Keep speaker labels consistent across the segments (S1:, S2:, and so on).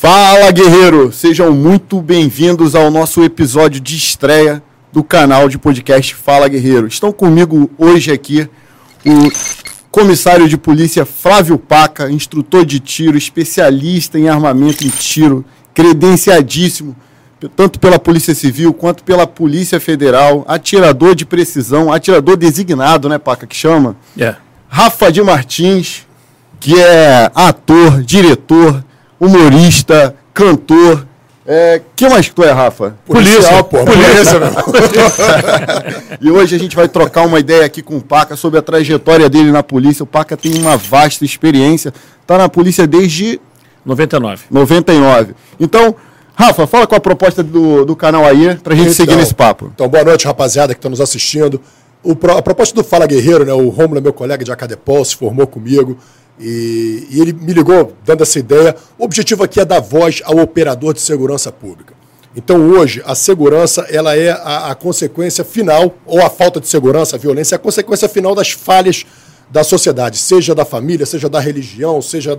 S1: Fala, guerreiro! Sejam muito bem-vindos ao nosso episódio de estreia do canal de podcast Fala, Guerreiro. Estão comigo hoje aqui o comissário de polícia Flávio Paca, instrutor de tiro, especialista em armamento e tiro, credenciadíssimo, tanto pela Polícia Civil quanto pela Polícia Federal, atirador de precisão, atirador designado, né, Paca, que chama? Rafa de Martins, que é ator, diretor, humorista, cantor. Que mais que tu é, Rafa?
S2: Polícia, pô. Polícia, meu.
S1: E hoje a gente vai trocar uma ideia aqui com o Paca sobre a trajetória dele na polícia. O Paca tem uma vasta experiência, está na polícia desde
S2: 99.
S1: Então, Rafa, fala com a proposta do canal aí, pra gente seguir nesse papo.
S3: Então, boa noite, rapaziada que está nos assistindo. A proposta do Fala Guerreiro, né? O Rômulo é meu colega de Acadepol, se formou comigo. E ele me ligou dando essa ideia. O objetivo aqui é dar voz ao operador de segurança pública. Então hoje a segurança ela é a consequência final, ou a falta de segurança, a violência, é a consequência final das falhas da sociedade, seja da família, seja da religião, seja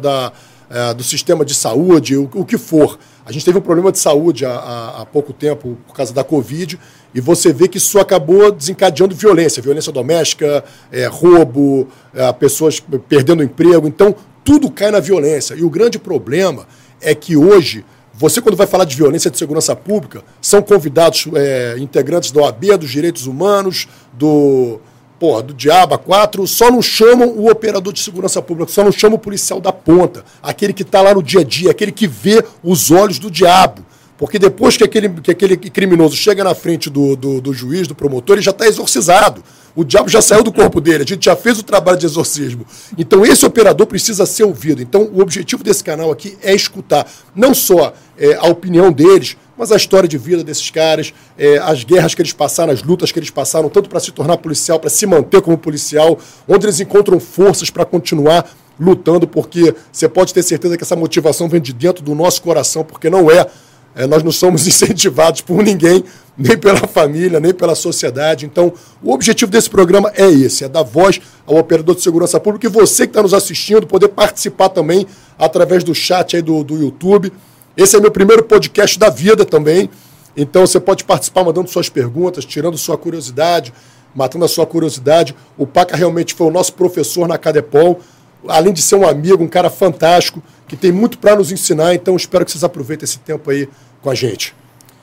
S3: do sistema de saúde, o que for. A gente teve um problema de saúde há pouco tempo por causa da Covid, e você vê que isso acabou desencadeando violência doméstica, roubo, pessoas perdendo o emprego. Então, tudo cai na violência. E o grande problema é que hoje, você quando vai falar de violência de segurança pública, são convidados integrantes da OAB, dos direitos humanos, do Diabo 4, só não chamam o operador de segurança pública, só não chamam o policial da ponta, aquele que está lá no dia a dia, aquele que vê os olhos do diabo. Porque depois que aquele criminoso chega na frente do juiz, do promotor, ele já está exorcizado. O diabo já saiu do corpo dele, a gente já fez o trabalho de exorcismo. Então esse operador precisa ser ouvido. Então o objetivo desse canal aqui é escutar não só a opinião deles, mas a história de vida desses caras, as guerras que eles passaram, as lutas que eles passaram, tanto para se tornar policial, para se manter como policial, onde eles encontram forças para continuar lutando, porque você pode ter certeza que essa motivação vem de dentro do nosso coração, porque nós não somos incentivados por ninguém, nem pela família, nem pela sociedade. Então, o objetivo desse programa é esse, é dar voz ao operador de segurança pública e você que está nos assistindo poder participar também através do chat aí do YouTube. Esse é meu primeiro podcast da vida também, então você pode participar mandando suas perguntas, tirando sua curiosidade, matando a sua curiosidade. O Paca realmente foi o nosso professor na Acadepol, além de ser um amigo, um cara fantástico, que tem muito para nos ensinar, então espero que vocês aproveitem esse tempo aí com a gente.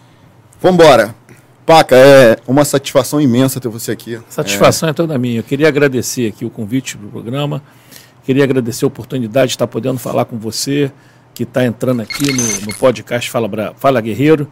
S1: Vambora. Paca, é uma satisfação imensa ter você aqui.
S2: Satisfação é toda minha. Eu queria agradecer aqui o convite para o programa, queria agradecer a oportunidade de estar podendo falar com você, que está entrando aqui no podcast Fala Guerreiro.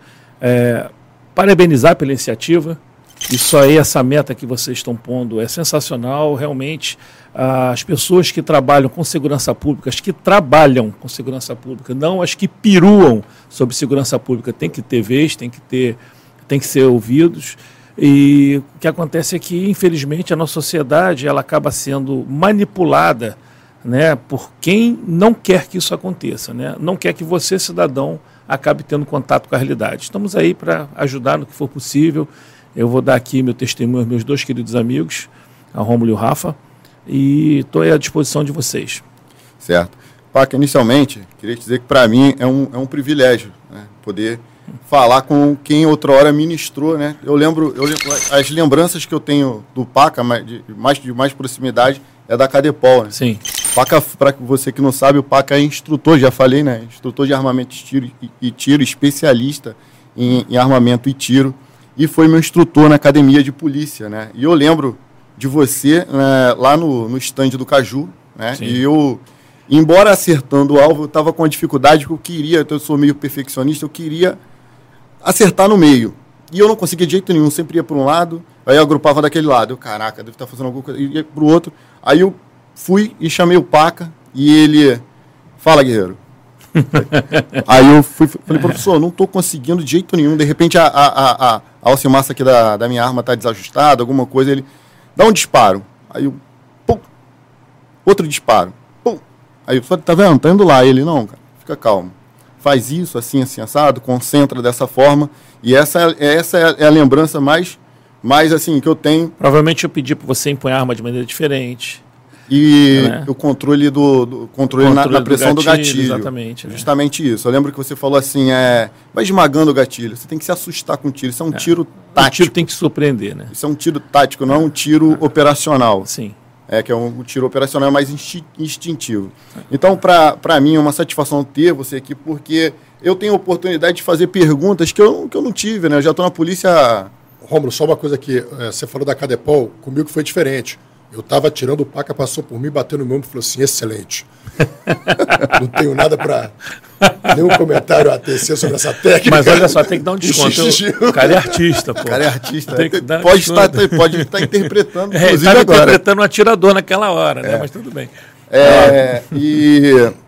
S2: Parabenizar pela iniciativa. Isso aí, essa meta que vocês estão pondo é sensacional, realmente. As pessoas que trabalham com segurança pública, as que trabalham com segurança pública, não as que piruam sobre segurança pública, tem que ter vez, tem que ser ouvidos. E o que acontece é que, infelizmente, a nossa sociedade ela acaba sendo manipulada, né, por quem não quer que isso aconteça, né? Não quer que você, cidadão, acabe tendo contato com a realidade. Estamos aí para ajudar no que for possível. Eu vou dar aqui meu testemunho aos meus dois queridos amigos, a Rômulo e o Rafa, e estou à disposição de vocês.
S1: Certo. Paca, inicialmente, queria dizer que para mim é um privilégio, né, poder falar com quem outra hora ministrou, né? Eu lembro as lembranças que eu tenho do Paca, de mais proximidade, é da Acadepol, né?
S2: Sim.
S1: Paca, para você que não sabe, o Paca é instrutor, já falei, né? Instrutor de armamento e tiro, especialista em armamento e tiro, e foi meu instrutor na academia de polícia, né? E eu lembro de você lá no stand do Caju, né? Sim. E eu, embora acertando o alvo, eu estava com a dificuldade que eu queria, eu sou meio perfeccionista, eu queria acertar no meio. E eu não conseguia de jeito nenhum, sempre ia para um lado, aí eu agrupava daquele lado. Caraca, deve estar fazendo alguma coisa, ia para o outro. Aí eu fui e chamei o Paca, e ele, fala, guerreiro. Aí eu falei, professor, não estou conseguindo de jeito nenhum, de repente a alcemassa aqui da minha arma está desajustada, alguma coisa, ele dá um disparo. Aí eu, pum, outro disparo, pum. Aí eu falei, tá vendo, tá indo lá. Ele, não, cara, fica calmo. Faz isso, assim, assado, concentra dessa forma. E essa é a lembrança mais assim, que eu tenho.
S2: Provavelmente eu pedi para você empunhar a arma de maneira diferente.
S1: E o controle na pressão do gatilho.
S2: Exatamente.
S1: Justamente isso. Eu lembro que você falou assim, vai esmagando o gatilho. Você tem que se assustar com o tiro. Isso é um tiro tático.
S2: O tiro tem que surpreender, né?
S1: Isso é um tiro tático, não é um tiro operacional.
S2: Sim.
S1: Que é um tiro operacional mais instintivo. Então, para mim, é uma satisfação ter você aqui, porque eu tenho a oportunidade de fazer perguntas que eu não tive, né? Eu já estou na polícia...
S3: Rômulo, só uma coisa aqui. Você falou da Cadepol, comigo foi diferente. Eu estava tirando o Paca, passou por mim, bateu no meu ombro e falou assim, excelente. Não tenho nada para... nenhum comentário a tecer sobre essa técnica.
S2: Mas olha só, tem que dar um desconto. O cara é artista, pô.
S1: O cara é artista.
S2: Pode estar
S1: interpretando,
S2: inclusive
S1: agora.
S2: Interpretando um atirador naquela hora, né? Mas tudo bem.
S1: E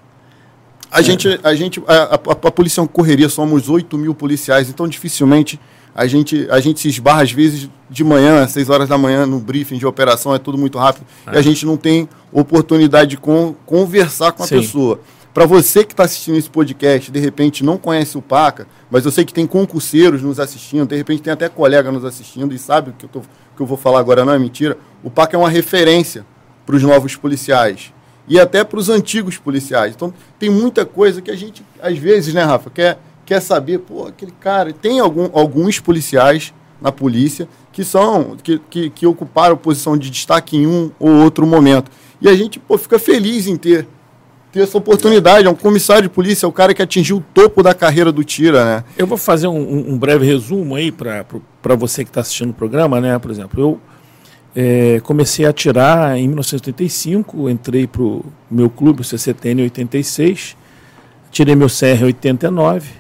S1: a polícia é uma correria, somos 8 mil policiais, então dificilmente a gente se esbarra, às vezes, de manhã, às 6 horas da manhã, no briefing de operação, é tudo muito rápido, e a gente não tem oportunidade de conversar com a pessoa. Para você que está assistindo esse podcast, de repente não conhece o Paca, mas eu sei que tem concurseiros nos assistindo, de repente tem até colega nos assistindo e sabe o que eu vou falar agora não é mentira, o Paca é uma referência para os novos policiais e até para os antigos policiais. Então, tem muita coisa que a gente, às vezes, né, Rafa, quer saber, pô, aquele cara... Tem alguns policiais na polícia que ocuparam posição de destaque em um ou outro momento. E a gente, fica feliz em ter essa oportunidade. É um comissário de polícia, é o cara que atingiu o topo da carreira do tira, né?
S2: Eu vou fazer um breve resumo aí para você que está assistindo o programa, né? Por exemplo, eu comecei a atirar em 1985, entrei para o meu clube, o CCTN, em 86, tirei meu CR em 89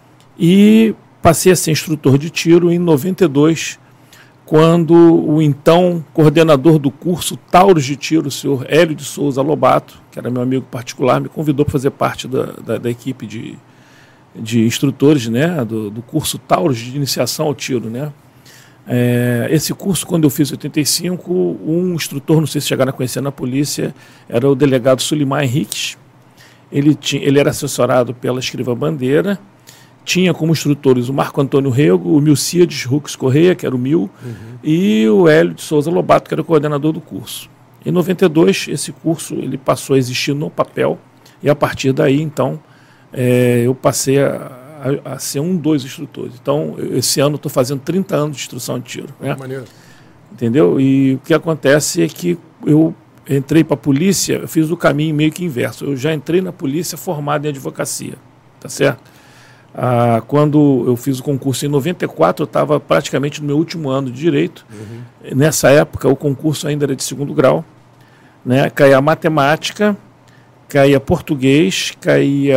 S2: e passei a ser instrutor de tiro em 92, quando o então coordenador do curso Taurus de Tiro, o senhor Hélio de Souza Lobato, que era meu amigo particular, me convidou para fazer parte da equipe de instrutores, né, do curso Taurus de iniciação ao tiro, né. Esse curso, quando eu fiz em 85, um instrutor, não sei se chegaram a conhecer na polícia, era o delegado Sulimar Henriques. Ele era assessorado pela Escrivã Bandeira, tinha como instrutores o Marco Antônio Rego, o Milcíades Rux Correia, que era o Mil, e o Hélio de Souza Lobato, que era o coordenador do curso. Em 92, esse curso ele passou a existir no papel, e a partir daí, então, eu passei a ser um dos instrutores. Então, esse ano estou fazendo 30 anos de instrução de tiro. Né?
S3: Maneiro.
S2: Entendeu? E o que acontece é que eu entrei para a polícia, eu fiz o caminho meio que inverso. Eu já entrei na polícia formado em advocacia, tá certo? Quando eu fiz o concurso em 94, eu estava praticamente no meu último ano de Direito. Nessa época, o concurso ainda era de 2º grau. Né? Caía matemática, caía português, caía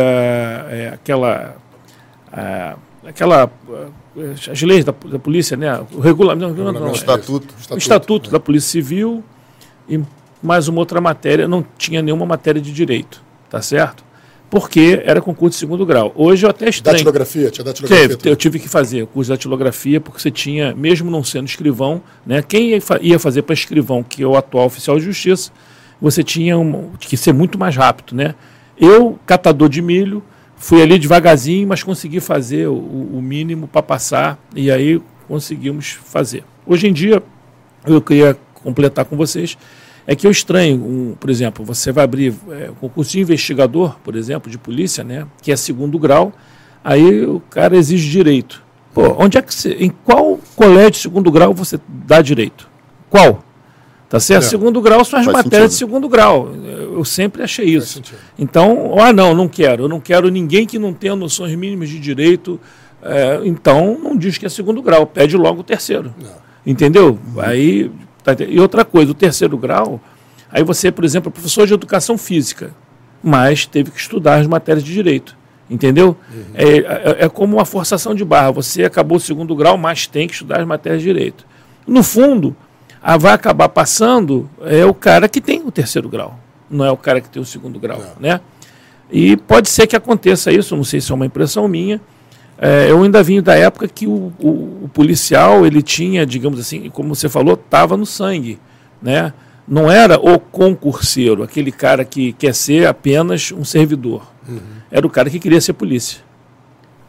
S2: as leis da polícia, né? O regulamento, o estatuto da Polícia Civil e mais uma outra matéria. Não tinha nenhuma matéria de direito, tá certo? Porque era concurso de 2º grau. Hoje eu até estranho.
S3: Datilografia?
S2: Eu tive que fazer o curso de datilografia, porque você tinha, mesmo não sendo escrivão, né, quem ia fazer para escrivão, que é o atual oficial de justiça, você tinha que ser muito mais rápido. Né? Eu, catador de milho, fui ali devagarzinho, mas consegui fazer o mínimo para passar, e aí conseguimos fazer. Hoje em dia, eu queria completar com vocês, é que eu estranho, por exemplo, você vai abrir concurso de investigador, por exemplo, de polícia, né, que é 2º grau, aí o cara exige direito. Pô, em qual colégio de 2º grau você dá direito? Qual? Tá certo? 2º grau são as matérias de 2º grau. Eu sempre achei isso. Então, não quero. Eu não quero ninguém que não tenha noções mínimas de direito. Então, não diz que é 2º grau. Pede logo o 3º. Entendeu? Aí... E outra coisa, o 3º grau, aí você, por exemplo, é professor de educação física, mas teve que estudar as matérias de direito, entendeu? É como uma forçação de barra, você acabou o 2º grau, mas tem que estudar as matérias de direito. No fundo, vai acabar passando o cara que tem o 3º grau, não é o cara que tem o 2º grau, né? E pode ser que aconteça isso, não sei se é uma impressão minha. Eu ainda vim da época que o policial, ele tinha, digamos assim, como você falou, estava no sangue, né? Não era o concurseiro, aquele cara que quer ser apenas um servidor. Era o cara que queria ser polícia.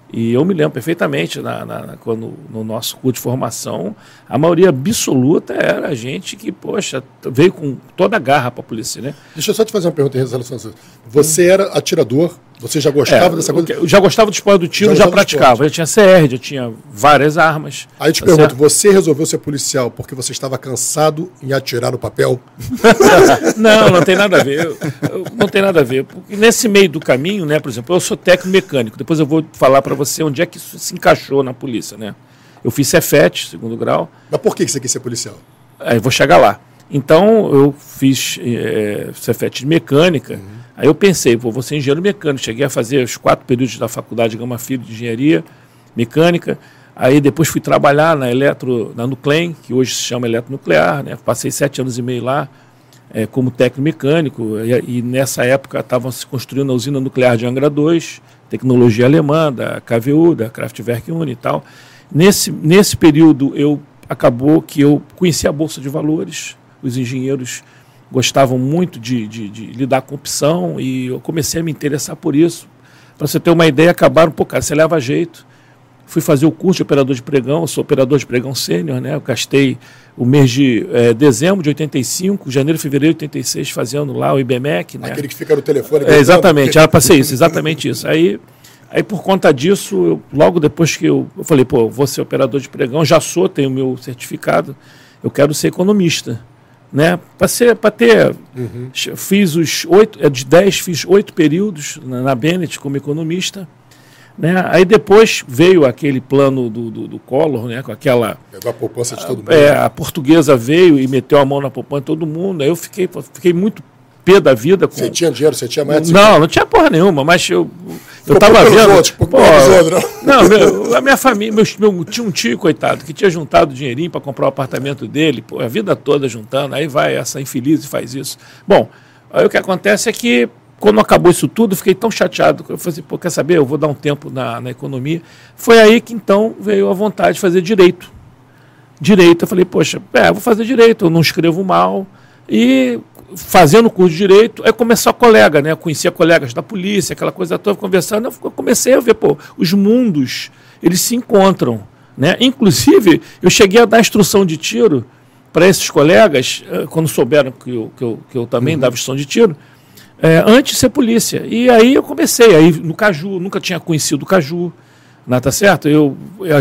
S2: E eu me lembro perfeitamente, quando no nosso curso de formação, a maioria absoluta era gente que, poxa, veio com toda a garra para a polícia, né?
S3: Deixa eu só te fazer uma pergunta em relação a isso. Você era atirador? Você já gostava dessa coisa?
S2: Eu já gostava do esporte do tiro, já praticava. Eu tinha CR, já tinha várias armas.
S3: Aí eu te pergunto, você resolveu ser policial porque você estava cansado em atirar no papel?
S2: Não tem nada a ver. Não tem nada a ver. Porque nesse meio do caminho, né, por exemplo, eu sou técnico mecânico. Depois eu vou falar para você onde é que isso se encaixou na polícia, né? Eu fiz Cefet, segundo grau.
S3: Mas por que você quis ser policial?
S2: Aí eu vou chegar lá. Então, eu fiz Cefet de mecânica. Aí eu pensei, vou ser engenheiro mecânico. Cheguei a fazer os 4 períodos da faculdade Gama Filho de engenharia mecânica. Aí depois fui trabalhar na Nuclem, que hoje se chama Eletronuclear, né? Passei 7 anos e meio lá como técnico mecânico. E nessa época estavam se construindo a usina nuclear de Angra 2, tecnologia alemã, da KWU, da Kraftwerk Uni e tal. Nesse período, acabou que eu conheci a Bolsa de Valores. Os engenheiros gostavam muito de lidar com opção e eu comecei a me interessar por isso. Para você ter uma ideia, acabaram, você leva jeito. Fui fazer o curso de operador de pregão, eu sou operador de pregão sênior, né? Eu gastei o mês de dezembro de 85, janeiro, fevereiro de 86, fazendo lá o IBMEC. Né?
S3: Aquele que fica no telefone.
S2: Exatamente, passei isso, exatamente isso. Aí por conta disso, logo depois que eu falei, eu vou ser operador de pregão, tenho o meu certificado, eu quero ser economista. Né? Fiz os 8, de 10, fiz 8 períodos na Bennett como economista. Né? Aí depois veio aquele plano do Collor, né? Com aquela.
S3: Pegou a poupança de todo mundo.
S2: A portuguesa veio e meteu a mão na poupança de todo mundo. Aí eu fiquei muito pé da vida.
S3: Você tinha dinheiro? Você tinha mais?
S2: Não tinha porra nenhuma, mas eu estava vendo. A minha família, tinha um tio, coitado, que tinha juntado dinheirinho para comprar o apartamento dele, a vida toda juntando, aí vai essa infeliz e faz isso. Bom, aí o que acontece é que, quando acabou isso tudo, eu fiquei tão chateado, eu falei, quer saber, eu vou dar um tempo na economia. Foi aí que então veio a vontade de fazer direito. Eu falei, eu vou fazer direito, eu não escrevo mal, e fazendo o curso de direito, aí começou a colega, né? Eu conhecia colegas da polícia, aquela coisa toda, conversando, eu comecei a ver, os mundos, eles se encontram, né? Inclusive, eu cheguei a dar instrução de tiro para esses colegas, quando souberam que eu também dava instrução de tiro, antes de ser polícia. E aí eu comecei, aí no Caju, nunca tinha conhecido o Caju, tá certo? Eu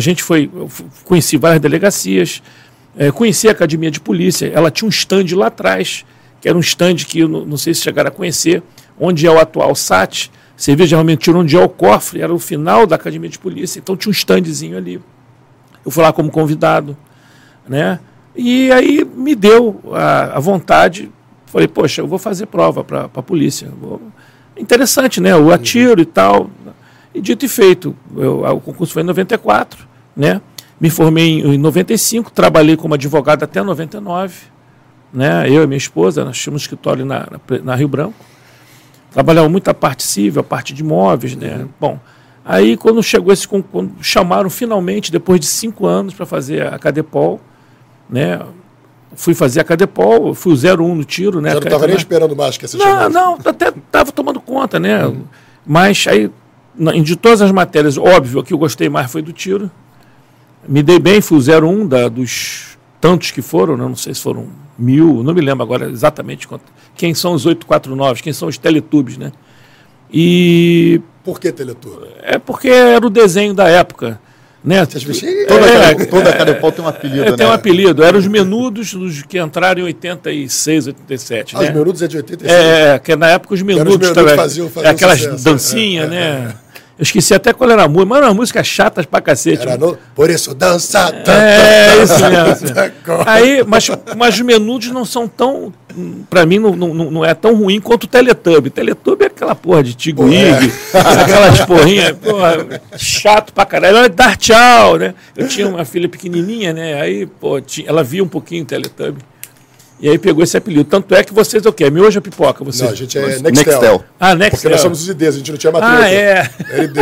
S2: conheci várias delegacias, conheci a Academia de Polícia, ela tinha um stand lá atrás, que era um stand que eu não sei se chegaram a conhecer, onde é o atual SAT, você vê geralmente tiro onde é o cofre, era o final da Academia de Polícia, então tinha um standzinho ali. Eu fui lá como convidado, né? E aí me deu a vontade, falei, eu vou fazer prova para a polícia. Interessante, né? Eu atiro e tal. E dito e feito, o concurso foi em 94, né? Me formei em 95, trabalhei como advogado até 99. Né? Eu e minha esposa, nós tínhamos um escritório na Rio Branco. Trabalhava muito a parte civil, a parte de imóveis. Né? Bom, aí quando chegou quando chamaram finalmente, depois de 5 anos, para fazer a Cadepol, né? Fui fazer a Cadepol, fui o 01 no tiro. Né?
S3: Já não estava nem esperando mais que essa chamada.
S2: Não, até estava tomando conta, né? Mas aí, de todas as matérias, óbvio, que eu gostei mais foi do tiro. Me dei bem, fui o 01 dos tantos que foram, não sei se foram 1000, não me lembro agora exatamente quem são os 849, quem são os Teletubbies, né? E...
S3: Por que Teletubbies?
S2: Porque era o desenho da época, né?
S1: Toda Cadepol tem um apelido, né?
S2: Tem um apelido, eram os menudos dos que entraram em 86, 87, né?
S3: Os menudos é de 86?
S2: Que na época os menudos
S3: faziam
S2: aquelas
S3: sucesso,
S2: dancinhas, né? Eu esqueci até qual era a música, mas era uma música chata pra cacete.
S3: Por isso dança.
S2: Isso mesmo. Aí, mas os menudos não são tão... Pra mim, não é tão ruim quanto o Teletubby. Teletubby é aquela porra de Tigo Ig, aquelas porrinhas, chato pra caralho. Ela dar tchau, né? Eu tinha uma filha pequenininha, né? Aí, ela via um pouquinho o Teletubby. E aí pegou esse apelido. Tanto é que vocês o quê? Miojo ou pipoca?
S3: Não, a gente é Nextel.
S2: Nextel.
S3: Porque nós somos os IDs, a gente não tinha matriz. LD.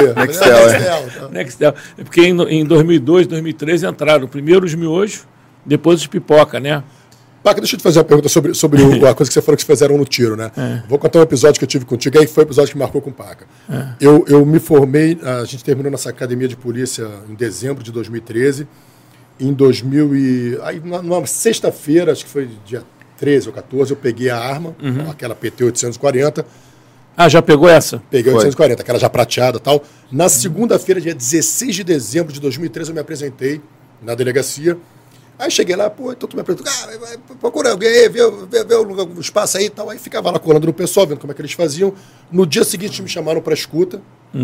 S2: Nextel. É porque em 2002, 2003 entraram primeiro os miojos, depois os pipoca, né?
S3: Paca, deixa eu te fazer uma pergunta sobre a coisa que você falou que vocês fizeram no tiro, né? Vou contar um episódio que eu tive contigo, aí que foi um episódio que marcou com o Paca. Eu me formei, a gente terminou nossa academia de polícia em dezembro de 2013. Em aí, numa sexta-feira, acho que foi dia 13 ou 14, eu peguei a arma, aquela PT 840.
S2: Ah, já pegou essa?
S3: Peguei a 840, aquela já prateada e tal. Na segunda-feira, dia 16 de dezembro de 2013, eu me apresentei na delegacia. Aí cheguei lá, então tu me apresentou, procura alguém aí, vê o espaço aí e tal. Aí ficava lá colando no pessoal, vendo como é que eles faziam. No dia seguinte me chamaram para escuta.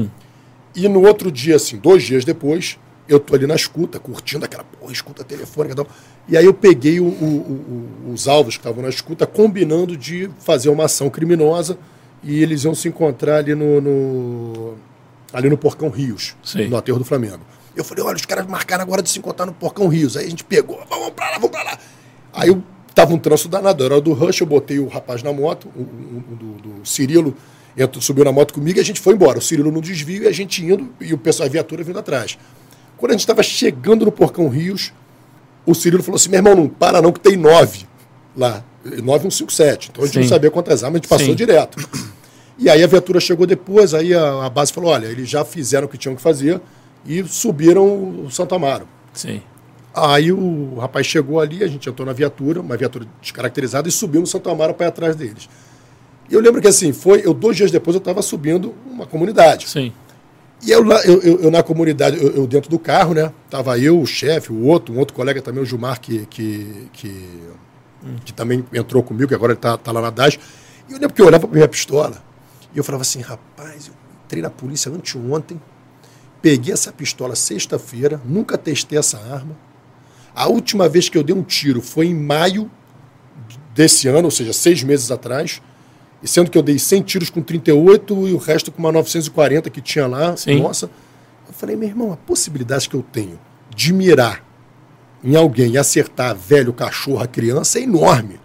S3: E no outro dia, assim, 2 dias depois, eu tô ali na escuta, curtindo aquela escuta telefônica e tal. E aí eu peguei os alvos que estavam na escuta, combinando de fazer uma ação criminosa e eles iam se encontrar ali no Porcão Rios, no aterro do Flamengo. Eu falei, olha, os caras marcaram agora de se encontrar no Porcão Rios. Aí a gente pegou, vamos pra lá. Aí eu tava um trânsito danado, era hora do rush, eu botei o rapaz na moto, do Cirilo, subiu na moto comigo e a gente foi embora. O Cirilo no desvio e a gente indo, e o pessoal, a viatura vindo atrás. Quando a gente estava chegando no Porcão Rios, o Cirilo falou assim, meu irmão, não para não, que tem 9 lá, 9157. Então a gente não sabia quantas armas, a gente passou direto. E aí a viatura chegou depois, aí a base falou, olha, eles já fizeram o que tinham que fazer e subiram o Santo Amaro.
S2: Sim.
S3: Aí o rapaz chegou ali, a gente entrou na viatura, uma viatura descaracterizada, e subiu no Santo Amaro para ir atrás deles. E eu lembro que assim, 2 dias depois eu estava subindo uma comunidade.
S2: Sim.
S3: E eu na comunidade, eu dentro do carro, né? Tava eu, o chefe, um outro colega também, o Gilmar, que também entrou comigo, que agora ele tá lá na DAS. E eu lembro que eu olhava para minha pistola e eu falava assim, rapaz, eu entrei na polícia anteontem, peguei essa pistola sexta-feira, nunca testei essa arma. A última vez que eu dei um tiro foi em maio desse ano, ou seja, 6 meses atrás, e sendo que eu dei 100 tiros com 38 e o resto com uma 940 que tinha lá.
S2: Sim.
S3: Nossa. Eu falei, meu irmão, a possibilidade que eu tenho de mirar em alguém e acertar velho, cachorro, a criança é enorme.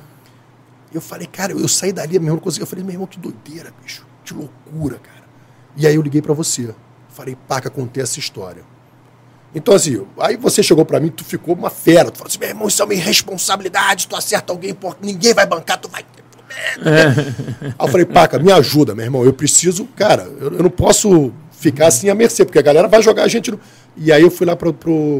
S3: Eu falei, cara, eu saí dali, meu irmão, não consegui. Eu falei, meu irmão, que doideira, bicho. Que loucura, cara. E aí eu liguei pra você. Falei, Paca, contei essa história. Então, assim, aí você chegou pra mim, tu ficou uma fera. Tu falou assim, meu irmão, isso é uma irresponsabilidade, tu acerta alguém, pô, ninguém vai bancar, tu vai... Aí eu falei, Paca, me ajuda, meu irmão, eu preciso, cara, eu não posso ficar assim à mercê, porque a galera vai jogar a gente no... E aí eu fui lá pro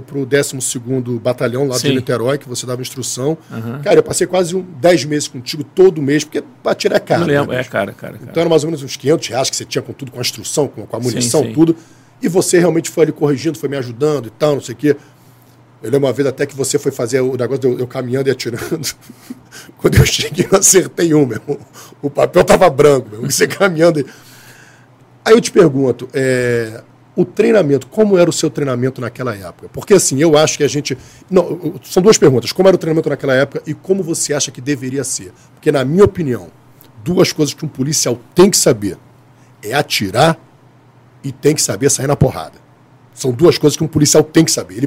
S3: 12º Batalhão, lá de Niterói, que você dava instrução. Cara, eu passei quase 10 meses contigo, todo mês, porque pra tirar é caro.
S2: Não lembro,
S3: né,
S2: cara.
S3: Então era mais ou menos uns R$500 que você tinha com tudo, com a instrução, com a munição,
S2: sim.
S3: tudo. E você realmente foi ali corrigindo, foi me ajudando e tal, não sei o quê. Eu lembro uma vez até que você foi fazer o negócio de eu caminhando e atirando. Quando eu cheguei, eu acertei meu irmão. O papel tava branco, meu irmão, você caminhando. Aí eu te pergunto, o treinamento, como era o seu treinamento naquela época? Porque assim, eu acho que a gente... Não, são 2 perguntas. Como era o treinamento naquela época e como você acha que deveria ser? Porque, na minha opinião, 2 coisas que um policial tem que saber é atirar e tem que saber sair na porrada. São 2 coisas que um policial tem que saber. Ele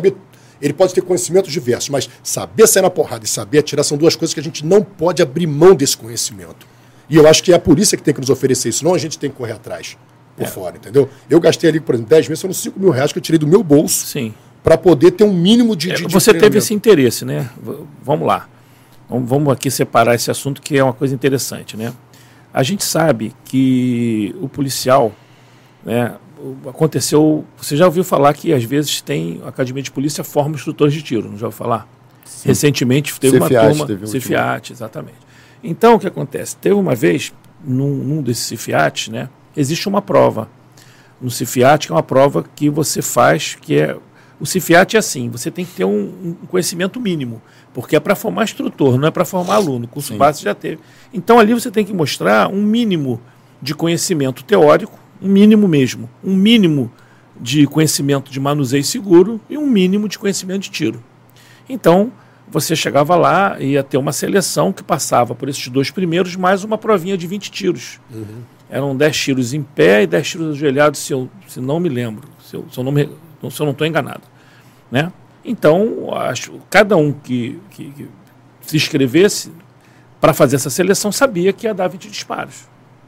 S3: pode ter conhecimentos diversos, mas saber sair na porrada e saber atirar são 2 coisas que a gente não pode abrir mão desse conhecimento. E eu acho que é a polícia que tem que nos oferecer isso, não a gente tem que correr atrás por fora, entendeu? Eu gastei ali, por exemplo, 10 meses, foram R$5.000 que eu tirei do meu bolso para poder ter um mínimo de
S2: você teve esse interesse, né? Vamos lá. Vamos aqui separar esse assunto, que é uma coisa interessante, né? A gente sabe que o policial, né, aconteceu... Você já ouviu falar que às vezes a Academia de Polícia forma instrutores de tiro, não já ouviu falar? Sim. Recentemente teve uma turma... CFIAT, exatamente. Então, o que acontece? Teve uma vez, num desses CFIATs, né, existe uma prova. No CFIAT, que é uma prova que você faz, que é... O CFIAT é assim, você tem que ter um conhecimento mínimo, porque é para formar instrutor, não é para formar aluno. O curso básico já teve. Então, ali você tem que mostrar um mínimo de conhecimento teórico, um mínimo mesmo, um mínimo de conhecimento de manuseio seguro e um mínimo de conhecimento de tiro. Então, você chegava lá e ia ter uma seleção que passava por esses 2 primeiros, mais uma provinha de 20 tiros. Eram 10 tiros em pé e 10 tiros ajoelhados, se não me lembro, se eu não estou enganado. Né? Então, cada um que se inscrevesse para fazer essa seleção sabia que ia dar 20 disparos.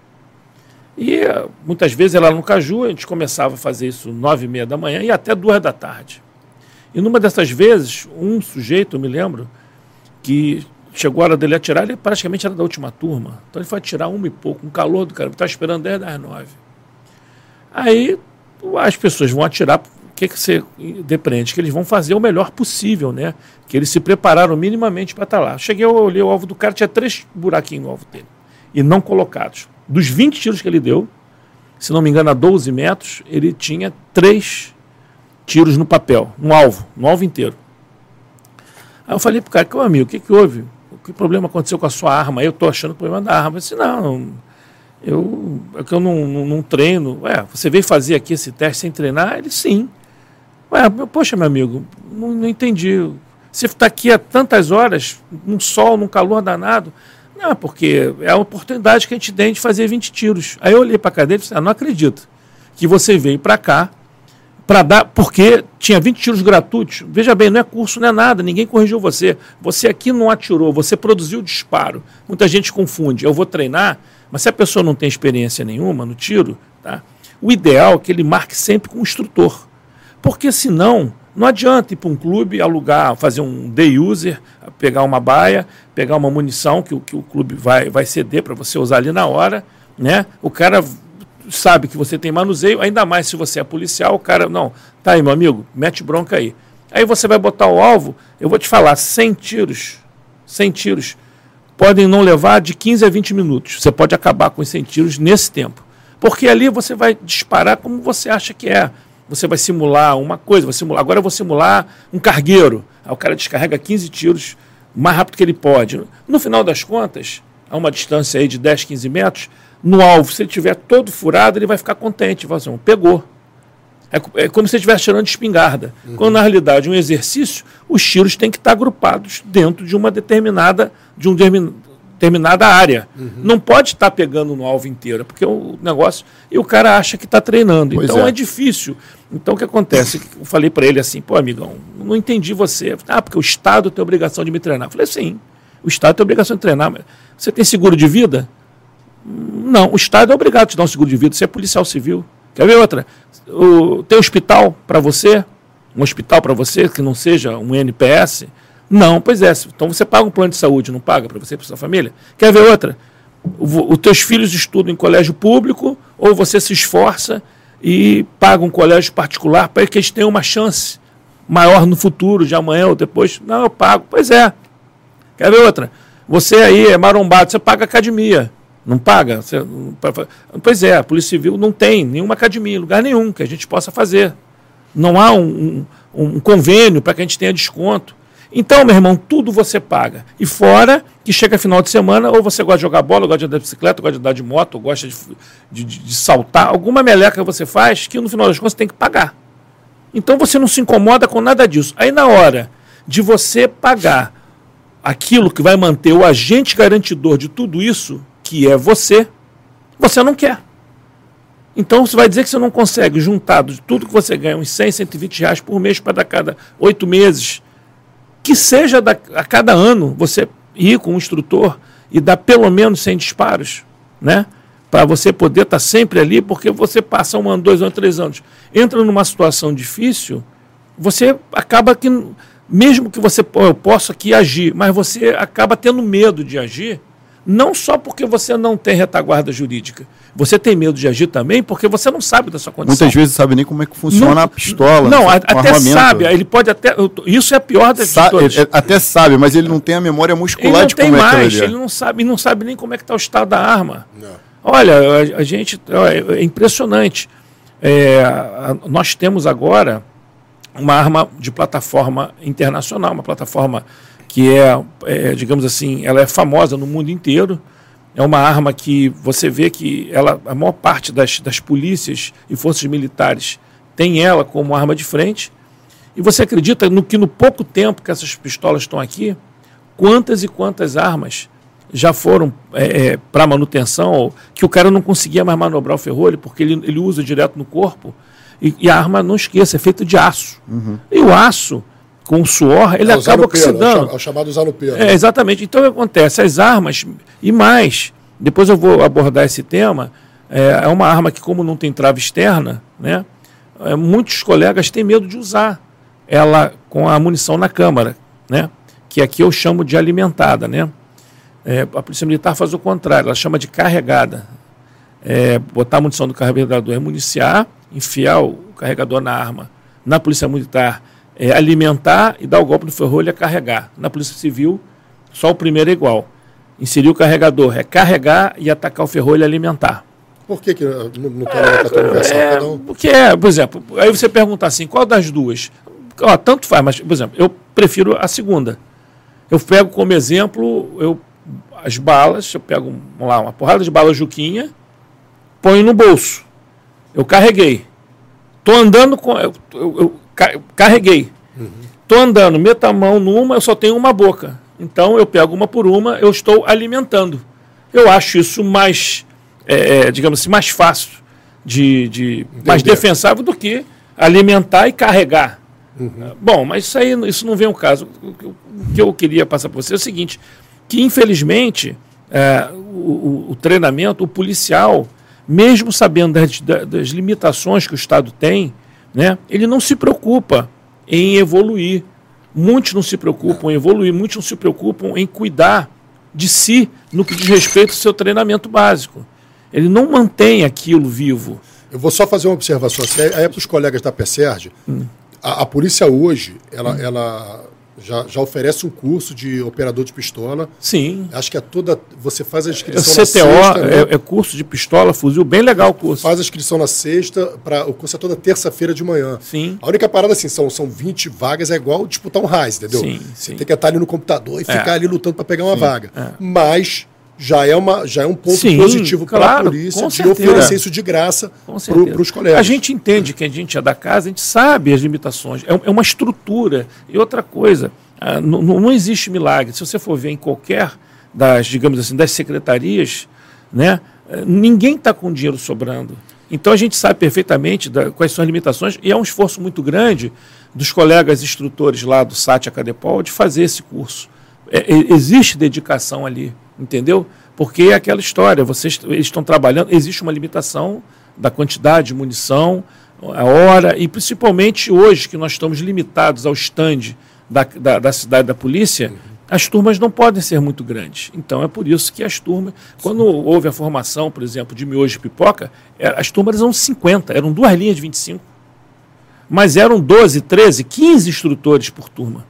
S2: E muitas vezes era lá no Caju, a gente começava a fazer isso 9h30 da manhã e até 2 da tarde. E numa dessas vezes, um sujeito, eu me lembro, que chegou a hora dele atirar, ele praticamente era da última turma. Então ele foi atirar 1 e pouco, um calor do cara, estava esperando 10 das 9. Aí as pessoas vão atirar, o que você depreende? Que eles vão fazer o melhor possível, né? Que eles se prepararam minimamente para estar lá. Cheguei, eu olhei o alvo do cara, tinha 3 buraquinhos no alvo dele, e não colocados. Dos 20 tiros que ele deu, se não me engano, a 12 metros, ele tinha 3 tiros no papel, no alvo inteiro. Aí eu falei pro cara, meu amigo, o que houve? Que problema aconteceu com a sua arma? Aí eu tô achando o problema da arma. Eu disse, não, é que eu não treino. Você veio fazer aqui esse teste sem treinar? Ele, sim. Poxa, meu amigo, não entendi. Você está aqui há tantas horas, num sol, num calor danado. Não, porque é a oportunidade que a gente tem de fazer 20 tiros. Aí eu olhei para a cadeira e disse, não acredito que você veio para cá para dar, porque tinha 20 tiros gratuitos. Veja bem, não é curso, não é nada, ninguém corrigiu você. Você aqui não atirou, você produziu o disparo. Muita gente confunde, eu vou treinar, mas se a pessoa não tem experiência nenhuma no tiro, tá? O ideal é que ele marque sempre com o instrutor. Porque senão, não adianta ir para um clube, alugar, fazer um day user, pegar uma baia, pegar uma munição que o clube vai ceder para você usar ali na hora, né? O cara sabe que você tem manuseio, ainda mais se você é policial, o cara, não, tá aí, meu amigo, mete bronca aí. Aí você vai botar o alvo, eu vou te falar, 100 tiros, podem não levar de 15 a 20 minutos. Você pode acabar com os 100 tiros nesse tempo. Porque ali você vai disparar como você acha que é. Você vai simular uma coisa, agora eu vou simular um cargueiro. Aí o cara descarrega 15 tiros o mais rápido que ele pode. No final das contas, a uma distância aí de 10, 15 metros, no alvo, se ele estiver todo furado, ele vai ficar contente. Vai assim, pegou. É como se ele estivesse tirando de espingarda. Uhum. Quando, na realidade, um exercício, os tiros têm que estar agrupados dentro de uma determinada área. Uhum. Não pode estar pegando no alvo inteiro, porque o negócio... E o cara acha que está treinando. Pois então é difícil. Então o que acontece? Eu falei para ele assim, amigão, não entendi você. Porque o Estado tem a obrigação de me treinar. Eu falei, sim, o Estado tem a obrigação de treinar. Mas você tem seguro de vida? Não, o Estado é obrigado a te dar um seguro de vida. Você é policial civil. Quer ver outra? Tem hospital para você? Um hospital para você que não seja um NPS? Não, pois é. Então você paga um plano de saúde, não paga para você e para sua família? Quer ver outra? Os teus filhos estudam em colégio público ou você se esforça e paga um colégio particular para que eles tenham uma chance maior no futuro, de amanhã ou depois? Não, eu pago. Pois é. Quer ver outra? Você aí é marombado, você paga academia. Não paga? Pois é, a Polícia Civil não tem nenhuma academia, lugar nenhum que a gente possa fazer. Não há um convênio para que a gente tenha desconto. Então, meu irmão, tudo você paga. E fora que chega final de semana, ou você gosta de jogar bola, ou gosta de andar de bicicleta, ou gosta de andar de moto, ou gosta de saltar, alguma meleca você faz que no final das contas você tem que pagar. Então você não se incomoda com nada disso. Aí na hora de você pagar aquilo que vai manter o agente garantidor de tudo isso, que é você não quer. Então você vai dizer que você não consegue juntar de tudo que você ganha, uns 100, 120 reais por mês para cada 8 meses, que seja a cada ano você ir com um instrutor e dar pelo menos 100 disparos, né? Para você poder estar sempre ali, porque você passa 1 ano, 2 anos, 3 anos, entra numa situação difícil, você acaba que, mesmo que você eu possa aqui agir, mas você acaba tendo medo de agir, não só porque você não tem retaguarda jurídica. Você tem medo de agir também porque você não sabe da sua condição.
S1: Muitas vezes sabe nem como é que funciona a pistola.
S2: Não, até sabe. Ele pode até... Isso é a pior das todas.
S1: Até sabe, mas ele não tem a memória muscular de como é que
S2: ele não sabe nem como é que está o estado da arma. Não. Olha, a gente... É impressionante. Nós temos agora uma arma de plataforma internacional, uma plataforma que digamos assim, ela é famosa no mundo inteiro. É uma arma que você vê que a maior parte das polícias e forças militares tem ela como arma de frente. E você acredita que no pouco tempo que essas pistolas estão aqui, quantas e quantas armas já foram para manutenção, que o cara não conseguia mais manobrar o ferrolho, porque ele usa direto no corpo, e a arma, não esqueça, é feita de aço. Uhum. E o aço, com o suor, ele acaba oxidando.
S3: É o chamado usar no pelo.
S2: Exatamente. Então, o que acontece? As armas, e mais, depois eu vou abordar esse tema, é uma arma que, como não tem trave externa, né, muitos colegas têm medo de usar ela com a munição na câmara, né, que aqui eu chamo de alimentada, né? A Polícia Militar faz o contrário, ela chama de carregada. Botar a munição do carregador é municiar, enfiar o carregador na arma. Na Polícia Militar é alimentar e dar o golpe no ferrolho é carregar. Na Polícia Civil, só o primeiro é igual. Inserir o carregador é carregar e atacar o ferrolho é alimentar.
S3: Por que não tem nomenclatura universal?
S2: Porque por exemplo, aí você pergunta assim, qual das duas? Tanto faz, mas, por exemplo, eu prefiro a segunda. Eu pego como exemplo, as balas, eu pego uma porrada de bala Juquinha, ponho no bolso. Eu carreguei. Estou andando com... Eu carreguei. Estou andando, meto a mão numa, eu só tenho uma boca. Então, eu pego uma por uma, eu estou alimentando. Eu acho isso mais, digamos assim, mais fácil, mais defensável do que alimentar e carregar. Bom, mas isso não vem ao caso. O que eu queria passar para você é o seguinte, que infelizmente o treinamento, o policial, mesmo sabendo das limitações que o Estado tem, né, ele não se preocupa em evoluir. Muitos não se preocupam em evoluir, muitos não se preocupam em cuidar de si no que diz respeito ao seu treinamento básico. Ele não mantém aquilo vivo.
S3: Eu vou só fazer uma observação. Aí é para os colegas da PSERG. A polícia hoje, ela já oferece um curso de operador de pistola.
S2: Sim.
S3: Acho que você faz a inscrição
S2: na sexta. É curso de pistola, fuzil, bem legal o curso.
S3: Faz a inscrição na sexta, o curso é toda terça-feira de manhã.
S2: Sim.
S3: A única parada, assim, são 20 vagas, é igual disputar um RAIS, entendeu?
S2: Sim.
S3: Você tem que estar ali no computador e ficar ali lutando para pegar uma vaga. Mas já é um ponto positivo para a polícia de oferecer isso de graça para os colegas.
S2: A gente entende que a gente é da casa, a gente sabe as limitações. É uma estrutura. E outra coisa, não existe milagre. Se você for ver em qualquer digamos assim, das secretarias, né, ninguém está com dinheiro sobrando. Então a gente sabe perfeitamente quais são as limitações e é um esforço muito grande dos colegas instrutores lá do SAT Acadepol de fazer esse curso. Existe dedicação ali, entendeu? Porque é aquela história, eles estão trabalhando, existe uma limitação da quantidade de munição, a hora, e principalmente hoje que nós estamos limitados ao stand da cidade da polícia, as turmas não podem ser muito grandes. Então é por isso que as turmas, quando houve a formação, por exemplo, de miojo e pipoca, as turmas eram 50, eram 2 linhas de 25. Mas eram 12, 13, 15 instrutores por turma.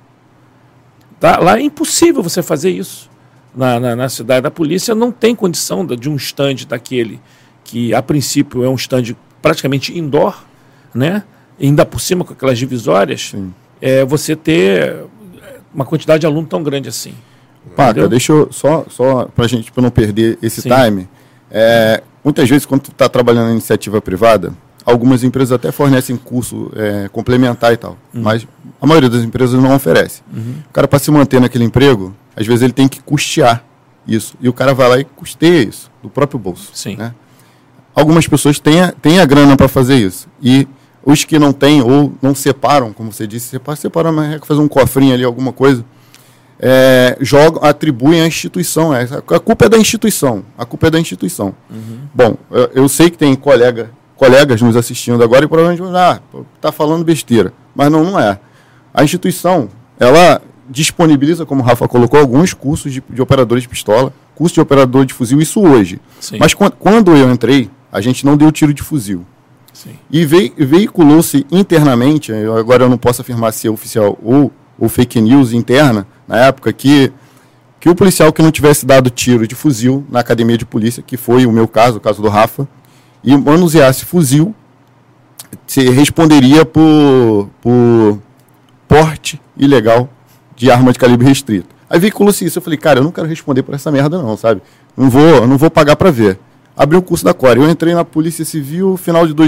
S2: Tá? Lá é impossível você fazer isso. Na cidade da polícia não tem condição de um stand daquele que, a princípio, é um stand praticamente indoor, né? E ainda por cima com aquelas divisórias, você ter uma quantidade de aluno tão grande assim.
S1: Paca, deixa eu só para não perder esse time. Muitas vezes, quando tu está trabalhando na iniciativa privada, algumas empresas até fornecem curso complementar e tal, mas a maioria das empresas não oferece. O cara, para se manter naquele emprego, às vezes ele tem que custear isso. E o cara vai lá e custeia isso, do próprio bolso.
S2: Sim.
S1: Né? Algumas pessoas têm a grana para fazer isso. E os que não têm ou não separam, como você disse, separar, mas fazer um cofrinho ali, alguma coisa, atribuem à instituição. A culpa é da instituição. Bom, eu sei que tem colegas nos assistindo agora e provavelmente está falando besteira. Mas não é. A instituição, ela disponibiliza, como o Rafa colocou, alguns cursos de operadores de pistola, curso de operador de fuzil, isso hoje.
S2: Sim.
S1: Mas quando eu entrei, a gente não deu tiro de fuzil.
S2: Sim.
S1: E veiculou-se internamente, agora eu não posso afirmar se é oficial ou fake news interna, na época, que o policial que não tivesse dado tiro de fuzil na academia de polícia, que foi o meu caso, o caso do Rafa, e manuseasse fuzil, se responderia por porte ilegal de arma de calibre restrito. Aí veiculou-se isso, eu falei, cara, eu não quero responder por essa merda não, sabe? Não vou pagar para ver. Abri o curso da Core. Eu entrei na Polícia Civil no final de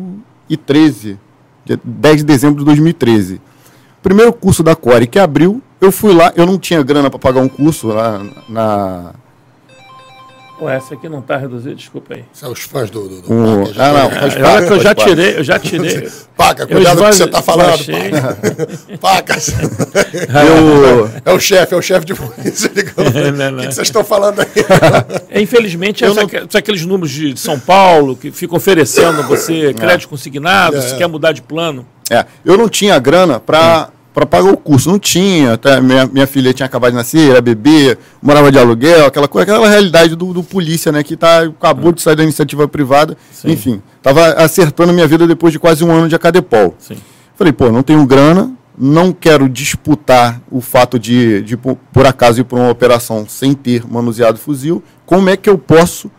S1: 2013, dia 10 de dezembro de 2013. Primeiro curso da Core que abriu, eu fui lá, eu não tinha grana para pagar um curso lá na...
S2: Essa aqui não está reduzida, desculpa aí.
S3: São os fãs do
S2: Paca. Eu já tirei.
S3: Paca, cuidado com o que você está falando. Paca. É o chefe de polícia ligando. O que vocês estão falando aí?
S2: Infelizmente, são aqueles números de São Paulo que ficam oferecendo você crédito consignado, se quer mudar de plano.
S1: Eu não tinha grana para para pagar o curso. Não tinha, até minha filha tinha acabado de nascer, era bebê, morava de aluguel, aquela realidade do polícia, né, que acabou de sair da iniciativa privada. Sim. Enfim, estava acertando a minha vida depois de quase um ano de Acadepol. Sim. Falei, não tenho grana, não quero disputar o fato de por acaso, ir para uma operação sem ter manuseado fuzil. Como é que eu posso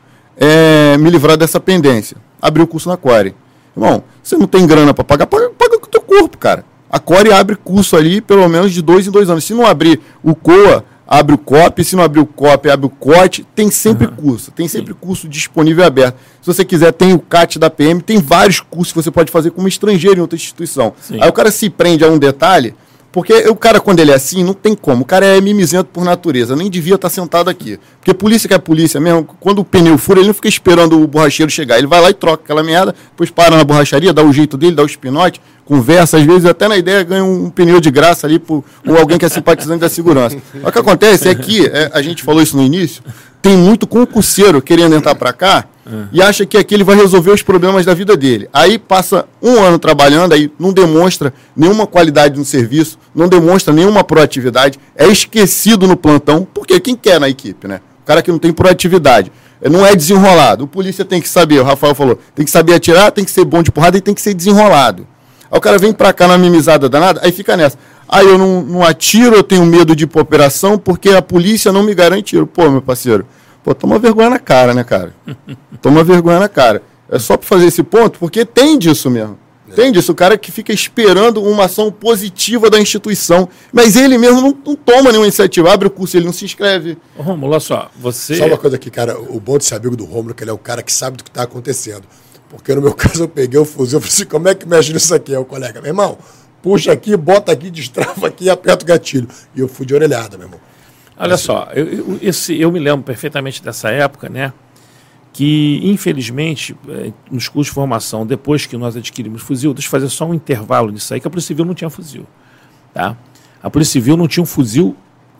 S1: me livrar dessa pendência? Abri o curso na Core. Irmão, você não tem grana para pagar, paga com o teu corpo, cara. A Core abre curso ali pelo menos de 2 em 2 anos. Se não abrir o COA, abre o COP. Se não abrir o COP, abre o COT. Tem sempre curso. Tem sempre curso disponível e aberto. Se você quiser, tem o CAT da PM. Tem vários cursos que você pode fazer como estrangeiro em outra instituição. Sim. Aí o cara se prende a um detalhe, porque o cara, quando ele é assim, não tem como. O cara é mimizento por natureza. Nem devia estar sentado aqui. Porque polícia que é polícia mesmo, quando o pneu fura, ele não fica esperando o borracheiro chegar. Ele vai lá e troca aquela merda, depois para na borracharia, dá o jeito dele, dá o espinote, conversa, às vezes até na ideia ganha um pneu de graça ali por alguém que é simpatizante da segurança. O que acontece é que, a gente falou isso no início, tem muito concurseiro querendo entrar para cá e acha que aqui ele vai resolver os problemas da vida dele. Aí passa um ano trabalhando, aí não demonstra nenhuma qualidade no serviço, não demonstra nenhuma proatividade, é esquecido no plantão, porque quem quer na equipe, né? O cara que não tem proatividade, não é desenrolado. O polícia tem que saber, o Rafael falou, tem que saber atirar, tem que ser bom de porrada e tem que ser desenrolado. Aí o cara vem pra cá na mimizada danada, aí fica nessa. Aí eu não atiro, eu tenho medo de ir pra operação porque a polícia não me garante tiro. Pô, meu parceiro, toma vergonha na cara, né, cara? Toma vergonha na cara. É só pra fazer esse ponto, porque tem disso mesmo. Tem disso, o cara que fica esperando uma ação positiva da instituição, mas ele mesmo não toma nenhuma iniciativa, abre o curso, ele não se inscreve.
S2: Ô, Rômulo, olha só, você...
S3: Só uma coisa aqui, cara, o bom de ser amigo do Rômulo, que ele é o cara que sabe do que está acontecendo. Porque no meu caso eu peguei o fuzil e falei assim, como é que mexe nisso aqui? Aí o colega, meu irmão, puxa aqui, bota aqui, destrava aqui e aperta o gatilho. E eu fui de orelhada, meu irmão.
S2: Olha só, eu me lembro perfeitamente dessa época, né? Que, infelizmente, nos cursos de formação, depois que nós adquirimos fuzil, deixa eu fazer só um intervalo disso aí, que a Polícia Civil não tinha fuzil. Tá? A Polícia Civil não tinha um fuzil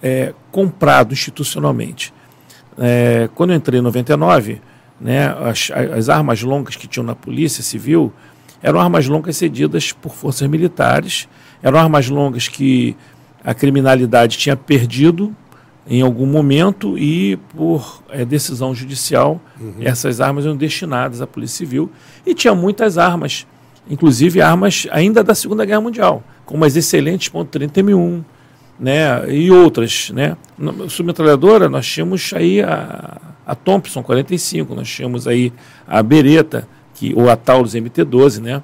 S2: comprado institucionalmente. Quando eu entrei em 99, né, as armas longas que tinham na Polícia Civil eram armas longas cedidas por forças militares, eram armas longas que a criminalidade tinha perdido em algum momento e, por decisão judicial, essas armas eram destinadas à Polícia Civil. E tinha muitas armas, inclusive armas ainda da Segunda Guerra Mundial, como as excelentes .30 M1, né, e outras. Né. Na submetralhadora, nós tínhamos aí a Thompson 45, nós tínhamos aí a Beretta, ou a Taurus MT-12, né.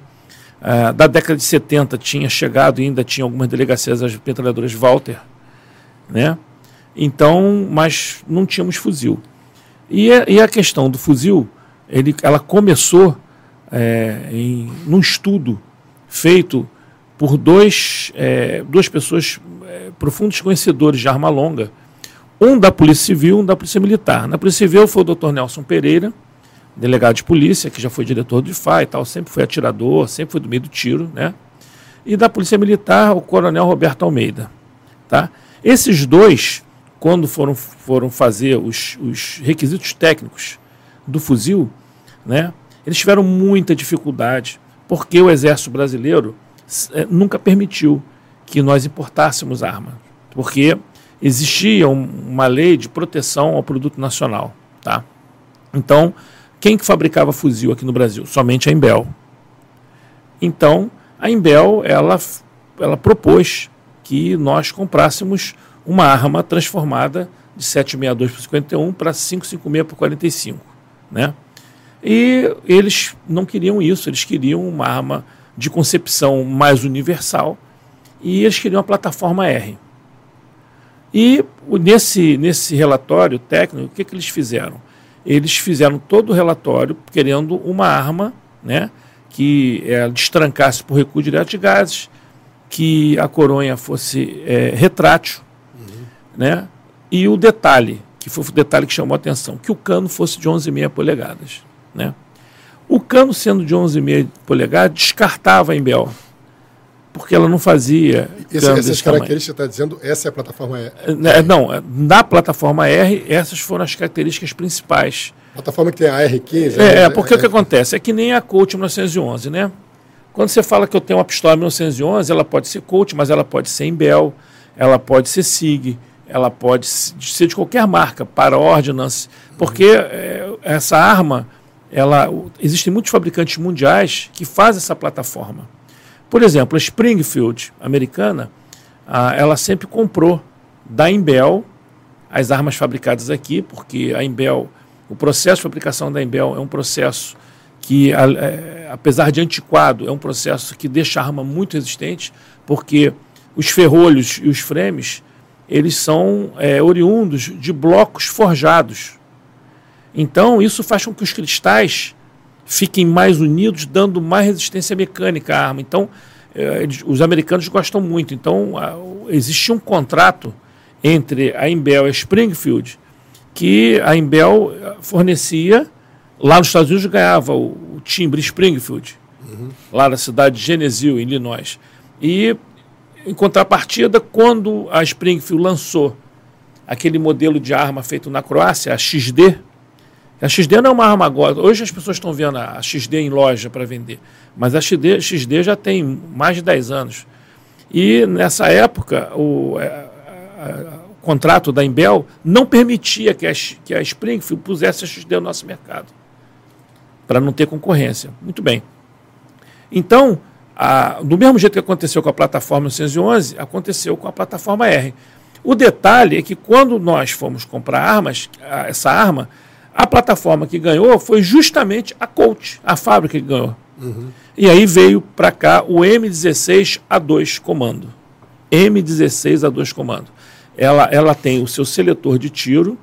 S2: Da década de 70 tinha chegado e ainda tinha algumas delegacias as metralhadoras Walther, né. Então, mas não tínhamos fuzil. E a questão do fuzil, ela começou num estudo feito por duas pessoas profundos conhecedores de arma longa, um da Polícia Civil, um da Polícia Militar. Na Polícia Civil foi o Dr. Nelson Pereira, delegado de polícia, que já foi diretor do IFA e tal, sempre foi atirador, sempre foi do meio do tiro, né? E da Polícia Militar, o Coronel Roberto Almeida. Tá? Esses dois, quando foram fazer os requisitos técnicos do fuzil, né, eles tiveram muita dificuldade, porque o Exército Brasileiro nunca permitiu que nós importássemos arma, porque existia uma lei de proteção ao produto nacional. Tá? Então, quem que fabricava fuzil aqui no Brasil? Somente a Imbel. Então, a Imbel, ela propôs que nós comprássemos uma arma transformada de 7,62 por 51 para 5,56 por 45. Né? E eles não queriam isso, eles queriam uma arma de concepção mais universal e eles queriam a plataforma R. E nesse relatório técnico, o que eles fizeram? Eles fizeram todo o relatório querendo uma arma, né, que destrancasse por recuo direto de gases, que a coronha fosse retrátil, né, e o detalhe, que foi o detalhe que chamou a atenção, que o cano fosse de 11,5 polegadas. Né? O cano sendo de 11,5 polegadas descartava a Imbel, porque ela não fazia...
S3: Essas características que você está dizendo, essa é a plataforma R?
S2: Não, na plataforma R, essas foram as características principais.
S3: A plataforma que tem a R15?
S2: Porque o que acontece? É que nem a Colt 1911, né? Quando você fala que eu tenho uma pistola 1911, ela pode ser Colt, mas ela pode ser Imbel, ela pode ser SIG, ela pode ser de qualquer marca, para Ordnance, porque essa arma, existem muitos fabricantes mundiais que fazem essa plataforma. Por exemplo, a Springfield americana, ela sempre comprou da Imbel as armas fabricadas aqui, porque a Imbel, o processo de fabricação da Imbel é um processo que, apesar de antiquado, é um processo que deixa a arma muito resistente, porque os ferrolhos e os frames, eles são oriundos de blocos forjados. Então, isso faz com que os cristais fiquem mais unidos, dando mais resistência mecânica à arma. Então, os americanos gostam muito. Então, existia um contrato entre a Imbel e a Springfield, que a Imbel fornecia, lá nos Estados Unidos ganhava o timbre Springfield, lá na cidade de Geneseo, em Illinois. E, em contrapartida, quando a Springfield lançou aquele modelo de arma feito na Croácia, a XD não é uma arma agora. Hoje as pessoas estão vendo a XD em loja para vender, mas a XD já tem mais de 10 anos. E, nessa época, o contrato da Imbel não permitia que a Springfield pusesse a XD no nosso mercado, para não ter concorrência. Muito bem. Então, do mesmo jeito que aconteceu com a plataforma 1911, aconteceu com a plataforma R. O detalhe é que quando nós fomos comprar essa arma, a plataforma que ganhou foi justamente a Colt, a fábrica que ganhou. E aí veio para cá o M16A2 Comando. M16A2 Comando. Ela tem o seu seletor de tiro,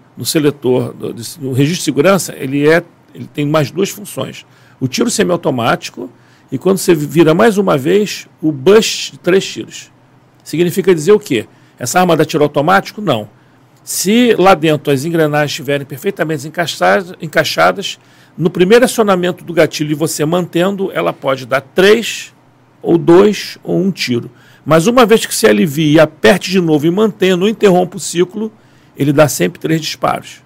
S2: no registro de segurança, ele tem mais duas funções. O tiro semiautomático e, quando você vira mais uma vez, o burst de 3 tiros. Significa dizer o quê? Essa arma dá tiro automático? Não. Se lá dentro as engrenagens estiverem perfeitamente encaixadas, no primeiro acionamento do gatilho e você mantendo, ela pode dar 3, ou 2, ou 1 tiro. Mas uma vez que se alivie e aperte de novo e mantenha, não interrompa o ciclo, ele dá sempre 3 disparos.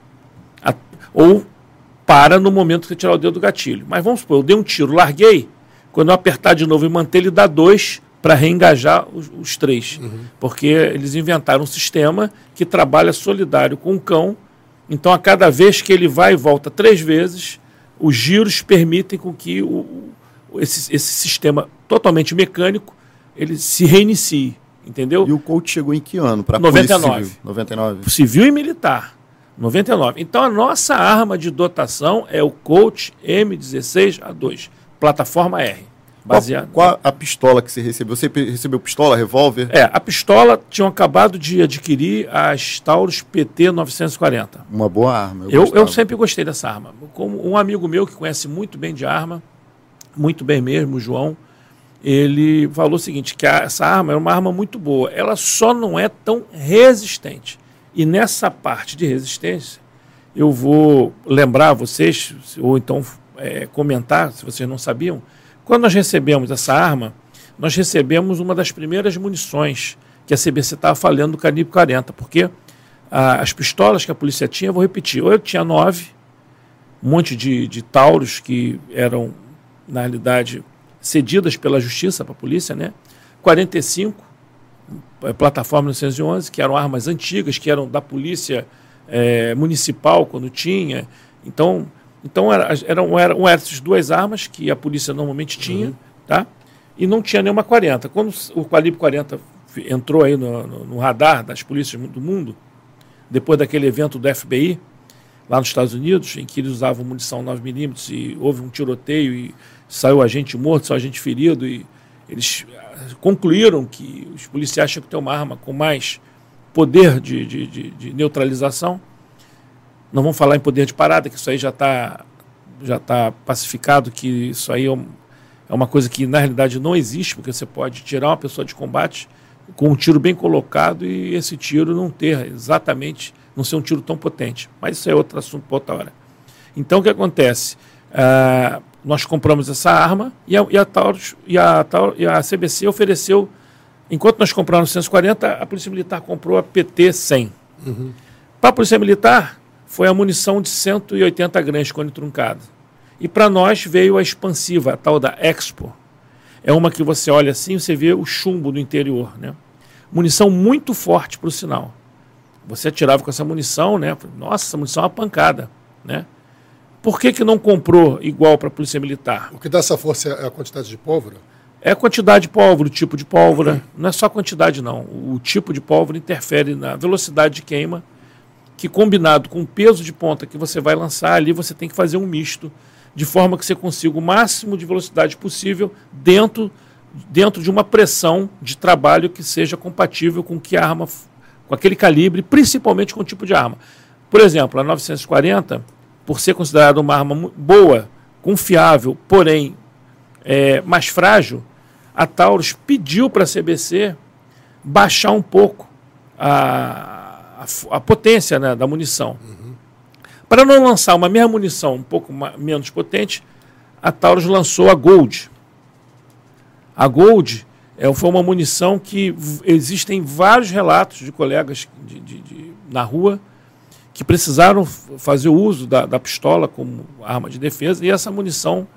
S2: Ou para no momento que você tirar o dedo do gatilho. Mas vamos supor, eu dei um tiro, larguei, quando eu apertar de novo e manter, ele dá 2 para reengajar os 3. Porque eles inventaram um sistema que trabalha solidário com o cão. Então, a cada vez que ele vai e volta 3 vezes, os giros permitem com que esse sistema totalmente mecânico ele se reinicie, entendeu?
S1: E o Colt chegou em que ano? Para
S2: 99.
S1: 99.
S2: Civil e militar. 99. Então, a nossa arma de dotação é o Colt M16A2, plataforma R.
S1: Qual a pistola que você recebeu? Você recebeu pistola, revólver?
S2: A pistola tinham acabado de adquirir as Taurus PT 940.
S1: Uma boa arma.
S2: Eu sempre gostei dessa arma. Como um amigo meu que conhece muito bem de arma, muito bem mesmo, o João, ele falou o seguinte, que essa arma é uma arma muito boa, ela só não é tão resistente. E nessa parte de resistência, eu vou lembrar vocês, ou então comentar, se vocês não sabiam, quando nós recebemos essa arma, nós recebemos uma das primeiras munições que a CBC estava falando do calibre 40, porque as pistolas que a polícia tinha, eu vou repetir, ou eu tinha 9, um monte de Taurus que eram, na realidade, cedidas pela justiça para a polícia, né? 45, plataforma 1911, que eram armas antigas, que eram da polícia municipal quando tinha. Então eram essas 2 armas que a polícia normalmente tinha, tá? E não tinha nenhuma 40. Quando o calibre 40 entrou aí no radar das polícias do mundo, depois daquele evento do FBI, lá nos Estados Unidos, em que eles usavam munição 9mm e houve um tiroteio e saiu agente morto, saiu agente ferido, e eles concluíram que os policiais tinham que ter uma arma com mais poder de neutralização. Não vamos falar em poder de parada, que isso aí já tá pacificado, que isso aí é uma coisa que na realidade não existe, porque você pode tirar uma pessoa de combate com um tiro bem colocado e esse tiro não ser um tiro tão potente. Mas isso é outro assunto para outra hora. Então o que acontece? Nós compramos essa arma e a CBC ofereceu, enquanto nós compramos 940, a Polícia Militar comprou a PT-100. Para a Polícia Militar, foi a munição de 180 gramas, cone truncado. E para nós veio a expansiva, a tal da Expo. é uma que você olha assim e você vê o chumbo no interior, né? Munição muito forte, por sinal. Você atirava com essa munição, né? Nossa, essa munição é uma pancada, né? Por que não comprou igual para a Polícia Militar?
S3: O que dá essa força é a quantidade de pólvora?
S2: É a quantidade de pólvora, o tipo de pólvora. Não é só a quantidade, não. O tipo de pólvora interfere na velocidade de queima, que combinado com o peso de ponta que você vai lançar, ali você tem que fazer um misto, de forma que você consiga o máximo de velocidade possível dentro de uma pressão de trabalho que seja compatível com que a arma, com aquele calibre, principalmente com o tipo de arma. Por exemplo, a 940, por ser considerada uma arma boa, confiável, porém mais frágil, a Taurus pediu para a CBC baixar um pouco a potência, né, da munição. Para não lançar uma mesma munição um pouco menos potente, a Taurus lançou a Gold. A Gold foi uma munição que existem vários relatos de colegas na rua que precisaram fazer o uso da pistola como arma de defesa, e essa munição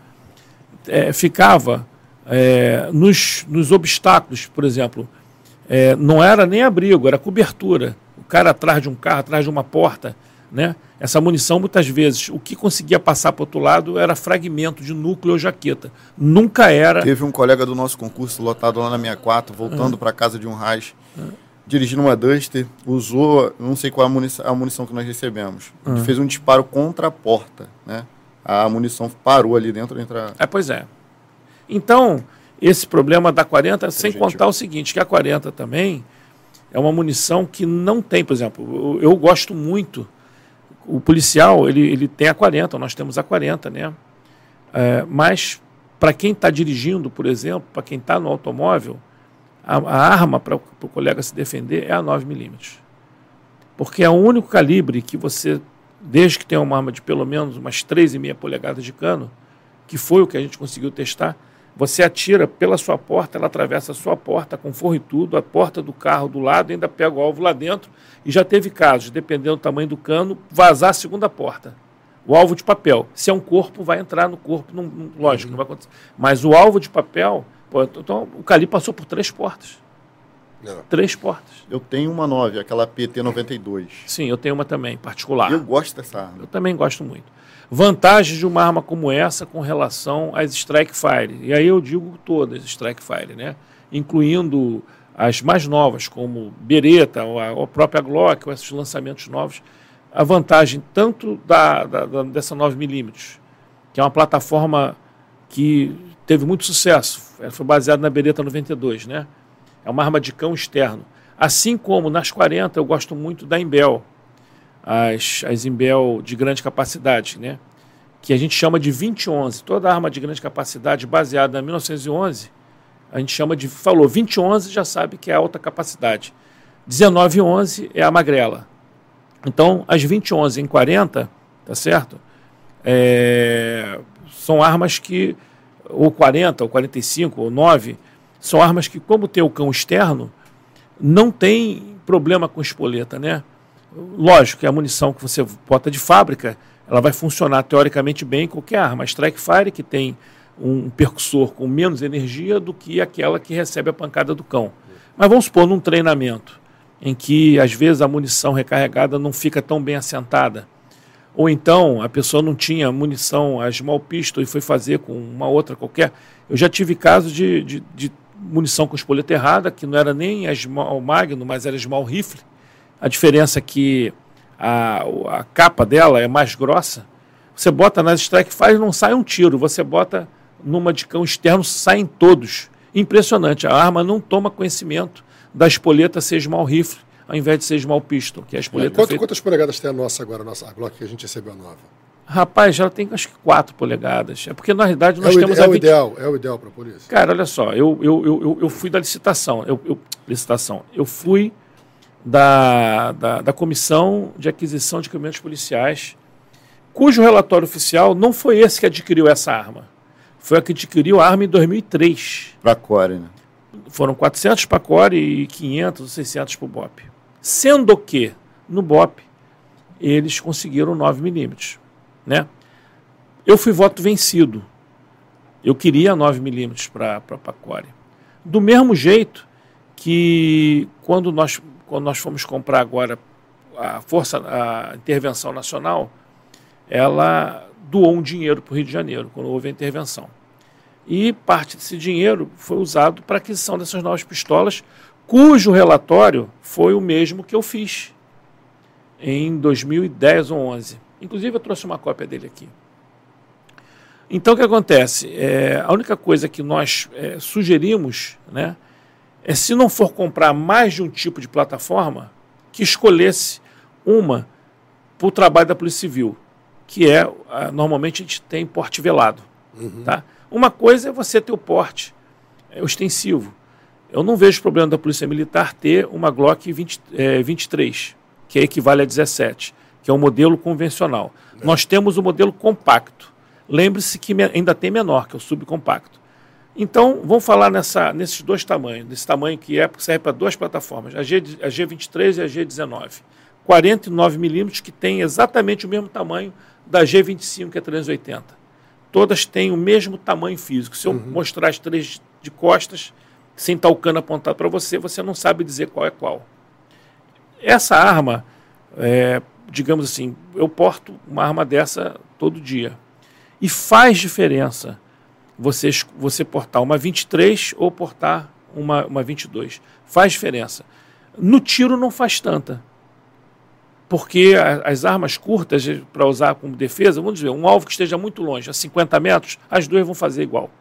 S2: ficava nos obstáculos, por exemplo. Não era nem abrigo, era cobertura. O cara atrás de um carro, atrás de uma porta, né? Essa munição, muitas vezes, o que conseguia passar para o outro lado era fragmento de núcleo ou jaqueta. Nunca era...
S1: Teve um colega do nosso concurso lotado lá na 64, voltando para casa de um raiz, dirigindo uma Duster, usou, não sei qual a munição que nós recebemos. Ele fez um disparo contra a porta, né? A munição parou ali dentro.
S2: Pois é. Então, esse problema da 40, sem contar o seguinte, que a 40 também é uma munição que não tem, por exemplo, eu gosto muito, o policial, ele tem a 40, nós temos a 40, né? Mas, para quem está dirigindo, por exemplo, para quem está no automóvel, a arma para o colega se defender é a 9mm. Porque é o único calibre que você, desde que tenha uma arma de pelo menos umas 3,5 polegadas de cano, que foi o que a gente conseguiu testar, você atira pela sua porta, ela atravessa a sua porta com forro e tudo, a porta do carro do lado, ainda pega o alvo lá dentro, e já teve casos, dependendo do tamanho do cano, vazar a segunda porta. O alvo de papel. Se é um corpo, vai entrar no corpo, lógico, não vai acontecer. Mas o alvo de papel, então o calibre passou por 3 portas.
S3: Não.
S2: 3 portas.
S1: Eu tenho uma 9, aquela PT-92.
S2: Sim, eu tenho uma também, particular.
S1: Eu gosto dessa arma.
S2: Eu também gosto muito. Vantagens de uma arma como essa com relação às Strike Fire. E aí eu digo todas Strike Fire, né? Incluindo as mais novas, como Beretta, ou a própria Glock, ou esses lançamentos novos. A vantagem tanto dessa 9mm, que é uma plataforma que teve muito sucesso, ela foi baseada na Beretta 92, né? É uma arma de cão externo. Assim como nas 40 eu gosto muito da Imbel, as Imbel de grande capacidade, né? Que a gente chama de 2011. Toda arma de grande capacidade baseada na 1911, a gente chama de... Falou 2011, já sabe que é alta capacidade. 1911 é a magrela. Então, as 2011 em 40, tá certo? São armas que... Ou 40, ou 45, ou 9... São armas que, como tem o cão externo, não tem problema com espoleta, né? Lógico que a munição que você bota de fábrica, ela vai funcionar teoricamente bem em qualquer arma. A Strike Fire, que tem um percussor com menos energia do que aquela que recebe a pancada do cão. Mas vamos supor, num treinamento, em que às vezes a munição recarregada não fica tão bem assentada, ou então a pessoa não tinha munição, a Small Pistol, e foi fazer com uma outra qualquer. Eu já tive casos de munição com espoleta errada, que não era nem a Small Magnum, mas era a Small Rifle. A diferença é que a capa dela é mais grossa. Você bota nas Strike Fire e não sai um tiro. Você bota numa de cão externo, saem todos. Impressionante. A arma não toma conhecimento da espoleta ser Small Rifle, ao invés de ser Small Pistol, que é a espoleta feita...
S3: Quantas polegadas tem a nossa agora, a Glock que a gente recebeu nova?
S2: Rapaz, já tem acho que 4 polegadas. É porque, na realidade, nós temos a 20...
S3: É o ideal para a polícia?
S2: Cara, olha só, eu fui da licitação. Eu fui da Comissão de Aquisição de Equipamentos Policiais, cujo relatório oficial não foi esse que adquiriu essa arma. Foi a que adquiriu a arma em 2003.
S1: Para a Core, né?
S2: Foram 400 para a Core e 500 ou 600 para o BOP. Sendo que, no BOP, eles conseguiram 9mm. Né? Eu fui voto vencido. Eu queria 9mm para Core. Do mesmo jeito que quando nós fomos comprar agora a Intervenção Nacional, ela doou um dinheiro para o Rio de Janeiro, quando houve a intervenção. E parte desse dinheiro foi usado para a aquisição dessas novas pistolas, cujo relatório foi o mesmo que eu fiz em 2010 ou 2011. Inclusive, eu trouxe uma cópia dele aqui. Então, o que acontece? A única coisa que nós sugerimos, né, é, se não for comprar mais de um tipo de plataforma, que escolhesse uma para o trabalho da Polícia Civil, que normalmente a gente tem porte velado. Uhum. Tá? Uma coisa é você ter o porte ostensivo. Eu não vejo problema da Polícia Militar ter uma Glock 23, que equivale a 17, que é um modelo convencional. Nós temos o modelo compacto. Lembre-se que ainda tem menor, que é o subcompacto. Então, vamos falar nesses dois tamanhos, nesse tamanho que serve para duas plataformas, a G23 e a G19. 49mm, que tem exatamente o mesmo tamanho da G25, que é 380. Todas têm o mesmo tamanho físico. Se eu mostrar as três de costas, sem estar o cano apontado para você, você não sabe dizer qual é qual. Essa arma, digamos assim, eu porto uma arma dessa todo dia. E faz diferença você portar uma 23 ou portar uma 22. Faz diferença. No tiro não faz tanta. Porque as armas curtas, para usar como defesa, vamos dizer, um alvo que esteja muito longe, a 50 metros, as duas vão fazer igual.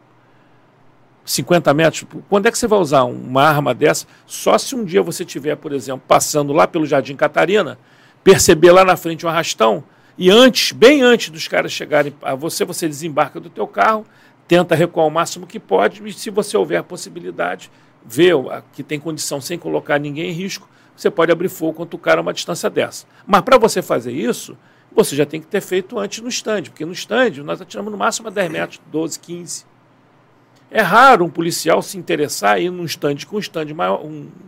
S2: 50 metros, quando é que você vai usar uma arma dessa? Só se um dia você estiver, por exemplo, passando lá pelo Jardim Catarina, perceber lá na frente um arrastão, e bem antes dos caras chegarem a você desembarca do teu carro, tenta recuar o máximo que pode, e se você houver a possibilidade, vê que tem condição sem colocar ninguém em risco, você pode abrir fogo contra o cara a uma distância dessa. Mas para você fazer isso, você já tem que ter feito antes no stand, porque no stand nós atiramos no máximo a 10 metros, 12, 15. É raro um policial se interessar em ir num stand com um stand maior,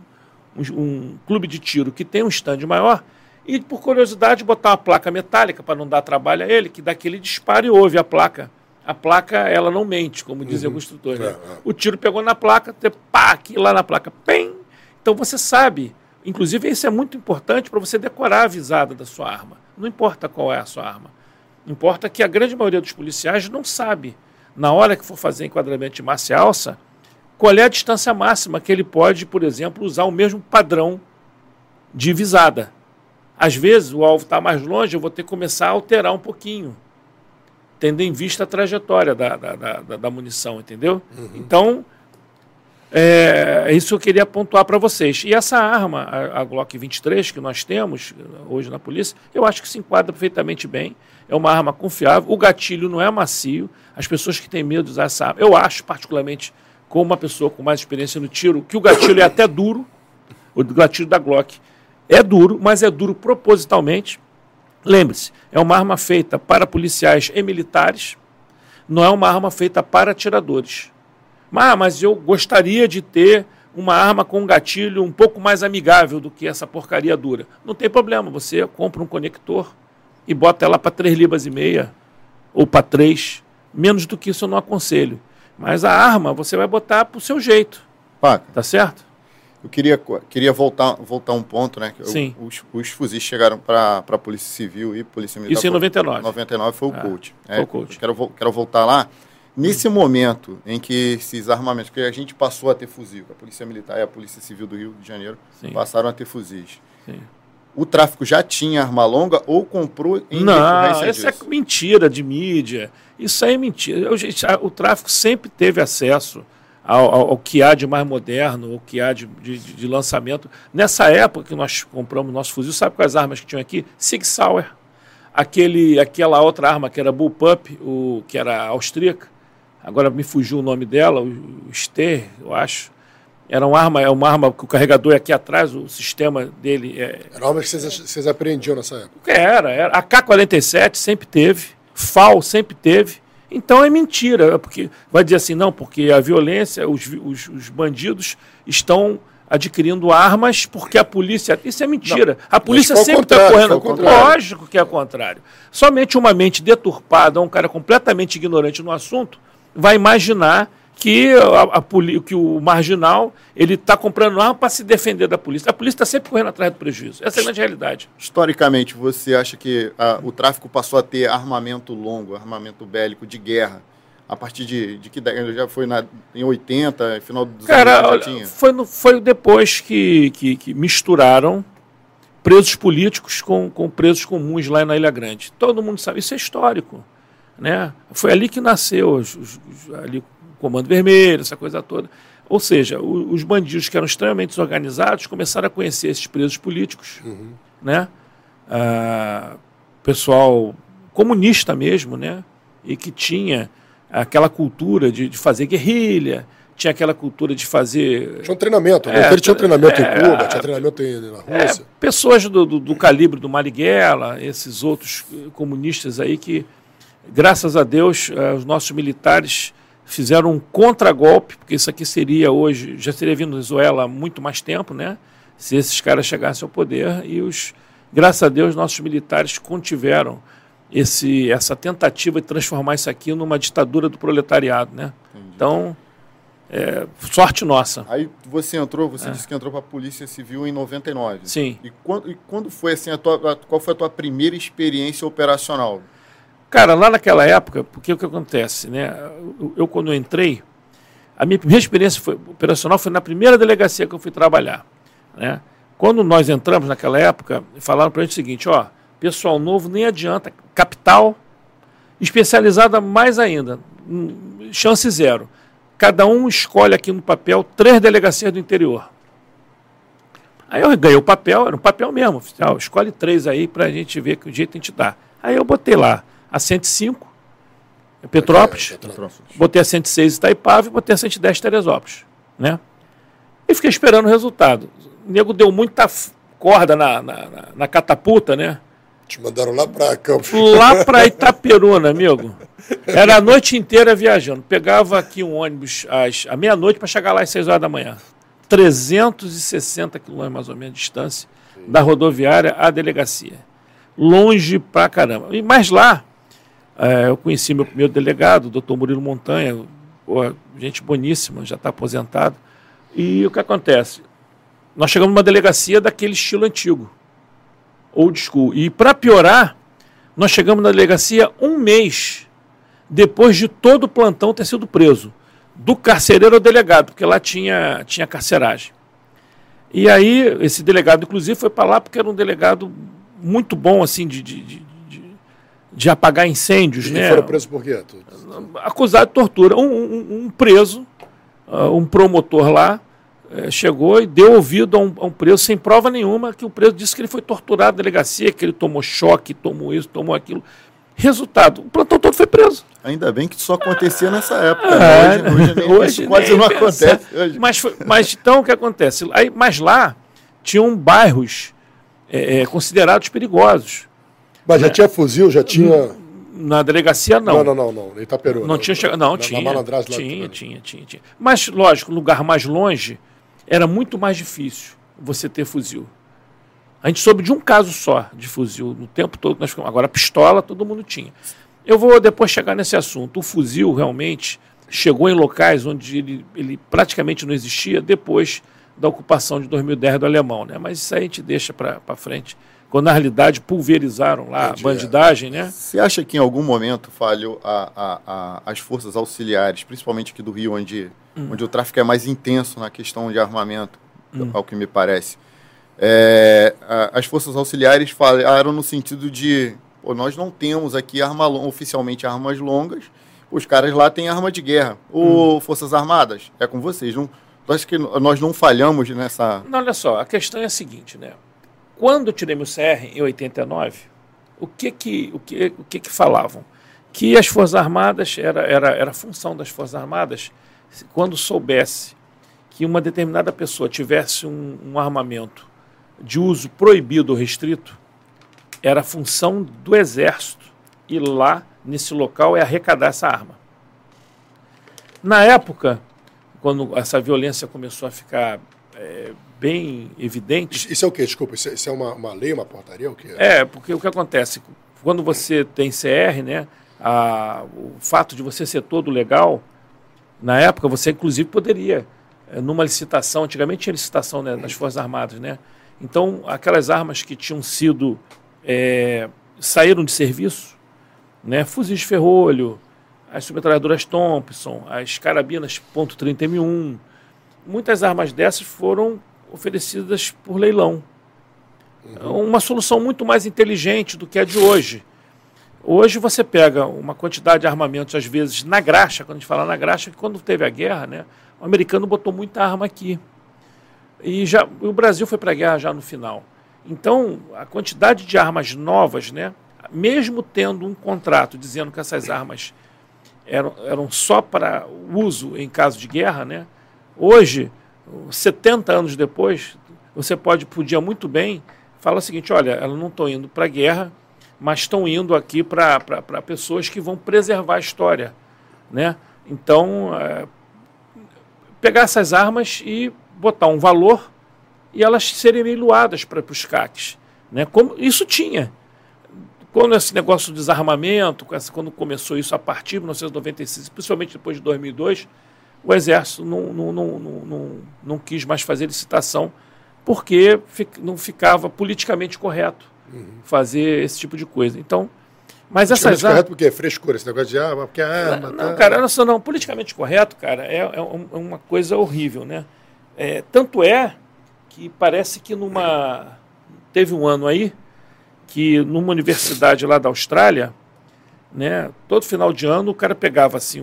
S2: um clube de tiro que tem um stand maior, e por curiosidade botar uma placa metálica para não dar trabalho a ele, que dá aquele disparo e ouve a placa. A placa, ela não mente, como dizia o instrutor. Né? O tiro pegou na placa, pá, aqui lá na placa, pem. Então você sabe, inclusive isso é muito importante para você decorar a visada da sua arma. Não importa qual é a sua arma. Importa que a grande maioria dos policiais não sabe, na hora que for fazer enquadramento de massa e alça, qual é a distância máxima que ele pode, por exemplo, usar o mesmo padrão de visada. Às vezes o alvo está mais longe, eu vou ter que começar a alterar um pouquinho, tendo em vista a trajetória da munição, entendeu? Então, isso que eu queria pontuar para vocês. E essa arma, a Glock 23, que nós temos hoje na polícia, eu acho que se enquadra perfeitamente bem. É uma arma confiável. O gatilho não é macio. As pessoas que têm medo de usar essa arma, eu acho, particularmente, como uma pessoa com mais experiência no tiro, que o gatilho é até duro. O gatilho da Glock é duro, mas é duro propositalmente. Lembre-se, é uma arma feita para policiais e militares, não é uma arma feita para atiradores. Mas eu gostaria de ter uma arma com um gatilho um pouco mais amigável do que essa porcaria dura. Não tem problema, você compra um conector e bota ela para 3,5 libras ou para 3. Menos do que isso eu não aconselho. Mas a arma você vai botar para o seu jeito.
S1: Paca,
S2: tá certo?
S1: Eu queria voltar um ponto, né?
S2: Sim.
S1: Os fuzis chegaram para a Polícia Civil e Polícia Militar.
S2: Isso em 99.
S1: 99 foi o Colt.
S2: Foi o Colt.
S1: Quero voltar lá. Nesse momento em que esses armamentos, porque a gente passou a ter fuzil, a Polícia Militar e a Polícia Civil do Rio de Janeiro passaram a ter fuzis.
S2: Sim.
S1: O tráfico já tinha arma longa ou comprou em
S2: decorrência disso? Não, essa é mentira de mídia. Isso aí é mentira. O tráfico sempre teve acesso ao que há de mais moderno, ao que há de lançamento. Nessa época que nós compramos nosso fuzil, sabe quais armas que tinham aqui? Sig Sauer, aquela outra arma que era Bullpup, que era austríaca, agora me fugiu o nome dela, o Ster, eu acho. Era uma arma que o carregador é aqui atrás, o sistema dele
S3: Era uma arma que vocês apreendiam nessa época?
S2: Era. A K-47 sempre teve, FAL sempre teve. Então é mentira, porque vai dizer assim, não, porque a violência, os bandidos estão adquirindo armas porque a polícia... Isso é mentira. Não, a polícia sempre está correndo. Lógico que é o contrário. Somente uma mente deturpada, um cara completamente ignorante no assunto, vai imaginar que, que o marginal ele está comprando arma para se defender da polícia. A polícia está sempre correndo atrás do prejuízo. Essa é a grande realidade.
S1: Historicamente, você acha que o tráfico passou a ter armamento longo, armamento bélico de guerra, a partir de que já foi em 80, final dos anos 80 já tinha?
S2: Foi depois que misturaram presos políticos com presos comuns lá na Ilha Grande. Todo mundo sabe, isso é histórico, né? Foi ali que nasceu ali o Comando Vermelho, essa coisa toda. Ou seja, os bandidos que eram extremamente organizados começaram a conhecer esses presos políticos, né? Pessoal comunista mesmo, né? E que tinha aquela cultura de fazer guerrilha, tinha aquela cultura de fazer...
S3: Tinha um treinamento, ele tinha um treinamento em Cuba, tinha treinamento na Rússia.
S2: Pessoas do calibre do Marighella, esses outros comunistas aí que, graças a Deus, os nossos militares fizeram um contragolpe, porque isso aqui seria hoje, já seria vindo Venezuela há muito mais tempo, né? Se esses caras chegassem ao poder, e graças a Deus, nossos militares contiveram essa tentativa de transformar isso aqui numa ditadura do proletariado, né? Entendi. Então, sorte nossa.
S1: Aí você disse que entrou para a Polícia Civil em 99.
S2: Sim.
S1: E quando foi assim, qual foi a tua primeira experiência operacional?
S2: Cara, lá naquela época, porque o que acontece, né? Eu quando entrei, a minha primeira experiência operacional foi na primeira delegacia que eu fui trabalhar, né? Quando nós entramos naquela época, falaram para a gente o seguinte, pessoal novo nem adianta, capital, especializada mais ainda, chance zero. Cada um escolhe aqui no papel 3 delegacias do interior. Aí eu ganhei o papel, era um papel mesmo, oficial, escolhe 3 aí para a gente ver que jeito a gente dá. Aí eu botei lá a 105, Petrópolis, botei a 106 Itaipava e botei a 110 Teresópolis, né? E fiquei esperando o resultado. O nego deu muita corda na catapulta, né?
S3: Te mandaram lá para Campos.
S2: Lá para Itaperuna, amigo. Era a noite inteira viajando. Pegava aqui um ônibus à meia-noite para chegar lá às 6 horas da manhã. 360 quilômetros mais ou menos de distância da rodoviária à delegacia. Longe pra caramba. Mas lá, eu conheci meu primeiro delegado, o doutor Murilo Montanha, gente boníssima, já está aposentado. E o que acontece? Nós chegamos numa delegacia daquele estilo antigo, old school. E para piorar, nós chegamos na delegacia 1 mês depois de todo o plantão ter sido preso. Do carcereiro ao delegado, porque lá tinha carceragem. E aí, esse delegado, inclusive, foi para lá porque era um delegado muito bom, assim, de apagar incêndios, né?
S3: E foram presos por quê?
S2: Acusado de tortura. Um preso, um promotor lá, chegou e deu ouvido a um preso sem prova nenhuma, que o preso disse que ele foi torturado na delegacia, que ele tomou choque, tomou isso, tomou aquilo. Resultado, o plantão todo foi preso.
S1: Ainda bem que isso acontecia nessa época. Hoje quase não acontece. Hoje.
S2: Mas então o que acontece? Mas lá tinham bairros considerados perigosos.
S3: Mas já tinha fuzil, já tinha...
S2: Na delegacia, não.
S3: Não. Itaperuna.
S2: Não tinha chegado. Não, tinha.
S3: Na Malandragem lá
S2: Tinha. Mas, lógico, lugar mais longe era muito mais difícil você ter fuzil. A gente soube de um caso só de fuzil no tempo todo. Agora, pistola, todo mundo tinha. Eu vou depois chegar nesse assunto. O fuzil, realmente, chegou em locais onde ele praticamente não existia depois da ocupação de 2010 do alemão, né? Mas isso aí a gente deixa para frente. Quando, na realidade, pulverizaram lá a bandidagem, né?
S1: Você acha que em algum momento falhou as forças auxiliares, principalmente aqui do Rio, onde o tráfico é mais intenso na questão de armamento, ao que me parece? As forças auxiliares falharam no sentido de nós não temos aqui oficialmente armas longas, os caras lá têm arma de guerra. Forças Armadas, é com vocês. Acho que nós não falhamos nessa...
S2: Não, olha só, a questão é a seguinte, né? Quando eu tirei meu CR em 89, o que falavam? Que as Forças Armadas, era função das Forças Armadas, quando soubesse que uma determinada pessoa tivesse um armamento de uso proibido ou restrito, era função do Exército ir lá, nesse local, e arrecadar essa arma. Na época, quando essa violência começou a ficar bem evidente...
S3: Isso é o quê? Desculpa, isso é uma lei, uma portaria? O quê?
S2: Porque o que acontece? Quando você tem CR, né, O fato de você ser todo legal, na época você inclusive poderia, numa licitação, antigamente tinha licitação, né, nas Forças Armadas, né? Então aquelas armas que tinham sido, saíram de serviço, né, fuzis de ferrolho, as submetralhadoras Thompson, as carabinas .30 M1, muitas armas dessas foram oferecidas por leilão. Uma solução muito mais inteligente do que a de hoje. Hoje você pega uma quantidade de armamentos, às vezes, na graxa, quando a gente fala na graxa, que quando teve a guerra, né, o americano botou muita arma aqui. E o Brasil foi para a guerra já no final. Então, a quantidade de armas novas, né, mesmo tendo um contrato dizendo que essas armas eram só para uso em caso de guerra, né, hoje, 70 anos depois, você podia muito bem falar o seguinte: olha, elas não estão indo para a guerra, mas estão indo aqui para pessoas que vão preservar a história, né? Então, pegar essas armas e botar um valor e elas serem leiloadas para os CACs, né? Como isso tinha. Quando esse negócio do desarmamento, quando começou isso a partir de 1996, principalmente depois de 2002, o Exército não quis mais fazer licitação porque não ficava politicamente correto fazer esse tipo de coisa. Então, mas essas
S3: correto porque é frescura, esse negócio de porque a arma...
S2: Não, cara, não, politicamente correto, cara, é uma coisa horrível, né? Tanto é que parece que teve um ano aí que numa universidade lá da Austrália, né, todo final de ano o cara pegava assim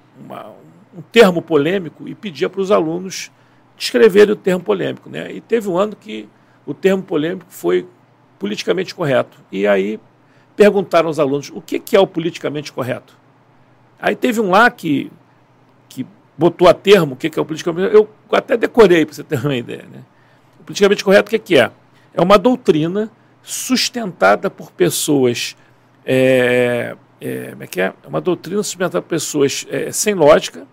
S2: um termo polêmico e pedia para os alunos escreverem o termo polêmico, né? E teve um ano que o termo polêmico foi politicamente correto. E aí perguntaram aos alunos o que é o politicamente correto. Aí teve um lá que botou a termo o que é o politicamente correto. Eu até decorei para você ter uma ideia, né? O politicamente correto o que é? É uma doutrina sustentada por pessoas... como é que é? É uma doutrina sustentada por pessoas sem lógica,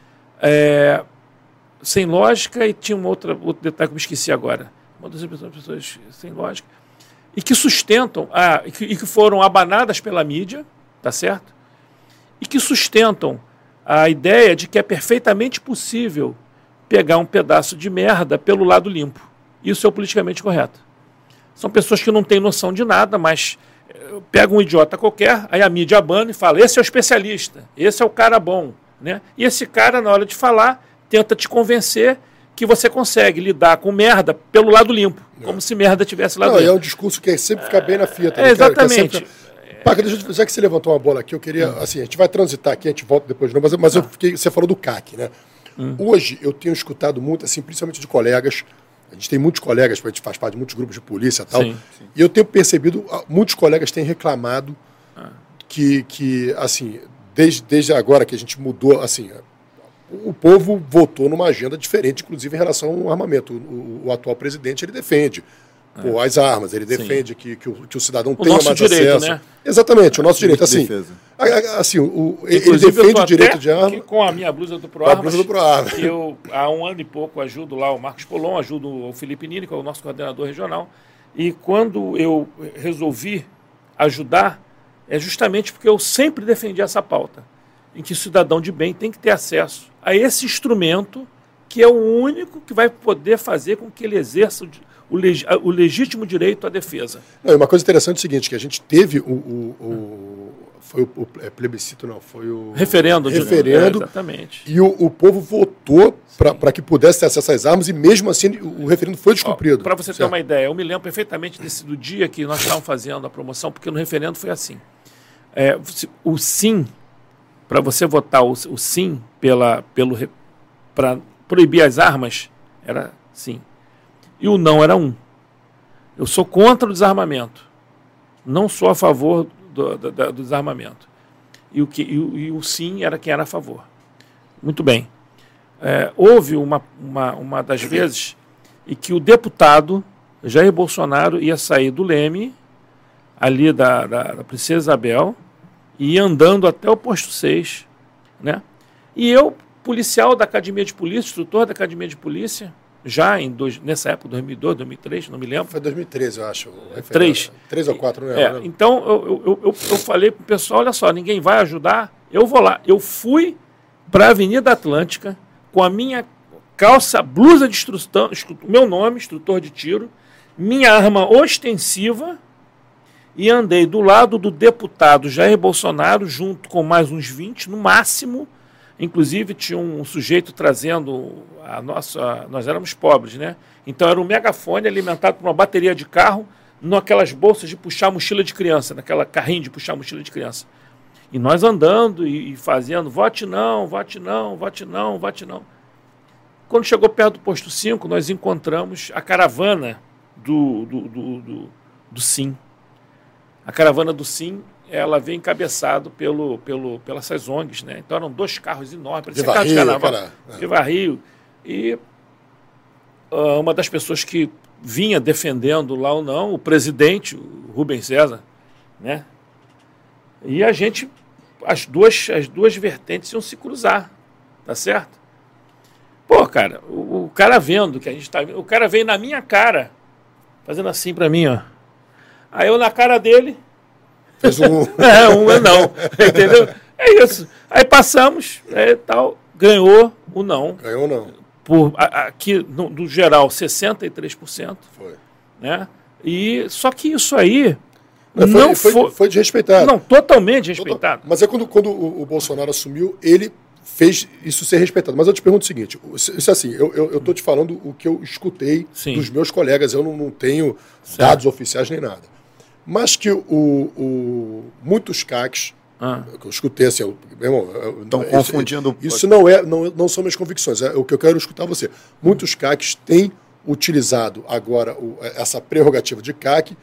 S2: e tinha outro detalhe que eu me esqueci agora. Uma das pessoas sem lógica e que sustentam, e que foram abanadas pela mídia, tá certo? E que sustentam a ideia de que é perfeitamente possível pegar um pedaço de merda pelo lado limpo. Isso é o politicamente correto. São pessoas que não têm noção de nada, mas pegam um idiota qualquer, aí a mídia abana e fala: esse é o especialista, esse é o cara bom, né? E esse cara, na hora de falar, tenta te convencer que você consegue lidar com merda pelo lado limpo, como se merda tivesse lado limpo.
S3: É um discurso que sempre fica bem na fita.
S2: Exatamente.
S3: Paca, já que você levantou uma bola aqui, eu queria, assim, a gente vai transitar aqui, a gente volta depois de novo, mas você falou do CAC, né? Hoje eu tenho escutado muito, assim, principalmente de colegas, a gente tem muitos colegas, a gente faz parte de muitos grupos de polícia e tal, e eu tenho percebido, muitos colegas têm reclamado que assim, desde agora que a gente mudou, assim, o povo votou numa agenda diferente, inclusive em relação ao armamento. O atual presidente, ele defende as armas, ele defende que o cidadão tenha mais
S2: direito,
S3: acesso.
S2: Né?
S3: Exatamente, o nosso direito. Assim, ele defende o direito de arma.
S2: Com a minha blusa do ProArmas,
S3: que
S2: eu há um ano e pouco ajudo lá o Marcos Polon, ajudo o Felipe Nini, que é o nosso coordenador regional, e quando eu resolvi ajudar, é justamente porque eu sempre defendi essa pauta, em que o cidadão de bem tem que ter acesso a esse instrumento que é o único que vai poder fazer com que ele exerça o legítimo direito à defesa.
S3: Uma coisa interessante é o seguinte, que a gente teve foi o plebiscito, não, foi o...
S2: Referendo.
S3: Exatamente. E o povo votou para que pudesse ter acesso às armas e mesmo assim o referendo foi descumprido.
S2: Para você ter uma ideia, eu me lembro perfeitamente do dia que nós estávamos fazendo a promoção, porque no referendo foi assim. O sim, para você votar o sim para proibir as armas, era sim. E o não era 1. Eu sou contra o desarmamento. Não sou a favor do desarmamento. E o sim era quem era a favor. Muito bem. Houve uma das vezes em que o deputado Jair Bolsonaro ia sair do Leme, ali da Princesa Isabel, e ia andando até o posto 6. Né? E eu, policial da Academia de Polícia, instrutor da Academia de Polícia, já nessa época, 2002, 2003, não me lembro.
S3: Foi 2013, eu acho.
S2: 3
S3: ou 4, não lembro.
S2: Então, eu falei para o pessoal, olha só, ninguém vai ajudar, eu vou lá. Eu fui para a Avenida Atlântica com a minha calça, blusa de instrução, meu nome, instrutor de tiro, minha arma ostensiva, e andei do lado do deputado Jair Bolsonaro, junto com mais uns 20, no máximo. Inclusive, tinha um sujeito trazendo nós éramos pobres, né? Então, era um megafone alimentado por uma bateria de carro, naquelas bolsas de puxar mochila de criança, naquela carrinho de puxar mochila de criança. E nós andando e fazendo, vote não, vote não, vote não, vote não. Quando chegou perto do posto 5, nós encontramos a caravana do Sim. A caravana do Sim, ela veio encabeçado pelas ONGs, né? Então eram 2 carros enormes, parecia carro de carnaval. Viva Rio. E uma das pessoas que vinha defendendo lá ou não, o presidente, o Rubens César, né? E a gente, as duas vertentes iam se cruzar, tá certo? Pô, cara, o cara vendo que a gente tá vendo, o cara veio na minha cara, fazendo assim pra mim, ó. Aí eu na cara dele.
S3: Fez um.
S2: Não. Entendeu? É isso. Aí passamos, tal, ganhou o não.
S3: Ganhou o não.
S2: Aqui, do geral, 63%.
S3: Foi.
S2: Né? Só que isso aí.
S3: Foi desrespeitado.
S2: Não, totalmente desrespeitado.
S3: Mas é quando o Bolsonaro assumiu, ele fez isso ser respeitado. Mas eu te pergunto o seguinte, isso assim, eu estou te falando o que eu escutei dos meus colegas, eu não tenho dados oficiais nem nada. Mas que muitos CACs, que eu escutei assim, meu irmão...
S1: Estão confundindo...
S3: Isso não são minhas convicções, é o que eu quero escutar você. Muitos CACs têm utilizado agora essa prerrogativa de CAC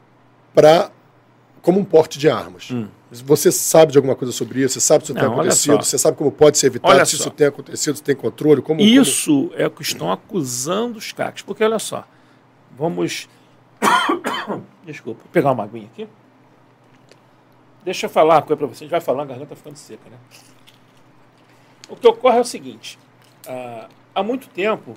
S3: como um porte de armas. Você sabe de alguma coisa sobre isso? Você sabe se isso tem acontecido? Você sabe como pode ser evitado? Se isso tem acontecido, se tem controle?
S2: Isso é o que estão acusando os CACs. Porque, olha só, vamos... Desculpa, vou pegar uma aguinha aqui. Deixa eu falar uma coisa para você. A gente vai falando, a garganta tá ficando seca, né? O que ocorre é o seguinte. Há muito tempo...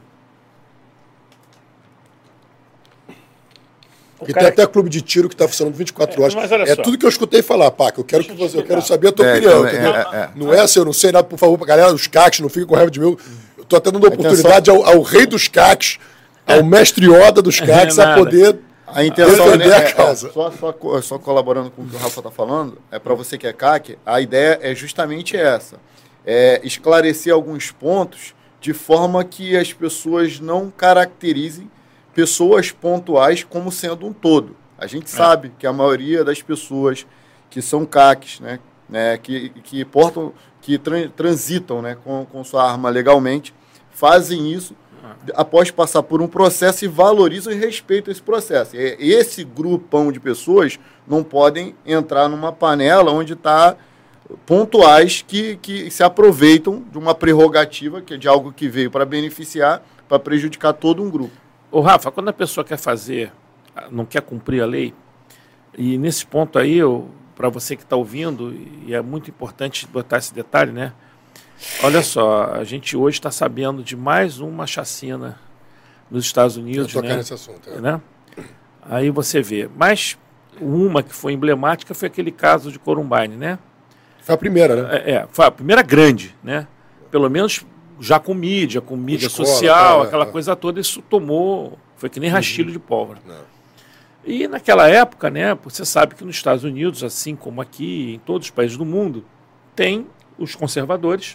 S3: E tem até clube de tiro que está funcionando 24 horas.
S2: É
S3: tudo que eu escutei falar, Paca. Eu quero saber a tua opinião. Não é assim, eu não sei nada, por favor, pra galera, os CACs, não fiquem com raiva de mim. Eu estou até dando oportunidade ao rei dos CACs, ao mestre Yoda dos CACs, a poder
S1: a intenção
S3: defender a causa.
S1: Só colaborando com o que o Rafa está falando, para você que é CAC, a ideia é justamente essa. Esclarecer alguns pontos de forma que as pessoas não caracterizem pessoas pontuais como sendo um todo. A gente sabe que a maioria das pessoas que são CACs, né, que portam, que transitam, né, com sua arma legalmente, fazem isso após passar por um processo e valorizam e respeitam esse processo. Esse grupão de pessoas não podem entrar numa panela onde está pontuais que se aproveitam de uma prerrogativa, que é de algo que veio para beneficiar, para prejudicar todo um grupo.
S2: Ô Rafa, quando a pessoa quer fazer, não quer cumprir a lei, e nesse ponto aí, para você que está ouvindo, e é muito importante botar esse detalhe, né? Olha só, a gente hoje está sabendo de mais uma chacina nos Estados Unidos,
S3: né? Nesse assunto,
S2: né? Aí você vê, mas uma que foi emblemática foi aquele caso de Columbine, né?
S3: Foi a primeira, né?
S2: Foi a primeira grande, né? Pelo menos já com mídia social, aquela coisa toda, isso tomou, foi que nem rastilho de pólvora. E naquela época, né, você sabe que nos Estados Unidos, assim como aqui, em todos os países do mundo, tem os conservadores,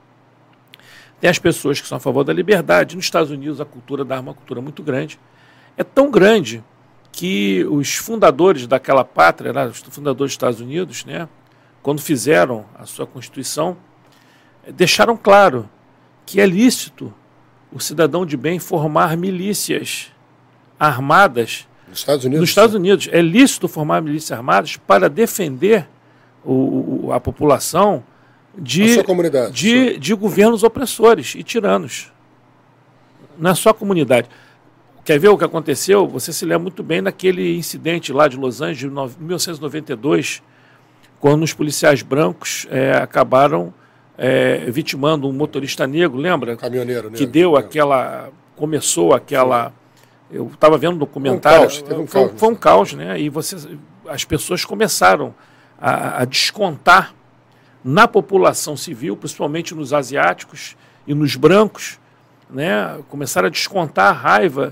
S2: tem as pessoas que são a favor da liberdade. Nos Estados Unidos, a cultura da arma é uma cultura muito grande. É tão grande que os fundadores daquela pátria, né, os fundadores dos Estados Unidos, né, quando fizeram a sua Constituição, deixaram claro que é lícito o cidadão de bem formar milícias armadas
S3: nos Estados Unidos.
S2: Nos Estados Unidos é lícito formar milícias armadas para defender a população
S3: a sua comunidade,
S2: de governos opressores e tiranos. Não é só a comunidade. Quer ver o que aconteceu? Você se lembra muito bem daquele incidente lá de Los Angeles, de 1992, quando os policiais brancos acabaram vitimando um motorista negro, lembra?
S3: Caminhoneiro, né?
S2: Que deu aquela começou aquela... Eu estava vendo um documentário... Foi um caos, né? E as pessoas começaram a descontar na população civil, principalmente nos asiáticos e nos brancos, né? Começaram a descontar a raiva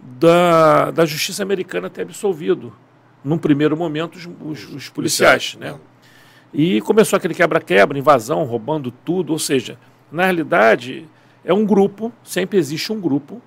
S2: da justiça americana ter absolvido, num primeiro momento, os policiais, né? E começou aquele quebra-quebra, invasão, roubando tudo, ou seja, na realidade, é um grupo, sempre existe um grupo,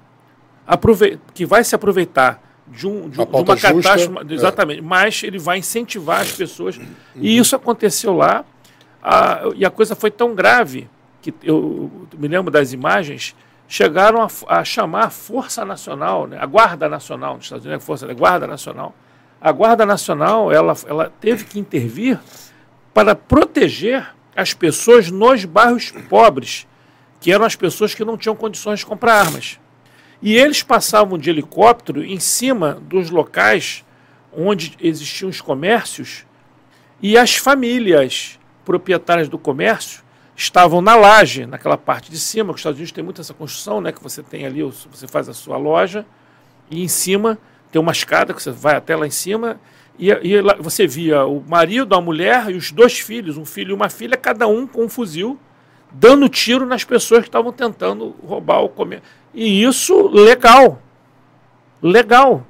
S2: que vai se aproveitar de uma catástrofe, exatamente, mas ele vai incentivar as pessoas, e isso aconteceu lá, e a coisa foi tão grave, que eu me lembro das imagens, chegaram a chamar a Força Nacional, né, a Guarda Nacional dos Estados Unidos, a Guarda Nacional. A Guarda Nacional, ela teve que intervir para proteger as pessoas nos bairros pobres, que eram as pessoas que não tinham condições de comprar armas. E eles passavam de helicóptero em cima dos locais onde existiam os comércios, e as famílias proprietárias do comércio estavam na laje, naquela parte de cima, que os Estados Unidos tem muito essa construção, né, que você tem ali, você faz a sua loja, e em cima tem uma escada que você vai até lá em cima, e lá você via o marido, a mulher e os 2 filhos, um filho e uma filha, cada um com um fuzil, dando tiro nas pessoas que estavam tentando roubar o comércio. E isso legal. Legal.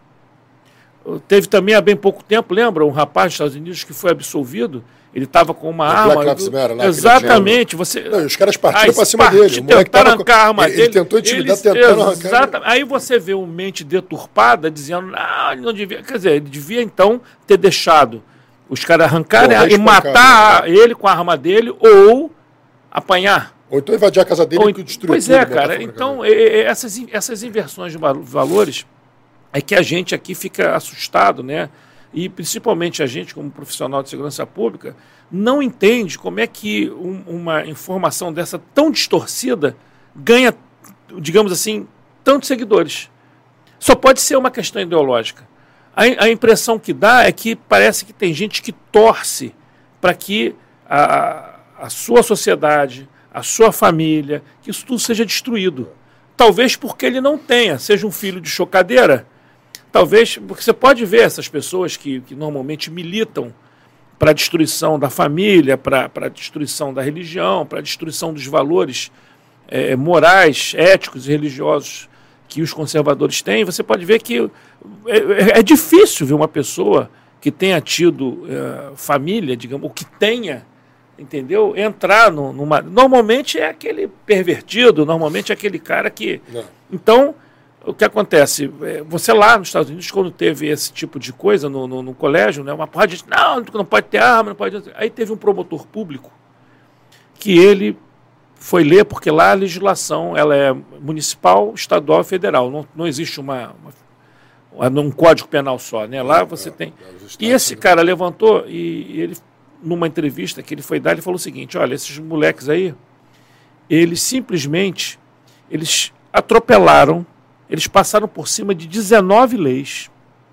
S2: Teve também há bem pouco tempo, lembra? Um rapaz dos Estados Unidos que foi absolvido. Ele estava com uma arma. Exatamente.
S3: Não, os caras partiram para cima dele.
S2: Tentaram arrancar a arma dele.
S3: Ele tentou intimidar, tentando arrancar.
S2: Aí você vê uma mente deturpada dizendo, não, ele não devia. Quer dizer, ele devia então ter deixado os caras arrancarem e matar ele com a arma dele ou apanhar.
S3: Ou então invadir a casa dele e destruir
S2: tudo. Pois é, cara. Então, essas inversões de valores é que a gente aqui fica assustado, né? E principalmente a gente, como profissional de segurança pública, não entende como é que uma informação dessa tão distorcida ganha, digamos assim, tantos seguidores. Só pode ser uma questão ideológica. A impressão que dá é que parece que tem gente que torce para que a sua sociedade, a sua família, que isso tudo seja destruído. Talvez porque ele não tenha, seja um filho de chocadeira. Talvez, porque você pode ver essas pessoas que normalmente militam para a destruição da família, para a destruição da religião, para a destruição dos valores morais, éticos e religiosos que os conservadores têm. Você pode ver que é difícil ver uma pessoa que tenha tido família, digamos, ou que tenha, entendeu, entrar numa... Normalmente é aquele pervertido, normalmente é aquele cara que... Não. Então... O que acontece? Você lá nos Estados Unidos, quando teve esse tipo de coisa no colégio, né, uma porra de gente, não pode ter arma, não pode... Aí teve um promotor público que ele foi ler, porque lá a legislação ela é municipal, estadual e federal. Não existe um código penal só, né? Lá você tem... E esse cara levantou e ele, numa entrevista que ele foi dar, ele falou o seguinte, olha, esses moleques aí, eles simplesmente, eles atropelaram. Eles passaram por cima de 19 leis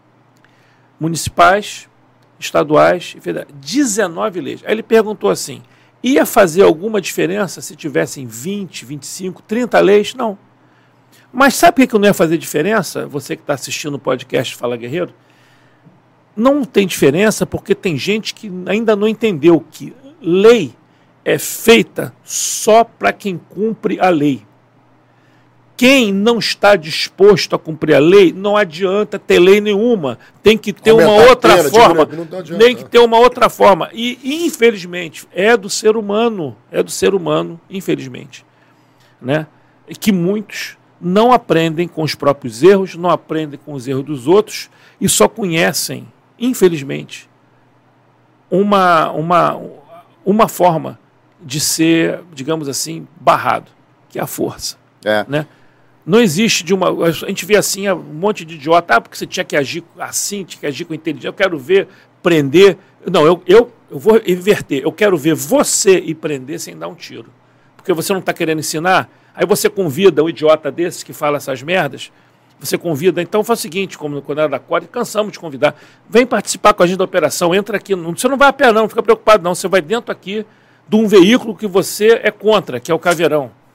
S2: municipais, estaduais e federais. 19 leis. Aí ele perguntou assim, ia fazer alguma diferença se tivessem 20, 25, 30 leis? Não. Mas sabe por que não ia fazer diferença? Você que está assistindo o podcast Fala Guerreiro, não tem diferença porque tem gente que ainda não entendeu que lei é feita só para quem cumpre a lei. Quem não está disposto a cumprir a lei, não adianta ter lei nenhuma. Tem que ter uma outra forma. Tem que ter uma outra forma. E, infelizmente, é do ser humano, infelizmente, né? Que muitos não aprendem com os próprios erros, não aprendem com os erros dos outros e só conhecem, infelizmente, uma forma de ser, digamos assim, barrado, que é a força. Né? Não existe a gente vê assim um monte de idiota, porque você tinha que agir assim, tinha que agir com inteligência, eu quero ver, prender. Não, eu vou inverter, eu quero ver você ir prender sem dar um tiro. Porque você não está querendo ensinar, aí você convida um idiota desse que fala essas merdas, você convida, então faz o seguinte, como quando era da COD, cansamos de convidar, vem participar com a gente da operação, entra aqui, você não vai a pé não fica preocupado não, você vai dentro aqui de um veículo que você é contra, que é o Caveirão.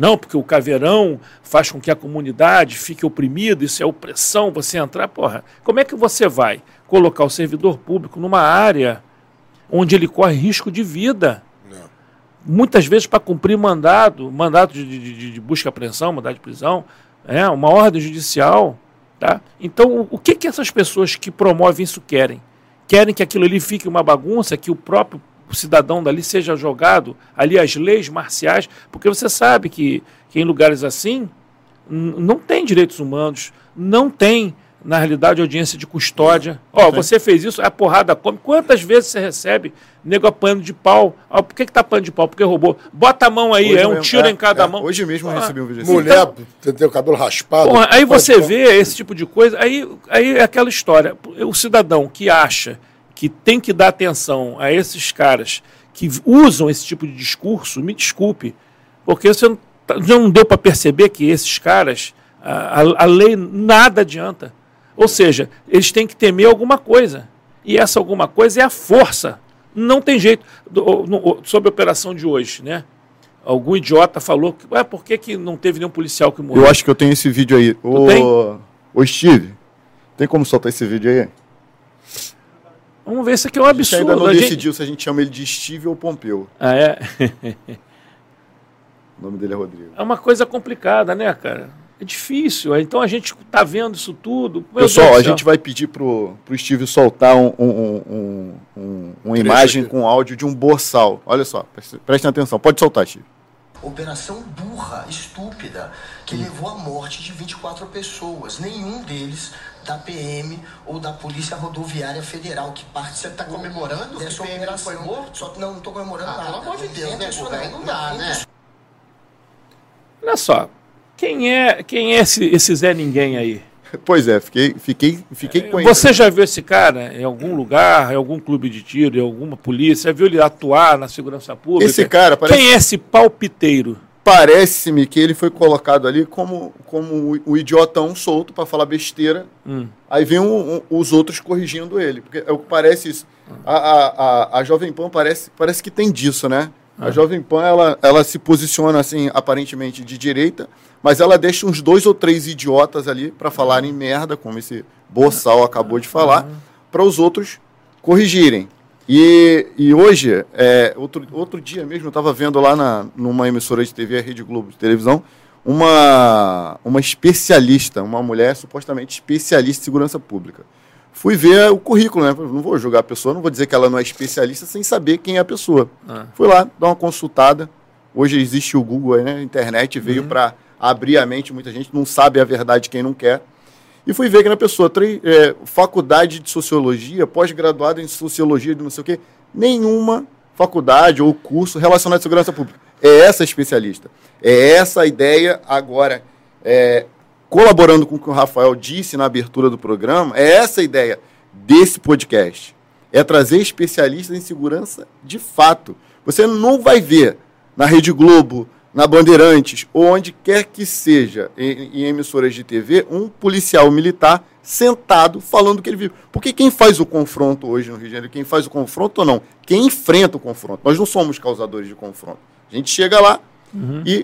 S2: Não, porque o caveirão faz com que a comunidade fique oprimida, isso é opressão, você entrar, porra. Como é que você vai colocar o servidor público numa área onde ele corre risco de vida? Não. Muitas vezes para cumprir mandato de busca e apreensão, mandado de prisão, uma ordem judicial. Tá? Então, o que essas pessoas que promovem isso querem? Querem que aquilo ali fique uma bagunça, que o próprio cidadão dali seja jogado ali as leis marciais, porque você sabe que em lugares assim não tem direitos humanos, não tem, na realidade, audiência de custódia. Você fez isso, a porrada come. Quantas vezes você recebe nego apanhando de pau? Por que tá apanhando de pau? Porque roubou. Bota a mão aí, um tiro em cada mão.
S1: Hoje mesmo eu recebi um vídeo assim.
S3: Mulher, tem o cabelo raspado.
S2: Aí você vê esse tipo de coisa, aí é aquela história. O cidadão que acha que tem que dar atenção a esses caras que usam esse tipo de discurso, me desculpe, porque você não deu para perceber que esses caras, a lei nada adianta. Ou seja, eles têm que temer alguma coisa. E essa alguma coisa é a força. Não tem jeito. Sobre a operação de hoje, né? Algum idiota falou que por que não teve nenhum policial que morreu?
S1: Eu acho que eu tenho esse vídeo aí. Ô Steve, tem como soltar esse vídeo aí?
S2: Vamos ver, isso aqui é um absurdo.
S1: A gente ainda não decidiu se a gente chama ele de Steve ou Pompeu.
S2: É?
S1: O nome dele é Rodrigo.
S2: É uma coisa complicada, né, cara? É difícil. Então a gente tá vendo isso tudo.
S1: Pessoal, a gente vai pedir pro Steve soltar uma imagem com áudio de um boçal. Olha só, prestem atenção. Pode soltar, Steve.
S4: Operação burra, estúpida, que levou à morte de 24 pessoas. Nenhum deles da PM ou da Polícia Rodoviária Federal que participou.
S5: Você está comemorando que o PM foi morto?
S4: Não estou comemorando nada.
S5: Pelo amor de Deus, né, velho? Não dá, né?
S2: Olha só, quem é esse Zé Ninguém aí?
S1: Pois é, fiquei com ele.
S2: Você já viu esse cara em algum lugar, em algum clube de tiro, em alguma polícia? Já viu ele atuar na segurança pública?
S1: Esse cara parece...
S2: Quem é esse palpiteiro?
S1: Parece-me que ele foi colocado ali como o idiotão solto para falar besteira. Aí vem os outros corrigindo ele. Porque é o que parece isso. A Jovem Pan parece que tem disso, né? A Jovem Pan, ela se posiciona, assim, aparentemente de direita, mas ela deixa uns 2 ou 3 idiotas ali para falarem merda, como esse boçal acabou de falar, para os outros corrigirem. E hoje, outro dia mesmo, eu estava vendo lá numa emissora de TV, a Rede Globo de televisão, uma especialista, uma mulher supostamente especialista em segurança pública. Fui ver o currículo, né? Não vou julgar a pessoa, não vou dizer que ela não é especialista sem saber quem é a pessoa. Fui lá, dar uma consultada. Hoje existe o Google aí, né? A internet veio para abrir a mente, muita gente não sabe a verdade quem não quer. E fui ver que na pessoa, faculdade de sociologia, pós-graduada em sociologia de não sei o quê, nenhuma faculdade ou curso relacionado à segurança pública. É essa especialista. É essa a ideia agora, colaborando com o que o Rafael disse na abertura do programa, é essa a ideia desse podcast. É trazer especialistas em segurança de fato. Você não vai ver na Rede Globo, na Bandeirantes, ou onde quer que seja, em emissoras de TV, um policial militar sentado falando o que ele viu. Porque quem faz o confronto hoje no Rio de Janeiro, quem faz o confronto ou não, quem enfrenta o confronto, nós não somos causadores de confronto. A gente chega lá e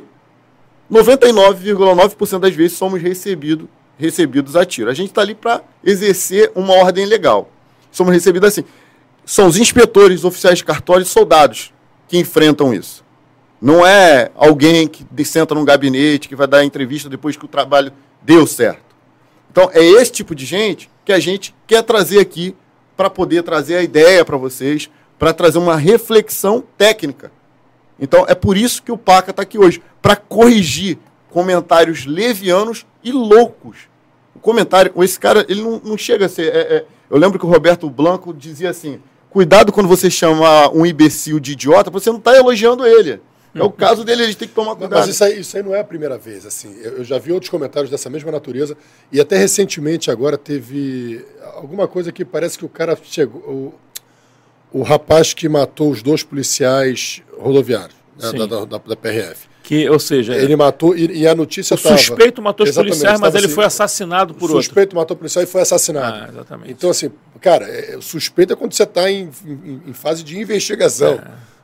S1: 99,9% das vezes somos recebidos a tiro. A gente está ali para exercer uma ordem legal. Somos recebidos assim. São os inspetores, oficiais de cartório e soldados que enfrentam isso. Não é alguém que senta num gabinete, que vai dar entrevista depois que o trabalho deu certo. Então, é esse tipo de gente que a gente quer trazer aqui para poder trazer a ideia para vocês, para trazer uma reflexão técnica. Então, é por isso que o Paca está aqui hoje, para corrigir comentários levianos e loucos. O comentário, esse cara, ele não chega a ser... eu lembro que o Roberto Blanco dizia assim, cuidado quando você chama um imbecil de idiota, você não está elogiando ele. É o caso dele, a gente tem que tomar cuidado.
S3: Mas isso aí não é a primeira vez. Assim, eu já vi outros comentários dessa mesma natureza e até recentemente agora teve alguma coisa que parece que o cara chegou... O rapaz que matou os 2 policiais rodoviários, né, da PRF.
S2: Ou seja...
S3: Ele matou e a notícia estava...
S2: O suspeito matou os policiais, mas ele foi assassinado por outro.
S3: O suspeito matou o policial e foi assassinado.
S2: Exatamente.
S3: Então, assim, cara, o suspeito é quando você está em fase de investigação.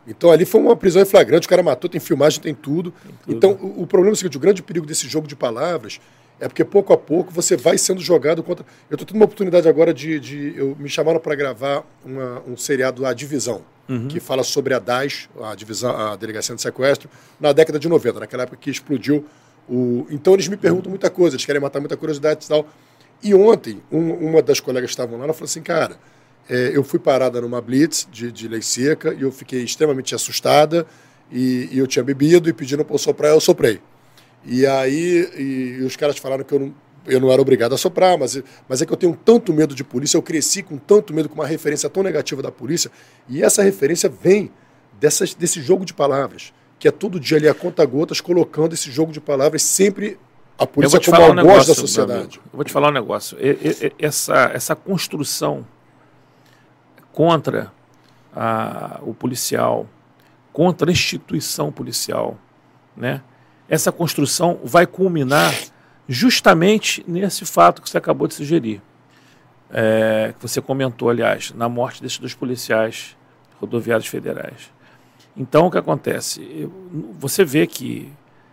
S3: Então ali foi uma prisão em flagrante, o cara matou, tem filmagem, tem tudo. Então o problema é o seguinte, o grande perigo desse jogo de palavras é porque pouco a pouco você vai sendo jogado contra... Eu estou tendo uma oportunidade agora me chamaram para gravar um seriado, A Divisão, que fala sobre a DAESH, a Delegacia de Sequestro, na década de 90, naquela época que explodiu Então eles me perguntam muita coisa, eles querem matar muita curiosidade e tal. E ontem, uma das colegas que estavam lá, ela falou assim, cara, eu fui parada numa blitz de lei seca e eu fiquei extremamente assustada e eu tinha bebido e pediram para eu soprar, eu soprei. E aí os caras falaram que eu não era obrigado a soprar, mas é que eu tenho tanto medo de polícia, eu cresci com tanto medo, com uma referência tão negativa da polícia, e essa referência vem desse jogo de palavras, que é todo dia ali a conta-gotas, colocando esse jogo de palavras sempre a polícia como algoz da sociedade.
S2: Eu vou te falar um negócio. Essa construção contra o policial, contra a instituição policial, né? Essa construção vai culminar justamente nesse fato que você acabou de sugerir, que você comentou, aliás, na morte desses 2 policiais rodoviários federais. Então, o que acontece? Você vê que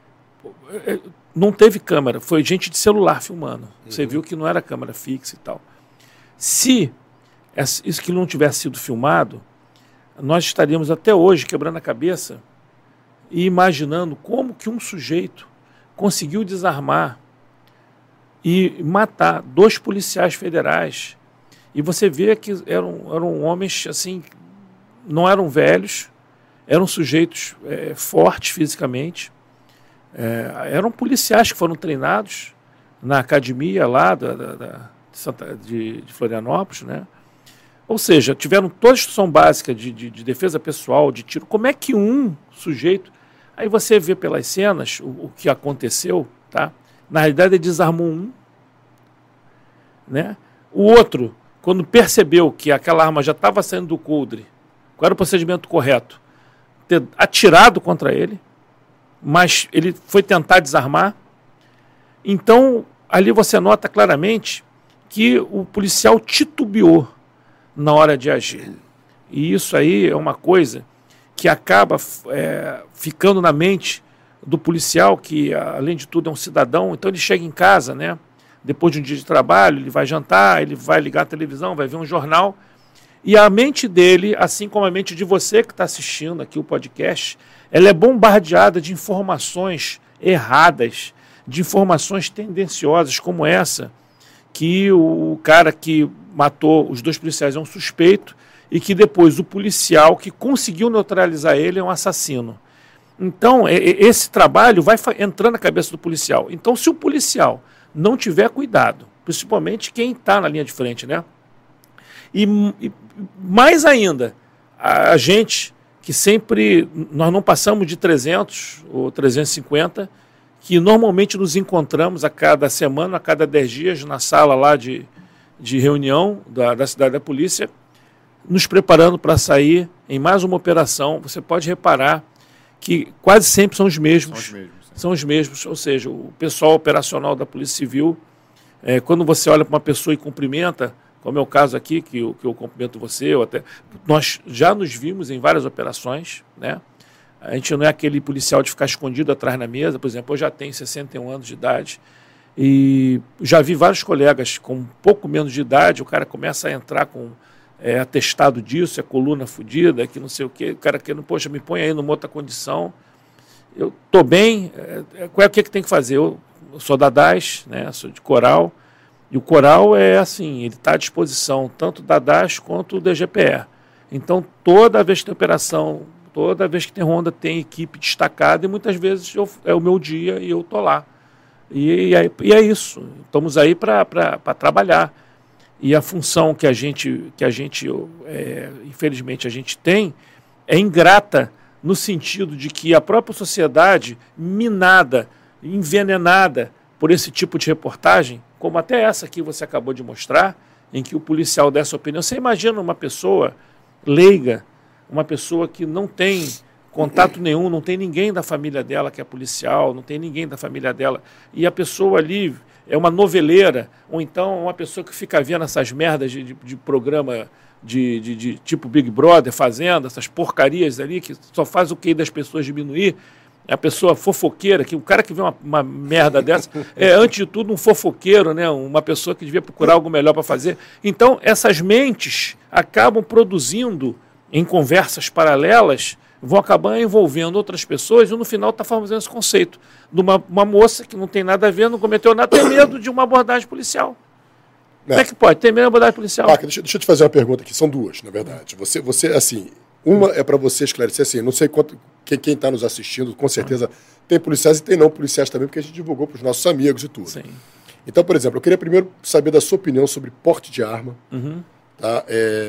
S2: não teve câmera, foi gente de celular filmando. Você viu que não era câmera fixa e tal. Se isso que não tivesse sido filmado, nós estaríamos até hoje quebrando a cabeça e imaginando como que um sujeito conseguiu desarmar e matar 2 policiais federais. E você vê que eram homens, assim, não eram velhos, eram sujeitos fortes fisicamente, eram policiais que foram treinados na academia lá de Florianópolis, né? Ou seja, tiveram toda a instrução básica de defesa pessoal, de tiro. Como é que um sujeito... Aí você vê pelas cenas o que aconteceu, tá? Na realidade, ele desarmou um, né? O outro, quando percebeu que aquela arma já estava saindo do coldre, qual era o procedimento correto? Ter atirado contra ele, mas ele foi tentar desarmar. Então, ali você nota claramente que o policial titubeou na hora de agir. E isso aí é uma coisa que acaba ficando na mente do policial, que, além de tudo, é um cidadão. Então, ele chega em casa, né? Depois de um dia de trabalho, ele vai jantar, ele vai ligar a televisão, vai ver um jornal, e a mente dele, assim como a mente de você que está assistindo aqui o podcast, ela é bombardeada de informações erradas, de informações tendenciosas como essa, que o cara que matou os 2 policiais é um suspeito e que depois o policial que conseguiu neutralizar ele é um assassino. Então, esse trabalho vai entrando na cabeça do policial. Então, se o policial não tiver cuidado, principalmente quem está na linha de frente, né? E mais ainda, a gente que sempre, nós não passamos de 300 ou 350, que normalmente nos encontramos a cada semana, a cada 10 dias, na sala lá de reunião da cidade da polícia, nos preparando para sair em mais uma operação. Você pode reparar que quase sempre são os mesmos. São os mesmos, ou seja, o pessoal operacional da Polícia Civil, quando você olha para uma pessoa e cumprimenta, como é o caso aqui, que eu cumprimento você, nós já nos vimos em várias operações, né? A gente não é aquele policial de ficar escondido atrás da mesa. Por exemplo, eu já tenho 61 anos de idade e já vi vários colegas com um pouco menos de idade, o cara começa a entrar com atestado disso, coluna fodida, que não sei o quê, o cara querendo, poxa, me põe aí numa outra condição, eu estou bem, o que tem que fazer? Eu sou da DAESH, né, sou de Coral, e o Coral é assim, ele está à disposição tanto da DAESH quanto do DGPE. Então, toda vez que tem operação, toda vez que tem ronda, tem equipe destacada, e muitas vezes é o meu dia e eu estou lá. E é isso, estamos aí para trabalhar. E a função que a gente infelizmente, a gente tem, é ingrata no sentido de que a própria sociedade, minada, envenenada por esse tipo de reportagem, como até essa que você acabou de mostrar, em que o policial dá essa opinião. Você imagina uma pessoa leiga, uma pessoa que não tem contato nenhum, não tem ninguém da família dela que é policial, não tem ninguém da família dela, e a pessoa ali é uma noveleira, ou então uma pessoa que fica vendo essas merdas de programa de tipo Big Brother, Fazenda, essas porcarias ali, que só faz o QI das pessoas diminuir. A pessoa fofoqueira, que o cara que vê uma merda dessa é, antes de tudo, um fofoqueiro, né? Uma pessoa que devia procurar algo melhor para fazer. Então, essas mentes acabam produzindo, em conversas paralelas, vão acabar envolvendo outras pessoas e no final está fazendo esse conceito de uma moça que não tem nada a ver, não cometeu nada, tem medo de uma abordagem policial. Como é que pode? Tem medo de abordagem policial?
S3: Paca, deixa eu te fazer uma pergunta aqui, são duas, na verdade. Você assim, uma é para você esclarecer, assim, não sei quem está nos assistindo, com certeza tem policiais e tem não policiais também, porque a gente divulgou para os nossos amigos e tudo.
S2: Sim.
S3: Então, por exemplo, eu queria primeiro saber da sua opinião sobre porte de arma. Tá?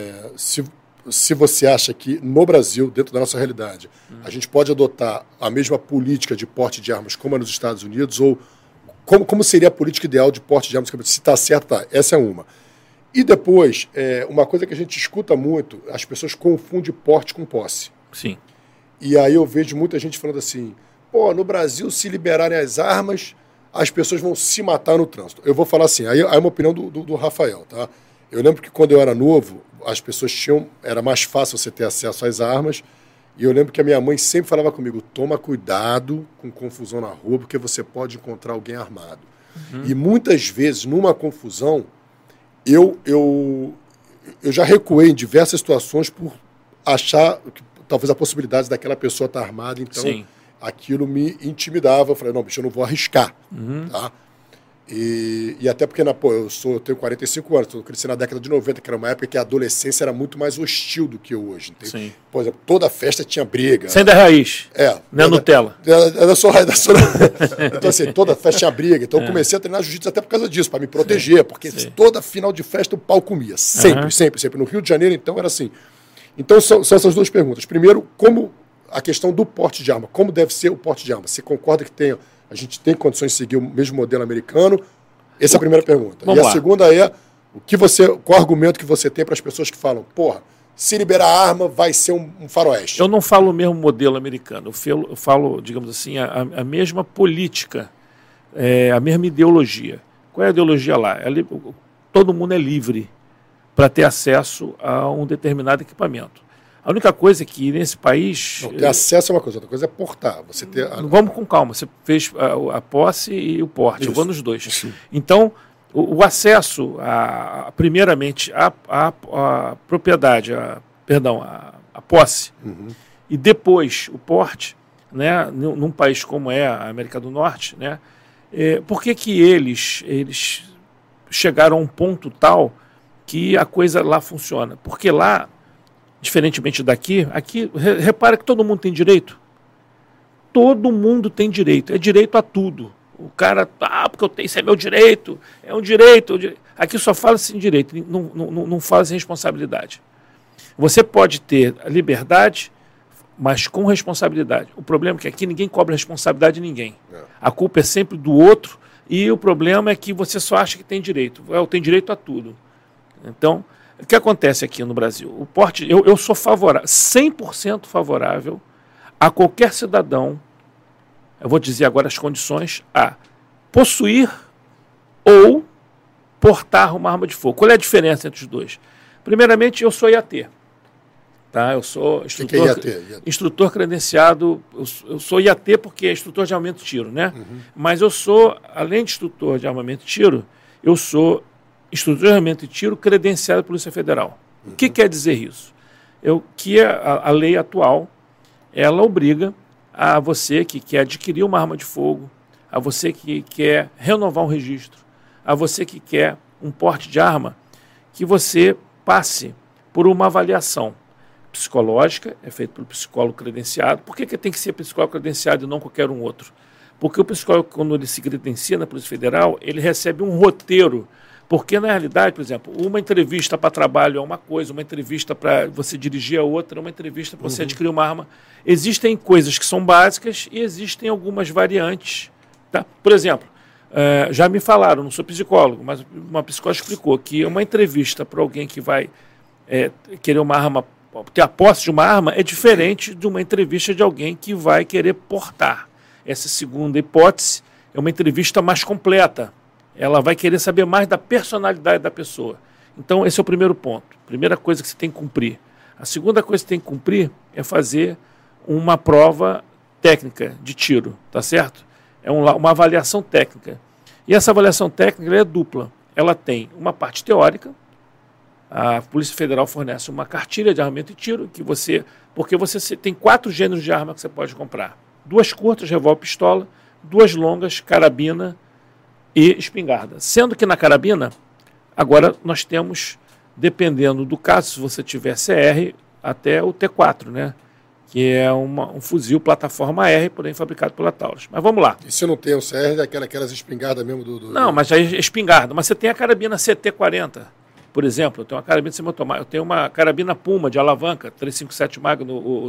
S3: Se você acha que no Brasil, dentro da nossa realidade, a gente pode adotar a mesma política de porte de armas como é nos Estados Unidos, ou como seria a política ideal de porte de armas? Se está certo, tá. Essa é uma. E depois, uma coisa que a gente escuta muito, as pessoas confundem porte com posse.
S2: Sim.
S3: E aí eu vejo muita gente falando assim, pô, no Brasil, se liberarem as armas, as pessoas vão se matar no trânsito. Eu vou falar assim, aí é uma opinião do Rafael, tá? Eu lembro que quando eu era novo, as pessoas era mais fácil você ter acesso às armas, e eu lembro que a minha mãe sempre falava comigo, toma cuidado com confusão na rua, porque você pode encontrar alguém armado. E muitas vezes, numa confusão, eu já recuei em diversas situações por achar que talvez a possibilidade daquela pessoa estar armada, então
S2: Sim.
S3: aquilo me intimidava. Eu falei, não, bicho, eu não vou arriscar. Tá? E até porque, eu tenho 45 anos, eu cresci na década de 90, que era uma época que a adolescência era muito mais hostil do que hoje.
S2: Sim.
S3: Por exemplo, toda festa tinha briga.
S2: Sem da raiz. Não é Nutella.
S3: Eu sou raiz da sua. Então, assim, toda festa tinha briga. Então, eu comecei a treinar jiu-jitsu até por causa disso, para me proteger, porque toda final de festa o pau comia. Sempre. No Rio de Janeiro, então, era assim. Então, são essas duas perguntas. Primeiro, como a questão do porte de arma. Como deve ser o porte de arma? Você concorda que a gente tem condições de seguir o mesmo modelo americano? Essa é a primeira pergunta.
S2: Vamos lá.
S3: A segunda é, qual argumento que você tem para as pessoas que falam, porra, se liberar a arma vai ser um faroeste?
S2: Eu não falo o mesmo modelo americano, eu falo, digamos assim, a mesma política, a mesma ideologia. Qual é a ideologia lá? Todo mundo é livre para ter acesso a um determinado equipamento. A única coisa é que nesse país...
S3: Não, ter acesso é uma coisa, outra coisa é portar. Você ter
S2: Vamos com calma, você fez a posse e o porte, eu vou nos dois.
S3: Isso.
S2: Então, o acesso, primeiramente, à propriedade, a posse, e depois o porte, né, num país como é a América do Norte, né, por que eles chegaram a um ponto tal que a coisa lá funciona? Porque lá, diferentemente daqui, aqui, repara que todo mundo tem direito. Todo mundo tem direito. É direito a tudo. O cara, porque isso é meu direito, é um direito. Aqui só fala-se em direito, não fala-se em responsabilidade. Você pode ter a liberdade, mas com responsabilidade. O problema é que aqui ninguém cobra responsabilidade de ninguém. A culpa é sempre do outro e o problema é que você só acha que tem direito. Eu tenho direito a tudo. Então, o que acontece aqui no Brasil? O porte, eu sou favorável, 100% favorável a qualquer cidadão, eu vou dizer agora as condições, a possuir ou portar uma arma de fogo. Qual é a diferença entre os dois? Primeiramente, eu sou IAT. Tá? Eu sou instrutor credenciado, eu sou IAT porque é instrutor de armamento de tiro, né? Mas eu sou, além de instrutor de armamento de tiro, eu sou instrutor de armamento de tiro credenciado pela Polícia Federal. O que quer dizer isso? Que a lei atual, ela obriga a você que quer adquirir uma arma de fogo, a você que quer renovar um registro, a você que quer um porte de arma, que você passe por uma avaliação psicológica, é feito pelo psicólogo credenciado. Por que tem que ser psicólogo credenciado e não qualquer um outro? Porque o psicólogo, quando ele se credencia na Polícia Federal, ele recebe um roteiro. Porque, na realidade, por exemplo, uma entrevista para trabalho é uma coisa, uma entrevista para você dirigir é outra, uma entrevista para você adquirir uma arma. Existem coisas que são básicas e existem algumas variantes. Tá? Por exemplo, já me falaram, não sou psicólogo, mas uma psicóloga explicou que uma entrevista para alguém que vai querer uma arma, ter a posse de uma arma, é diferente de uma entrevista de alguém que vai querer portar. Essa segunda hipótese é uma entrevista mais completa. ela vai querer saber mais da personalidade da pessoa. Então, esse é o primeiro ponto. Primeira coisa que você tem que cumprir. A segunda coisa que você tem que cumprir é fazer uma prova técnica de tiro, tá certo? É uma avaliação técnica. E essa avaliação técnica é dupla. Ela tem uma parte teórica. A Polícia Federal fornece uma cartilha de armamento e tiro, porque você tem 4 gêneros de arma que você pode comprar. 2 curtas, revólver, pistola, 2 longas, carabina e espingarda. Sendo que na carabina, agora nós temos, dependendo do caso, se você tiver CR, até o T4, né? Que é um fuzil plataforma R, porém fabricado pela Taurus. Mas vamos lá.
S3: E se não tem o CR, é aquelas espingardas mesmo
S2: Não, mas aí é espingarda. Mas você tem a carabina CT-40, por exemplo. Eu tenho uma carabina semiautomática. Eu tenho uma carabina Puma de alavanca, 357 Magnum, o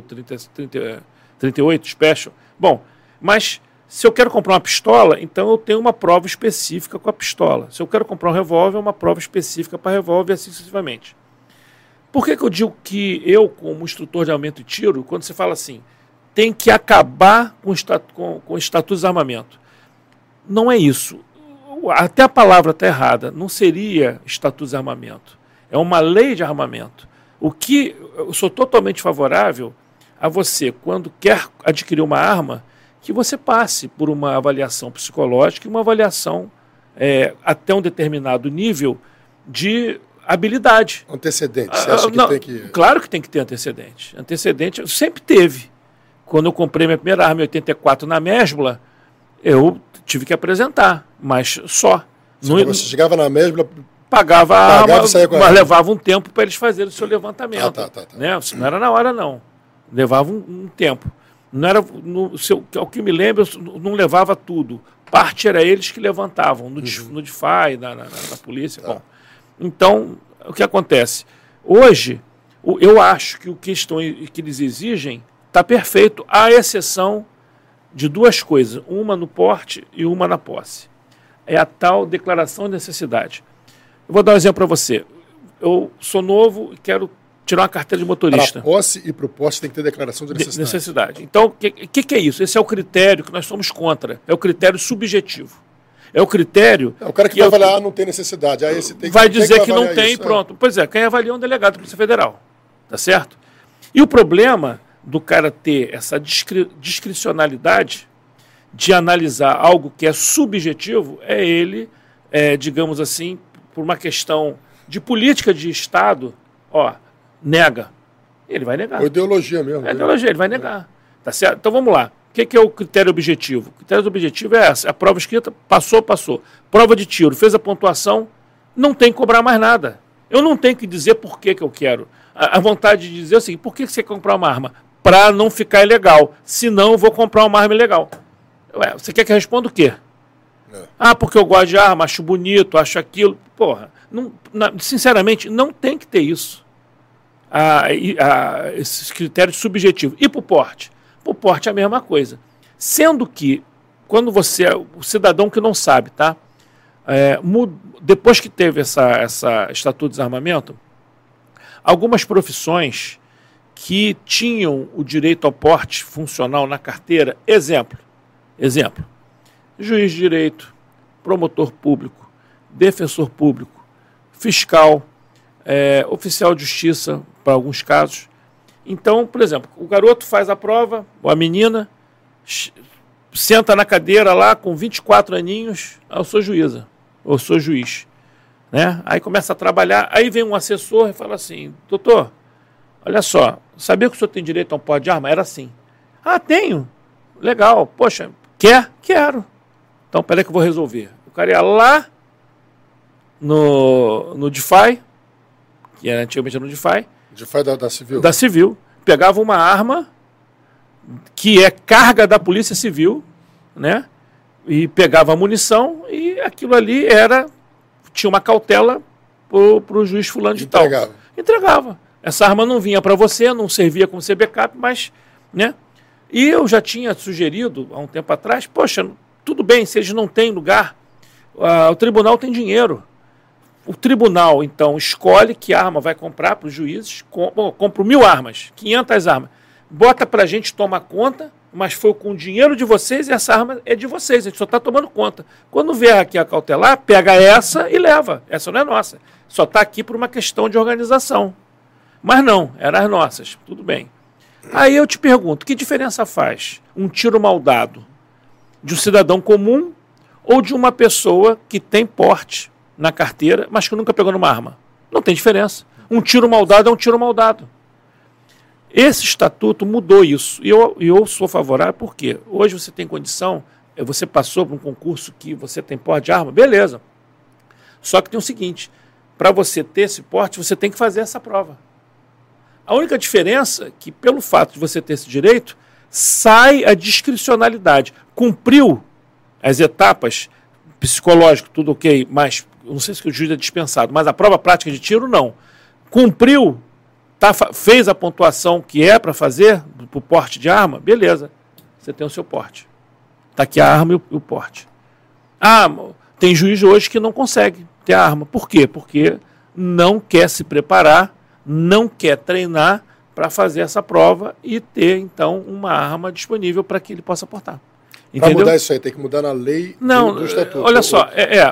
S2: 38 Special. Bom, mas se eu quero comprar uma pistola, então eu tenho uma prova específica com a pistola. Se eu quero comprar um revólver, uma prova específica para revólver e assim sucessivamente. Por que eu digo que eu, como instrutor de armamento e tiro, quando você fala assim, tem que acabar com o Estatuto de Armamento? Não é isso. Até a palavra está errada. Não seria Estatuto de Armamento. É uma lei de armamento. O que eu sou totalmente favorável a você, quando quer adquirir uma arma, que você passe por uma avaliação psicológica e uma avaliação até um determinado nível de habilidade.
S3: Antecedente, você acha que
S2: não,
S3: tem que...
S2: Claro que tem que ter antecedente. Antecedente sempre teve. Quando eu comprei minha primeira arma em 84 na Mesbla, eu tive que apresentar, mas só.
S3: Você chegava na Mesbla...
S2: Pagava a arma, mas levava um tempo para eles fazerem o seu levantamento.
S3: Tá.
S2: Né? Não era na hora, não. Levava um tempo. Não era, ao que me lembro, eu não levava tudo. Parte era eles que levantavam, no DFI, na polícia. Tá. Bom, então, o que acontece? Hoje, eu acho que o que eles exigem está perfeito, à exceção de 2 coisas. Uma no porte e uma na posse. É a tal declaração de necessidade. Eu vou dar um exemplo para você. Eu sou novo e quero tirar uma carteira de motorista.
S3: Para a posse e para o porte tem que ter declaração de necessidade.
S2: Então, o que é isso? Esse é o critério que nós somos contra. É o critério subjetivo. É o critério...
S3: o cara que vai avaliar não tem necessidade. Aí esse
S2: vai dizer que não tem, pronto. Pois é, quem avalia é um delegado da Polícia Federal. Tá certo? E o problema do cara ter essa discricionalidade de analisar algo que é subjetivo é ele, digamos assim, por uma questão de política de Estado, nega. Ele vai negar.
S3: Ou ideologia mesmo.
S2: Ideologia, ele vai negar. Tá certo? Então vamos lá. O que é o critério objetivo? O critério objetivo é essa. A prova escrita, passou. Prova de tiro, fez a pontuação, não tem que cobrar mais nada. Eu não tenho que dizer por que eu quero. A vontade de dizer assim, por que você quer comprar uma arma? Para não ficar ilegal. Senão eu vou comprar uma arma ilegal. Você quer que eu responda o quê? Porque eu gosto de arma, acho bonito, acho aquilo. Porra, sinceramente, não tem que ter isso. Esses critérios subjetivos. E para o porte? Para o porte é a mesma coisa. Sendo que, quando você é o cidadão que não sabe, tá? Depois que teve essa Estatuto de Desarmamento, algumas profissões que tinham o direito ao porte funcional na carteira, exemplo, juiz de direito, promotor público, defensor público, fiscal, oficial de justiça, para alguns casos. Então, por exemplo, o garoto faz a prova, ou a menina, senta na cadeira lá com 24 aninhos, eu sou juíza, ou sou juiz. Né? Aí começa a trabalhar, aí vem um assessor e fala assim, doutor, olha só, sabia que o senhor tem direito a um porte de arma? Era assim. Tenho. Legal. Poxa, quer? Quero. Então, peraí que eu vou resolver. O cara ia lá no DFI, que antigamente era no DFI.
S3: DFI da Civil.
S2: Da Civil. Pegava uma arma que é carga da Polícia Civil, né? E pegava a munição e aquilo ali tinha uma cautela para o juiz fulano de tal. Entregava. Essa arma não vinha para você, não servia como backup, mas, né? E eu já tinha sugerido, há um tempo atrás, poxa, tudo bem, se eles não têm lugar, o tribunal tem dinheiro. O tribunal, então, escolhe que arma vai comprar para os juízes, compra 1.000 armas, 500 armas. Bota para a gente tomar conta, mas foi com o dinheiro de vocês e essa arma é de vocês, a gente só está tomando conta. Quando vier aqui a cautelar, pega essa e leva. Essa não é nossa. Só está aqui por uma questão de organização. Mas não, eram as nossas. Tudo bem. Aí eu te pergunto, que diferença faz um tiro mal dado de um cidadão comum ou de uma pessoa que tem porte na carteira, mas que nunca pegou numa arma? Não tem diferença. Um tiro mal dado é um tiro mal dado. Esse estatuto mudou isso. E eu sou favorável porque hoje você tem condição, você passou por um concurso que você tem porte de arma, beleza. Só que tem o seguinte, para você ter esse porte, você tem que fazer essa prova. A única diferença é que, pelo fato de você ter esse direito, sai a discricionalidade. Cumpriu as etapas psicológicas, tudo ok, mas não sei se o juiz é dispensado, mas a prova prática de tiro, não. Cumpriu, fez a pontuação que é para fazer, para o porte de arma, beleza, você tem o seu porte. Está aqui a arma e o porte. Ah, tem juiz hoje que não consegue ter a arma. Por quê? Porque não quer se preparar, não quer treinar para fazer essa prova e ter, então, uma arma disponível para que ele possa portar.
S3: Para mudar isso aí, tem que mudar na lei do estatuto.
S2: Olha só,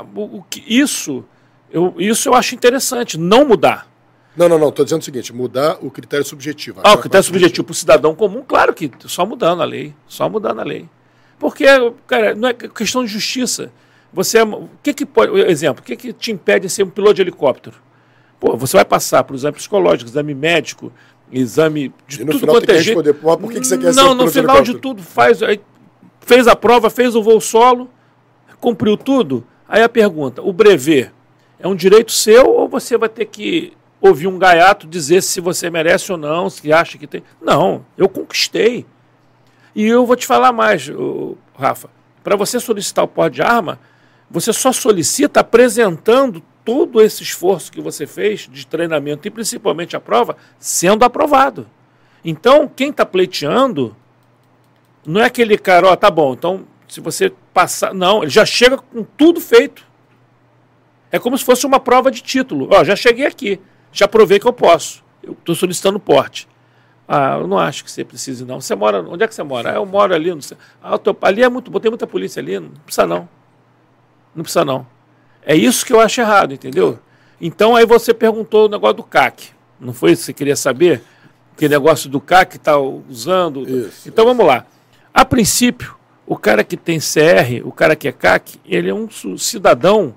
S2: isso eu acho interessante, não mudar.
S3: Não, estou dizendo o seguinte, mudar o critério subjetivo.
S2: O critério subjetivo para o cidadão comum, claro que só mudando a lei, Porque, cara, não é questão de justiça. Exemplo, o que te impede de ser um piloto de helicóptero? Pô, você vai passar por exame psicológico, exame médico, exame de tudo quanto é jeito.
S3: Por que você quer ser um piloto de helicóptero?
S2: No final de tudo, fez a prova, fez o voo solo, cumpriu tudo. Aí a pergunta, o brevet é um direito seu ou você vai ter que ouvir um gaiato dizer se você merece ou não, se acha que tem? Não, eu conquistei. E eu vou te falar mais, Rafa. Para você solicitar o porte de arma, você só solicita apresentando todo esse esforço que você fez de treinamento e principalmente a prova, sendo aprovado. Então, quem está pleiteando não é aquele cara, tá bom, então se você passar... Não, ele já chega com tudo feito. É como se fosse uma prova de título. Já cheguei aqui, já provei que eu posso. Eu estou solicitando porte. Eu não acho que você precise, não. Você mora... Onde é que você mora? Eu moro ali. Não sei. Ali é muito... Botei muita polícia ali. Não precisa, não. Não precisa, não. É isso que eu acho errado, entendeu? Então, aí você perguntou o negócio do CAC. Não foi isso que você queria saber? Que negócio do CAC está usando... Então, vamos lá. A princípio, o cara que tem CR, o cara que é CAC, ele é um cidadão,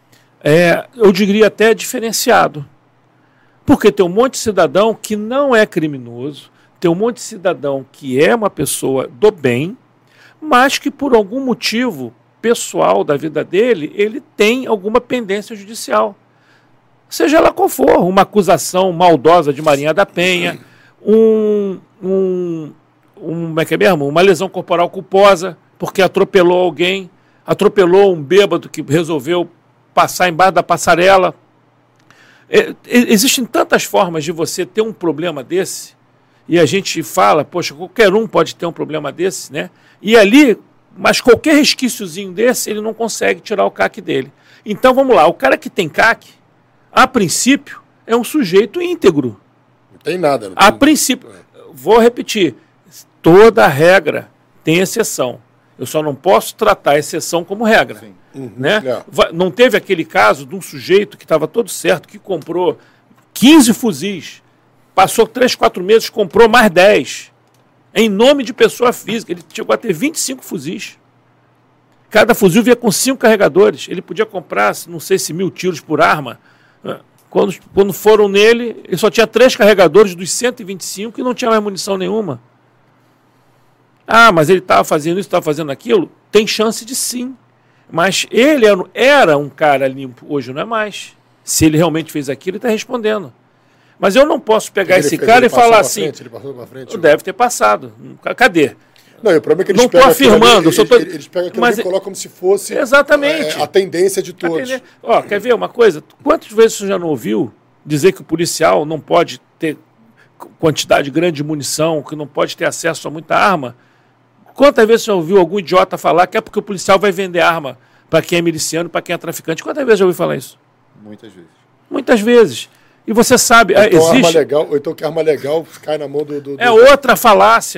S2: eu diria até diferenciado. Porque tem um monte de cidadão que não é criminoso, tem um monte de cidadão que é uma pessoa do bem, mas que por algum motivo pessoal da vida dele, ele tem alguma pendência judicial. Seja ela qual for, uma acusação maldosa de Marinha da Penha, como é que é mesmo? Uma lesão corporal culposa, porque atropelou alguém, atropelou um bêbado que resolveu passar embaixo da passarela. Existem tantas formas de você ter um problema desse, e a gente fala, poxa, qualquer um pode ter um problema desse, né? E ali, mas qualquer resquíciozinho desse, ele não consegue tirar o CAC dele. Então, vamos lá, o cara que tem CAC, a princípio, é um sujeito íntegro.
S3: Não tem nada. Não
S2: a
S3: tem...
S2: princípio, vou repetir, toda regra tem exceção. Eu só não posso tratar a exceção como regra. Sim. Né? Não teve aquele caso de um sujeito que estava todo certo, que comprou 15 fuzis, passou 3, 4 meses, comprou mais 10. Em nome de pessoa física, ele chegou a ter 25 fuzis. Cada fuzil vinha com 5 carregadores. Ele podia comprar, não sei se 1.000 tiros por arma. Quando foram nele, ele só tinha 3 carregadores dos 125 e não tinha mais munição nenhuma. Mas ele estava fazendo isso, estava fazendo aquilo. Tem chance de sim. Mas ele era um cara limpo, hoje não é mais. Se ele realmente fez aquilo, ele está respondendo. Mas eu não posso pegar esse cara e falar assim...
S3: Ele passou pra frente,
S2: deve ter passado. Cadê?
S3: Não, o problema é que eles
S2: não estou afirmando.
S3: Eles pegam aquilo e colocam como se fosse
S2: exatamente
S3: a tendência de todos.
S2: Quer ver uma coisa? Quantas vezes você já não ouviu dizer que o policial não pode ter quantidade grande de munição, que não pode ter acesso a muita arma? Quantas vezes você já ouviu algum idiota falar que é porque o policial vai vender arma para quem é miliciano, para quem é traficante? Quantas vezes já ouviu falar isso?
S1: Muitas vezes.
S2: Muitas vezes. E você sabe,
S3: então,
S2: existe...
S3: Ou então que arma legal cai na mão do...
S2: outra falácia.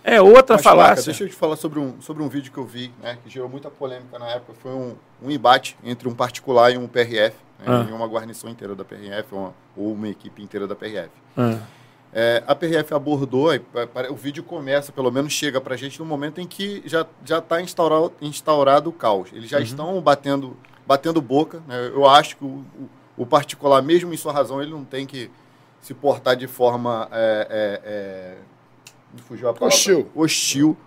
S2: É outra
S1: Mas, Paca,
S2: falácia.
S1: deixa eu te falar sobre um vídeo que eu vi, né, que gerou muita polêmica na época. Foi um embate entre um particular e um PRF, né, e uma guarnição inteira da PRF, ou uma equipe inteira da PRF. A PRF abordou, o vídeo começa, pelo menos chega pra gente no momento em que já está instaurado o caos. Eles já estão batendo boca, né? Eu acho que o particular, mesmo em sua razão, ele não tem que se portar de forma... fugiu a palavra. Hostil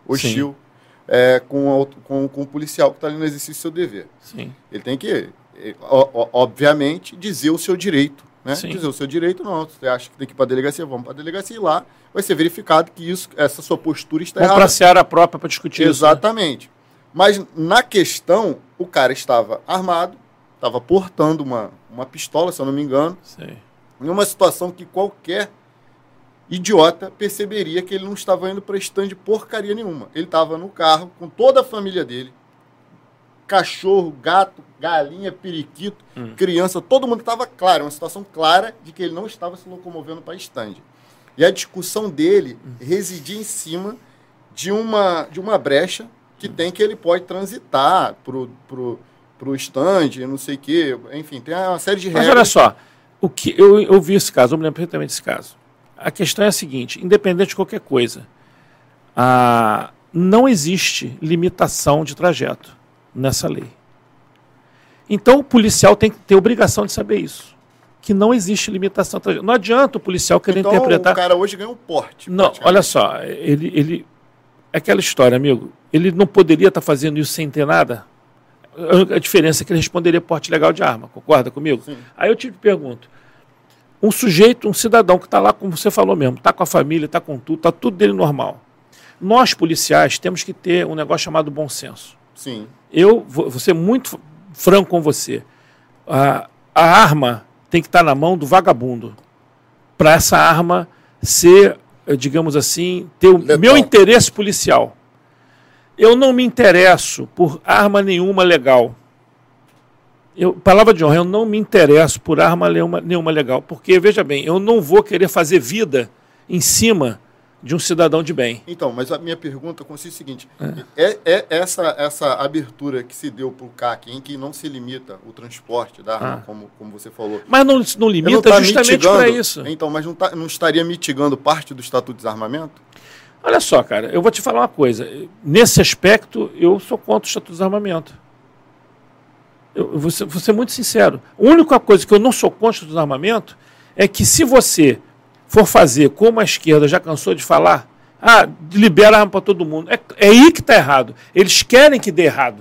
S1: com o policial que está ali no exercício do seu dever.
S2: Sim.
S1: Ele tem que, obviamente, dizer o seu direito. Né? Dizer o seu direito, não. Você acha que tem que ir para a delegacia? Vamos para a delegacia e lá vai ser verificado que essa sua postura está errada.
S2: Vamos para a seara própria para discutir isso.
S1: Exatamente. Mas, na questão, o cara estava armado, estava portando uma pistola, se eu não me engano, em uma situação que qualquer idiota perceberia que ele não estava indo para stand de porcaria nenhuma. Ele estava no carro com toda a família dele, cachorro, gato, galinha, periquito, criança, todo mundo estava claro, uma situação clara de que ele não estava se locomovendo para stand. E a discussão dele residia em cima de uma brecha que tem que ele pode transitar pro stand, não sei o quê, enfim, tem uma série de regras.
S2: Mas olha só, o que eu vi esse caso, eu me lembro perfeitamente desse caso. A questão é a seguinte, independente de qualquer coisa, não existe limitação de trajeto nessa lei. Então o policial tem que ter obrigação de saber isso, que não existe limitação de trajeto. Não adianta o policial querer interpretar...
S1: o cara hoje ganha um porte.
S2: Não, olha só, ele é aquela história, amigo, ele não poderia estar fazendo isso sem ter nada? A diferença é que ele responderia porte legal de arma, concorda comigo?
S1: Sim.
S2: Aí eu te pergunto, um sujeito, um cidadão que está lá, como você falou mesmo, está com a família, está com tudo, está tudo dele normal. Nós, policiais, temos que ter um negócio chamado bom senso.
S1: Sim.
S2: Eu vou ser muito franco com você. A arma tem que estar na mão do vagabundo. Para essa arma ser, digamos assim, ter o meu interesse policial. Eu não me interesso por arma nenhuma legal. Palavra de honra, eu não me interesso por arma nenhuma legal. Porque, veja bem, eu não vou querer fazer vida em cima de um cidadão de bem.
S1: Então, mas a minha pergunta consiste no seguinte. Essa abertura que se deu para o CAC, em que não se limita o transporte da arma, como você falou.
S2: Mas não limita justamente para isso.
S1: Então, mas não estaria mitigando parte do Estatuto de Desarmamento?
S2: Olha só, cara, eu vou te falar uma coisa. Nesse aspecto, eu sou contra o Estatuto de Desarmamento. Eu vou ser muito sincero. A única coisa que eu não sou contra o desarmamento é que se você for fazer como a esquerda já cansou de falar, libera a arma para todo mundo. É aí que está errado. Eles querem que dê errado.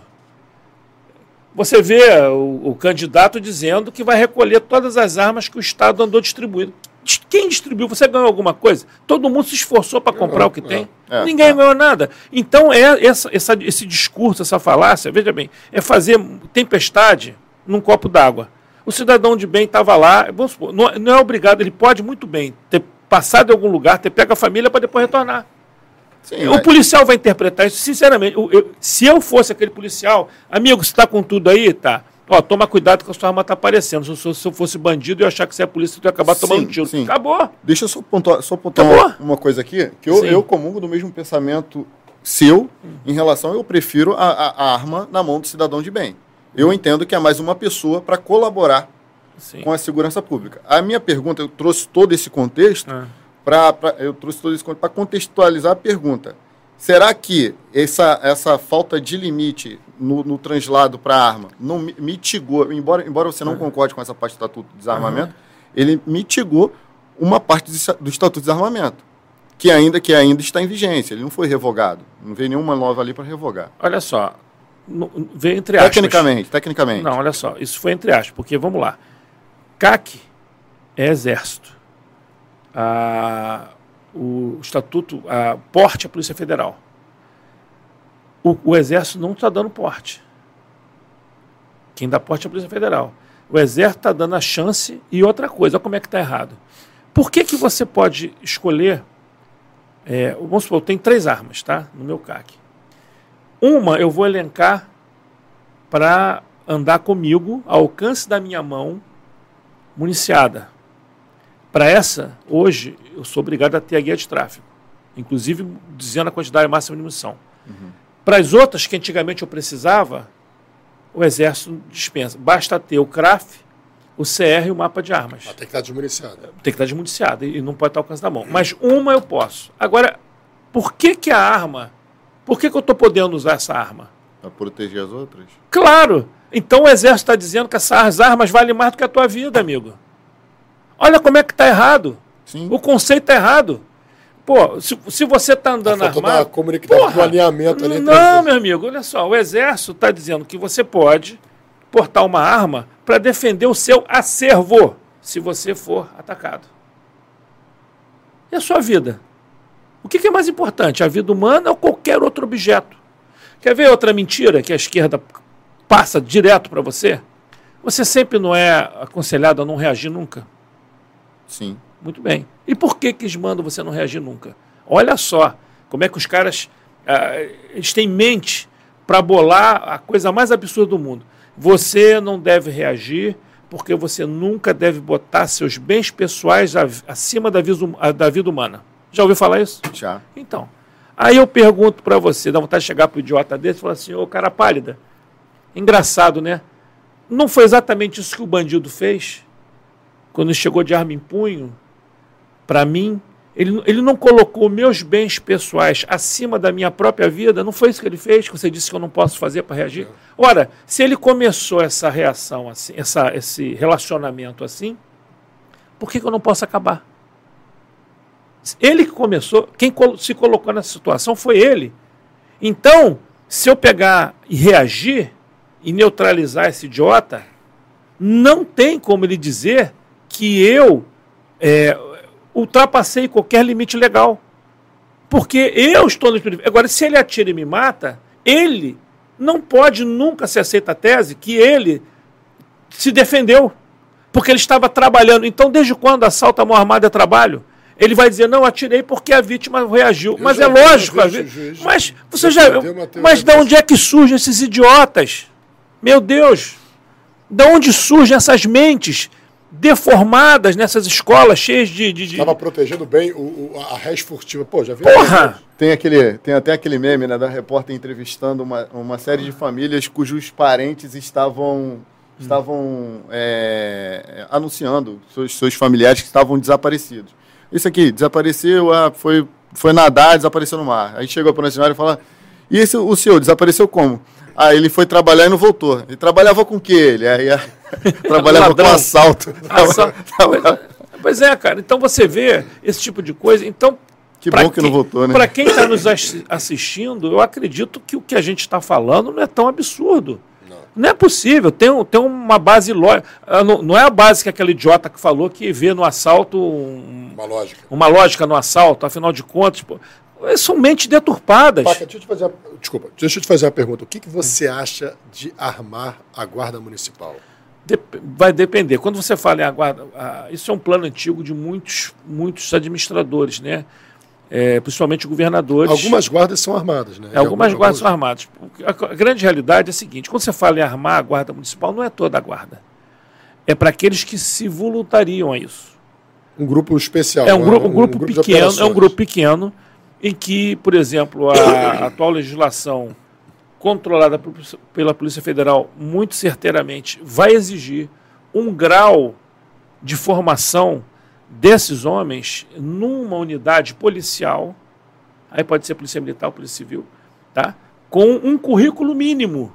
S2: Você vê o candidato dizendo que vai recolher todas as armas que o Estado andou distribuindo. Quem distribuiu? Você ganhou alguma coisa? Todo mundo se esforçou para comprar o que tem. Ninguém ganhou nada. Então, esse discurso, essa falácia, veja bem, é fazer tempestade num copo d'água. O cidadão de bem estava lá, vamos supor, não é obrigado, ele pode muito bem ter passado em algum lugar, ter pego a família para depois retornar. Sim, o policial vai interpretar isso, sinceramente. Se eu fosse aquele policial, amigo, você está com tudo aí? Tá. Toma cuidado que a sua arma está aparecendo. Se eu fosse bandido e eu achar que você é polícia, tu ia acabar tomando um tiro.
S1: Sim.
S2: Acabou.
S1: Deixa eu só pontuar uma coisa aqui, que eu comungo do mesmo pensamento seu em relação, eu prefiro a arma na mão do cidadão de bem. Eu entendo que é mais uma pessoa para colaborar com a segurança pública. A minha pergunta, eu trouxe todo esse contexto para contextualizar a pergunta. Será que essa falta de limite no translado para a arma não mitigou, embora você não concorde com essa parte do Estatuto de Desarmamento, ele mitigou uma parte do Estatuto de Desarmamento, que ainda está em vigência, ele não foi revogado, não veio nenhuma nova ali para revogar.
S2: Olha só, veio entre aspas.
S1: Tecnicamente.
S2: Não, olha só, isso foi entre aspas, porque, vamos lá, CAC é Exército, o Estatuto, porte é a Polícia Federal. O Exército não está dando porte. Quem dá porte é a Polícia Federal. O Exército está dando a chance e outra coisa, olha como é que está errado. Por que você pode escolher... vamos supor, tem 3 armas, tá? No meu CAC. Uma eu vou elencar para andar comigo, ao alcance da minha mão, municiada. Para essa, hoje, eu sou obrigado a ter a guia de tráfego. inclusive dizendo a quantidade máxima de munição. Para as outras que antigamente eu precisava, o Exército dispensa. Basta ter o CRAF, o CR e o mapa de armas.
S3: Tem que estar desmuniciado.
S2: Tem que estar desmuniciado e não pode estar ao alcance da mão. Mas uma eu posso. Agora, por que a arma... Por que eu estou podendo usar essa arma?
S1: Para proteger as outras?
S2: Claro! Então o Exército está dizendo que essas armas valem mais do que a tua vida, amigo. Olha como é que está errado.
S1: Sim.
S2: O conceito está errado. Pô, se você está andando armado...
S3: Um alinhamento ali.
S2: Não, meu amigo, olha só. O Exército está dizendo que você pode portar uma arma para defender o seu acervo se você for atacado. E a sua vida? O que é mais importante, a vida humana ou qualquer outro objeto? Quer ver outra mentira que a esquerda passa direto para você? Você sempre não é aconselhado a não reagir nunca?
S1: Sim.
S2: Muito bem. E por que eles mandam você não reagir nunca? Olha só como é que os caras eles têm mente para bolar a coisa mais absurda do mundo. Você não deve reagir porque você nunca deve botar seus bens pessoais acima da vida humana. Já ouviu falar isso?
S1: Já.
S2: Então, aí eu pergunto para você, dá vontade de chegar para o idiota desse e falar assim, ô cara pálida, engraçado, né? Não foi exatamente isso que o bandido fez? Quando ele chegou de arma em punho, para mim, ele não colocou meus bens pessoais acima da minha própria vida, não foi isso que ele fez, que você disse que eu não posso fazer para reagir? Ora, se ele começou essa reação assim, esse relacionamento assim, por que eu não posso acabar? Ele que começou, quem se colocou nessa situação foi ele. Então, se eu pegar e reagir e neutralizar esse idiota, não tem como ele dizer que eu ultrapassei qualquer limite legal. Porque eu estou no limite. Agora, se ele atira e me mata, ele não pode nunca se aceita a tese que ele se defendeu. Porque ele estava trabalhando. Então, desde quando assalto à mão armada é trabalho? Ele vai dizer, não, atirei porque a vítima reagiu. Mas é lógico. Mas você já... Mas de onde é que surgem esses idiotas? Meu Deus! De onde surgem essas mentes deformadas nessas escolas cheias de...
S3: Estava protegendo bem a res furtiva. Pô, já viu?
S2: Porra!
S1: Tem até aquele meme, né, da repórter entrevistando uma série de famílias cujos parentes estavam anunciando seus familiares que estavam desaparecidos. Isso aqui, desapareceu, foi nadar, desapareceu no mar. Aí chegou para o funcionário e fala, e o senhor, desapareceu como? Ah, ele foi trabalhar e não voltou. Ele trabalhava com o quê, ele? Aí, trabalhava com assalto.
S2: Pois é, cara. Então você vê esse tipo de coisa. Então,
S1: que bom que não voltou, né?
S2: Para quem está nos assistindo, eu acredito que o que a gente está falando não é tão absurdo. Não é possível, tem uma base lógica. Não é a base que aquele idiota que falou que vê no assalto uma lógica no assalto, afinal de contas. Pô, são mentes deturpadas.
S3: Paca, deixa eu te fazer uma pergunta. O que você acha de armar a Guarda Municipal?
S2: Vai depender. Quando você fala em a Guarda, isso é um plano antigo de muitos administradores, né? Principalmente governadores.
S3: Algumas guardas são armadas, né?
S2: Algumas guardas são armadas. A grande realidade é a seguinte, quando você fala em armar a Guarda Municipal, não é toda a guarda. É para aqueles que se voluntariam a isso.
S3: Um grupo especial.
S2: É um grupo pequeno, é um grupo pequeno em que, por exemplo, a atual legislação controlada pela Polícia Federal muito certeiramente vai exigir um grau de formação desses homens numa unidade policial, aí pode ser polícia militar ou polícia civil, tá? Com um currículo mínimo,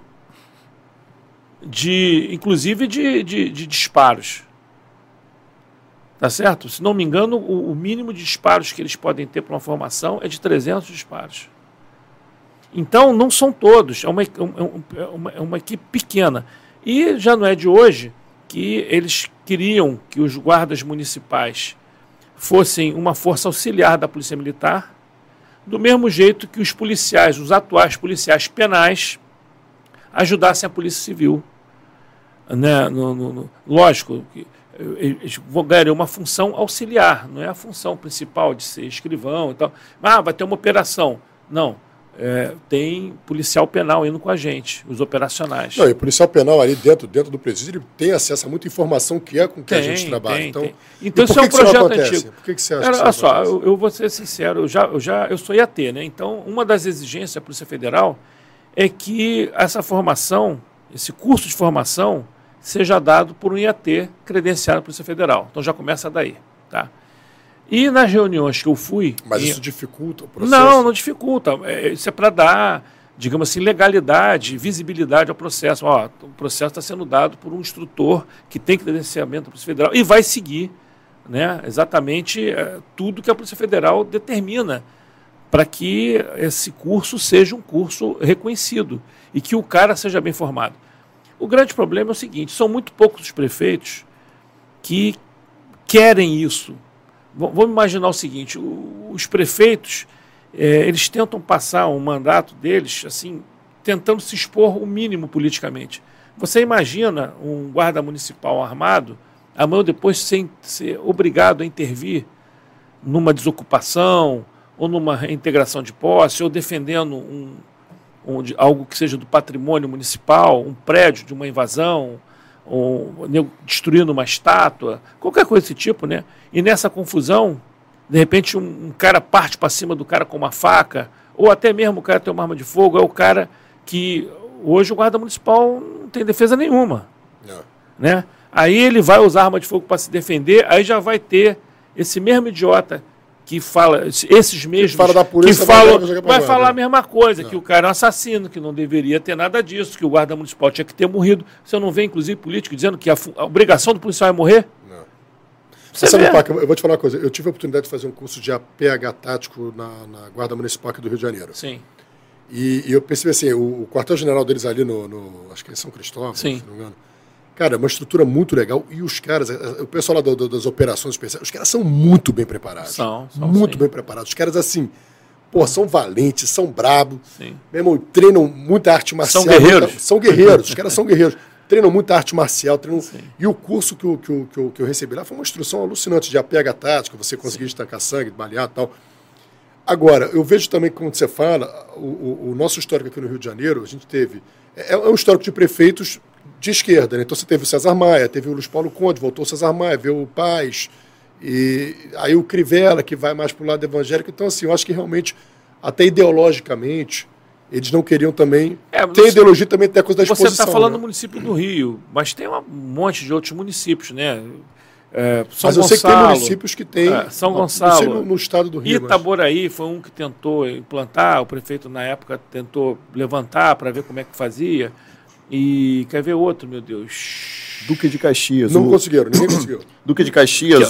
S2: inclusive de disparos. Tá certo? Se não me engano, o mínimo de disparos que eles podem ter para uma formação é de 300 disparos. Então, não são todos, é uma equipe pequena. E já não é de hoje que eles queriam que os guardas municipais fossem uma força auxiliar da Polícia Militar, do mesmo jeito que os policiais, os atuais policiais penais, ajudassem a Polícia Civil. Né? Lógico, eles ganhariam uma função auxiliar, não é a função principal de ser escrivão e tal. Vai ter uma operação. Não. tem policial penal indo com a gente, os operacionais.
S3: Não, e o policial penal ali dentro do presídio, ele tem acesso a muita informação que é com que a gente trabalha.
S2: Então isso é um projeto antigo.
S3: Por que você acha que
S2: olha só, eu vou ser sincero, eu sou IAT, né? Então, uma das exigências da Polícia Federal é que essa formação, esse curso de formação, seja dado por um IAT credenciado da Polícia Federal. Então já começa daí, tá? E nas reuniões que eu fui...
S3: Mas isso dificulta o processo?
S2: Não dificulta. Isso é para dar, digamos assim, legalidade, visibilidade ao processo. Ó, o processo está sendo dado por um instrutor que tem credenciamento da Polícia Federal e vai seguir, né, exatamente tudo que a Polícia Federal determina para que esse curso seja um curso reconhecido e que o cara seja bem formado. O grande problema é o seguinte, são muito poucos os prefeitos que querem isso. Vamos imaginar o seguinte, os prefeitos, eles tentam passar um mandato deles, assim, tentando se expor o mínimo politicamente. Você imagina um guarda municipal armado, amanhã ou depois ser obrigado a intervir numa desocupação, ou numa reintegração de posse, ou defendendo algo que seja do patrimônio municipal, um prédio de uma invasão, ou destruindo uma estátua, qualquer coisa desse tipo, né? E nessa confusão, de repente um cara parte para cima do cara com uma faca, ou até mesmo o cara tem uma arma de fogo, é o cara que hoje o guarda municipal não tem defesa nenhuma. Não. Né? Aí ele vai usar arma de fogo para se defender, aí já vai ter esse mesmo idiota que fala, esses mesmos
S3: fala da polícia,
S2: vai falar a mesma coisa, que o cara é um assassino, que não deveria ter nada disso, que o guarda municipal tinha que ter morrido. Você não vê, inclusive, político dizendo que a obrigação do policial é morrer? Não.
S3: Você sabe, Paca, eu vou te falar uma coisa. Eu tive a oportunidade de fazer um curso de APH tático na Guarda Municipal aqui do Rio de Janeiro.
S2: Sim.
S3: E eu percebi assim, o quartel-general deles ali acho que é em São Cristóvão,
S2: sim,
S3: se não me engano. Cara, uma estrutura muito legal. E os caras, o pessoal lá das operações especiais, os caras são muito bem preparados.
S2: São
S3: muito bem preparados. Os caras, assim, são valentes, são brabos. Sim. Meu irmão, treinam muita arte marcial.
S2: São guerreiros.
S3: São guerreiros. Os caras são guerreiros. Treinam muita arte marcial. E o curso que eu recebi lá foi uma instrução alucinante de APH tática, você conseguir estancar sangue, balear e tal. Agora, eu vejo também, quando você fala, o nosso histórico aqui no Rio de Janeiro, a gente teve... É um histórico de prefeitos de esquerda, né? Então você teve o César Maia, teve o Luiz Paulo Conde, voltou o César Maia, veio o Paz, e aí o Crivella, que vai mais para o lado evangélico. Então, assim, eu acho que realmente, até ideologicamente, eles não queriam também... Tem ideologia também, tem a coisa da exposição.
S2: Você está falando do município do Rio, mas tem um monte de outros municípios, né?
S3: São Gonçalo, eu sei que tem municípios que tem...
S2: São Gonçalo,
S3: no estado do Rio.
S2: Itaboraí foi um que tentou implantar, o prefeito na época tentou levantar para ver como é que fazia. E quer ver outro, meu Deus?
S1: Duque de Caxias.
S3: Não conseguiram, ninguém conseguiu.
S1: Duque de Caxias,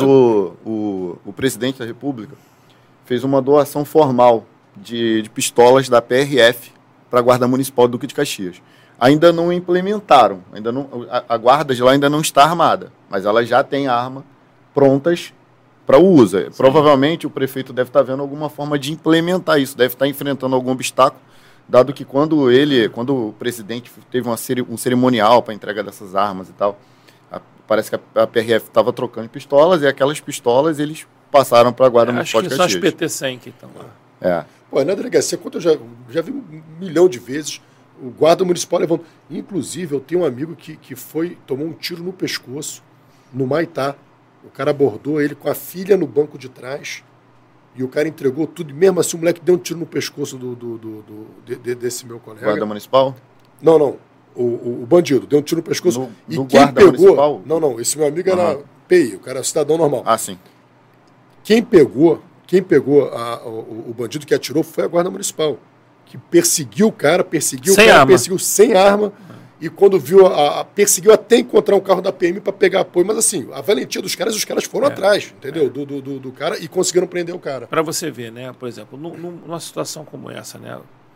S1: o presidente da República, fez uma doação formal de pistolas da PRF para a Guarda Municipal do Duque de Caxias. Ainda não implementaram, a guarda de lá ainda não está armada, mas ela já tem arma prontas para o uso. Sim. Provavelmente o prefeito deve estar vendo alguma forma de implementar isso, deve estar enfrentando algum obstáculo, dado que quando o presidente teve um cerimonial para a entrega dessas armas e tal, parece que a PRF estava trocando pistolas, e aquelas pistolas eles passaram para a Guarda Municipal de Caxias.
S2: Acho que são as PT-100 que estão lá.
S3: Na delegacia, quanto eu já vi 1 milhão de vezes, o guarda municipal levando. Inclusive, eu tenho um amigo que tomou um tiro no pescoço, no Maitá. O cara abordou ele com a filha no banco de trás, e o cara entregou tudo, e mesmo assim o moleque deu um tiro no pescoço desse meu colega.
S1: Guarda municipal?
S3: Não. O bandido deu um tiro no pescoço.
S1: E quem guarda municipal?
S3: Não. Esse meu amigo era PI, o cara era cidadão normal.
S1: Ah, sim.
S3: Quem pegou o bandido que atirou foi a Guarda Municipal, que perseguiu o cara, perseguiu sem arma. E quando viu, perseguiu até encontrar um carro da PM para pegar apoio. Mas assim, a valentia dos caras, os caras foram atrás, entendeu? Do cara, e conseguiram prender o cara.
S2: Para você ver, né? Por exemplo, numa situação como essa, né?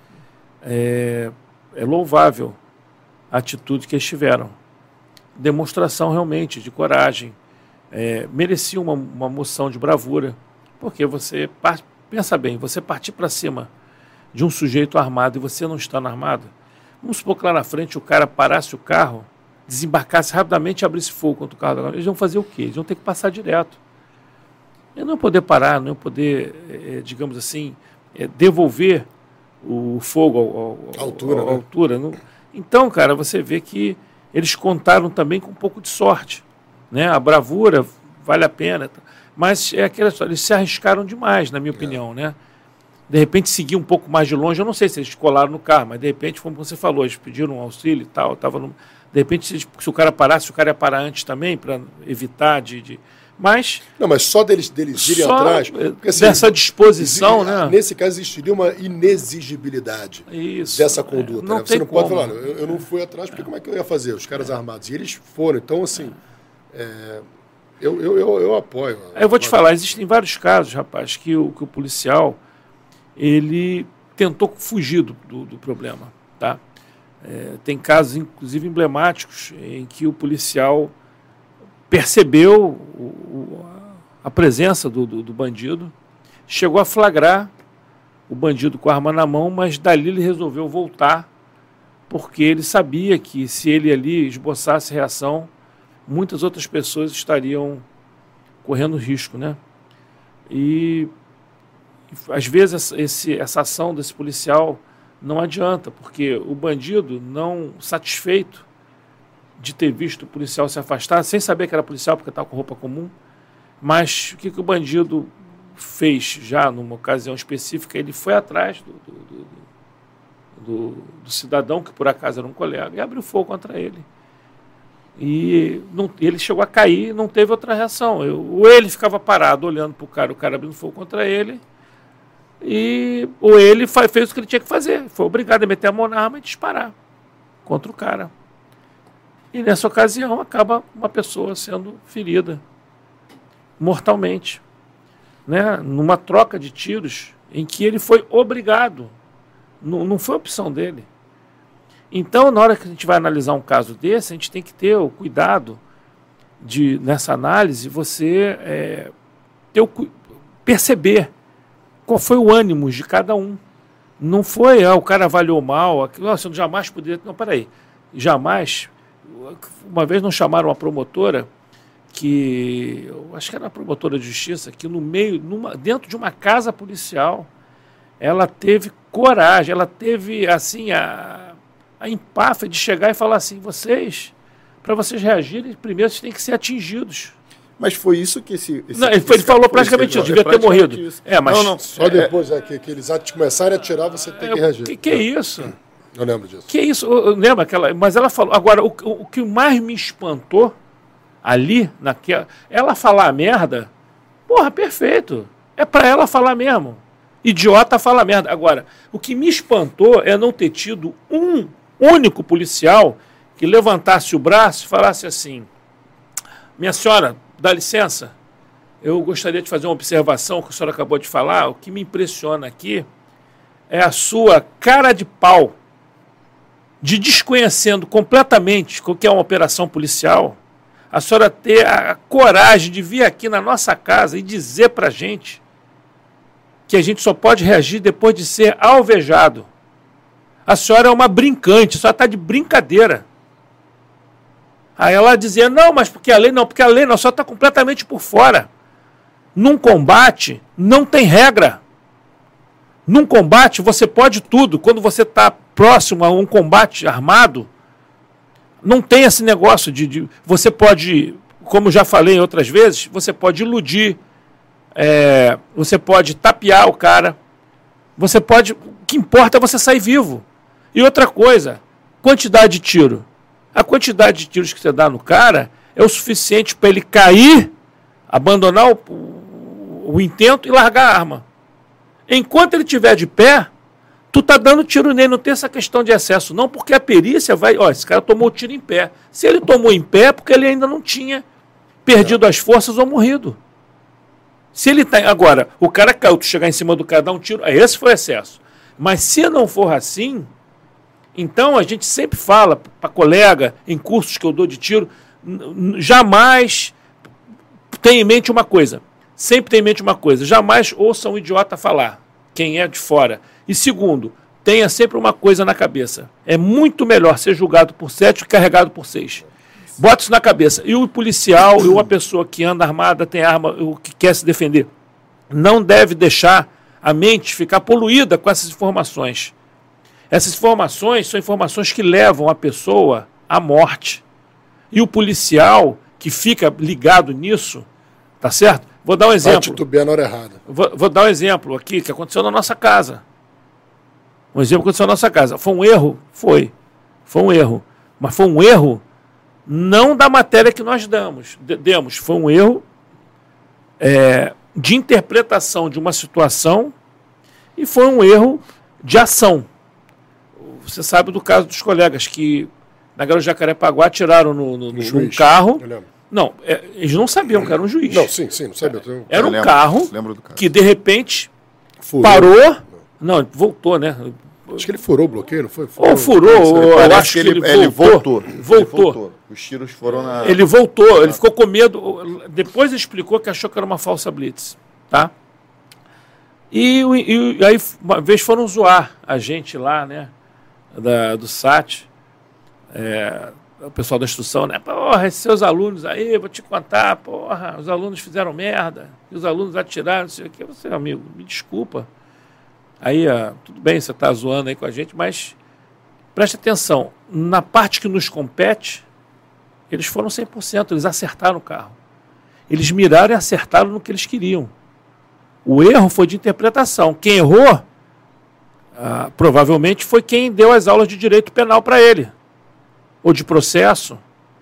S2: É louvável a atitude que eles tiveram. Demonstração realmente de coragem. Merecia uma moção de bravura. Porque você, pensa bem, você partir para cima de um sujeito armado e você não está armado. Vamos supor que lá na frente o cara parasse o carro, desembarcasse rapidamente e abrisse fogo contra o carro. Eles vão fazer o quê? Eles vão ter que passar direto. Eles não iam poder parar, não iam poder, digamos assim, devolver o fogo
S3: à altura.
S2: altura. Então, cara, você vê que eles contaram também com um pouco de sorte, né? A bravura vale a pena, mas é aquela história, eles se arriscaram demais, na minha opinião, né? De repente seguir um pouco mais de longe, eu não sei se eles colaram no carro, mas de repente, como você falou, eles pediram um auxílio e tal, de repente, se o cara parasse, o cara ia parar antes também, para evitar Mas...
S3: Não, mas só deles irem atrás...
S2: Porque, assim, dessa disposição, né?
S3: Nesse caso, existiria uma inexigibilidade dessa conduta.
S2: Não
S3: né? Você não pode falar,
S2: né?
S3: eu não fui atrás, porque como é que eu ia fazer? Os caras armados. E eles foram. Então, assim, eu apoio.
S2: Eu vou te falar, existem vários casos, rapaz, que o policial, ele tentou fugir do problema, tá? Tem casos, inclusive, emblemáticos em que o policial percebeu a presença do bandido, chegou a flagrar o bandido com a arma na mão, mas dali ele resolveu voltar, porque ele sabia que se ele ali esboçasse reação, muitas outras pessoas estariam correndo risco, né? E às vezes essa ação desse policial não adianta, porque o bandido, não satisfeito de ter visto o policial se afastar, sem saber que era policial, porque estava com roupa comum, mas o que o bandido fez já numa ocasião específica? Ele foi atrás do cidadão, que por acaso era um colega, e abriu fogo contra ele. E ele chegou a cair, não teve outra reação. Ou ele ficava parado olhando para o cara abrindo fogo contra ele, ou ele fez o que ele tinha que fazer. Foi obrigado a meter a mão na arma e disparar contra o cara. E nessa ocasião acaba uma pessoa sendo ferida mortalmente, né? Numa troca de tiros em que ele foi obrigado. Não foi opção dele. Então, na hora que a gente vai analisar um caso desse, a gente tem que ter o cuidado de, nessa análise, você perceber qual foi o ânimo de cada um. Não foi, o cara avaliou mal, você jamais poderia... Não, peraí, jamais. Uma vez nos chamaram uma promotora, eu acho que era uma promotora de justiça, que dentro de uma casa policial, ela teve coragem, ela teve, assim, a empáfia de chegar e falar assim, para vocês reagirem, primeiro vocês têm que ser atingidos.
S1: Mas foi isso que
S2: ele falou praticamente isso, devia ter morrido. Mas
S3: não. Só depois que eles começarem a atirar, você tem que reagir.
S2: Que é isso?
S3: Eu lembro disso.
S2: Que isso? Eu lembro mas ela falou. Agora, o que mais me espantou ali, ela falar merda, porra, perfeito. É para ela falar mesmo. Idiota fala merda. Agora, o que me espantou é não ter tido um único policial que levantasse o braço e falasse assim: minha senhora, dá licença, eu gostaria de fazer uma observação que a senhora acabou de falar. O que me impressiona aqui é a sua cara de pau de, desconhecendo completamente o que é uma operação policial, a senhora ter a coragem de vir aqui na nossa casa e dizer para a gente que a gente só pode reagir depois de ser alvejado. A senhora é uma brincante, a senhora está de brincadeira. Aí ela dizia, não, mas porque a lei não, a senhora está completamente por fora. Num combate, não tem regra. Num combate, você pode tudo. Quando você está próximo a um combate armado, não tem esse negócio você pode, como já falei outras vezes, você pode iludir, você pode tapear o cara, você pode... O que importa é você sair vivo. E outra coisa, quantidade de tiro. A quantidade de tiros que você dá no cara é o suficiente para ele cair, abandonar o intento e largar a arma. Enquanto ele estiver de pé, tu tá dando tiro nele, não tem essa questão de excesso, não, porque a perícia vai... Esse cara tomou tiro em pé. Se ele tomou em pé, é porque ele ainda não tinha perdido as forças ou morrido. Se ele tá... Agora, o cara caiu, tu chegar em cima do cara, dar um tiro, esse foi excesso. Mas se não for assim, então a gente sempre fala para colega, em cursos que eu dou de tiro, jamais tenha em mente uma coisa. Sempre tenha em mente uma coisa. Jamais ouça um idiota falar, quem é de fora. E segundo, tenha sempre uma coisa na cabeça. É muito melhor ser julgado por 7 e carregado por 6. Bota isso na cabeça. E o policial, e uma pessoa que anda armada, tem arma, o que quer se defender, não deve deixar a mente ficar poluída com essas informações. Essas informações são informações que levam a pessoa à morte. E o policial que fica ligado nisso, tá certo? Vou dar um exemplo.
S3: Vai titubear na hora errada.
S2: Vou dar um exemplo aqui que aconteceu na nossa casa. Um exemplo que aconteceu na nossa casa. Foi um erro? Foi. Foi um erro. Mas foi um erro não da matéria que nós demos. Foi um erro de interpretação de uma situação e foi um erro de ação. Você sabe do caso dos colegas que na Garoa Jacarepaguá atiraram num carro. Não, eles não sabiam que era um juiz.
S3: Não, sim, não sabia.
S2: Era um carro que de repente
S3: furou.
S2: Parou. Não, voltou, né?
S3: Acho que ele furou o bloqueio, não foi?
S2: Ou furou, eu acho que ele voltou.
S1: Voltou. Os tiros foram na...
S2: Ele voltou, ele ficou com medo. Depois ele explicou que achou que era uma falsa blitz. Tá? E aí, uma vez foram zoar a gente lá, né? Do SAT. O pessoal da instrução, né? Porra, esses seus alunos aí, vou te contar, porra, os alunos fizeram merda, os alunos atiraram, não sei o que. Você, amigo, me desculpa. Aí, tudo bem, você está zoando aí com a gente, mas preste atenção, na parte que nos compete, eles foram 100%, eles acertaram o carro. Eles miraram e acertaram no que eles queriam. O erro foi de interpretação. Quem errou, provavelmente, foi quem deu as aulas de direito penal para ele, ou de processo.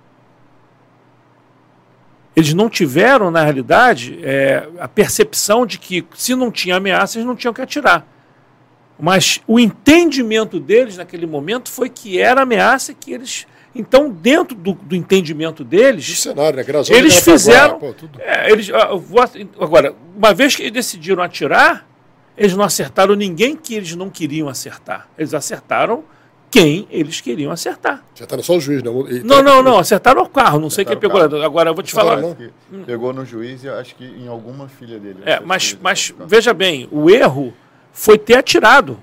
S2: Eles não tiveram, na realidade, a percepção de que, se não tinha ameaça, eles não tinham que atirar. Mas o entendimento deles naquele momento foi que era ameaça e que eles... Então, dentro do entendimento deles... Do cenário, né? Eles fizeram... Agora, uma vez que eles decidiram atirar, eles não acertaram ninguém que eles não queriam acertar. Eles acertaram quem eles queriam acertar.
S3: Acertaram só o juiz, não?
S2: Não, acertaram o carro. Não sei quem pegou. Agora eu vou te falar.
S1: Pegou no juiz e acho que em alguma filha dele.
S2: Mas veja bem, o erro foi ter atirado.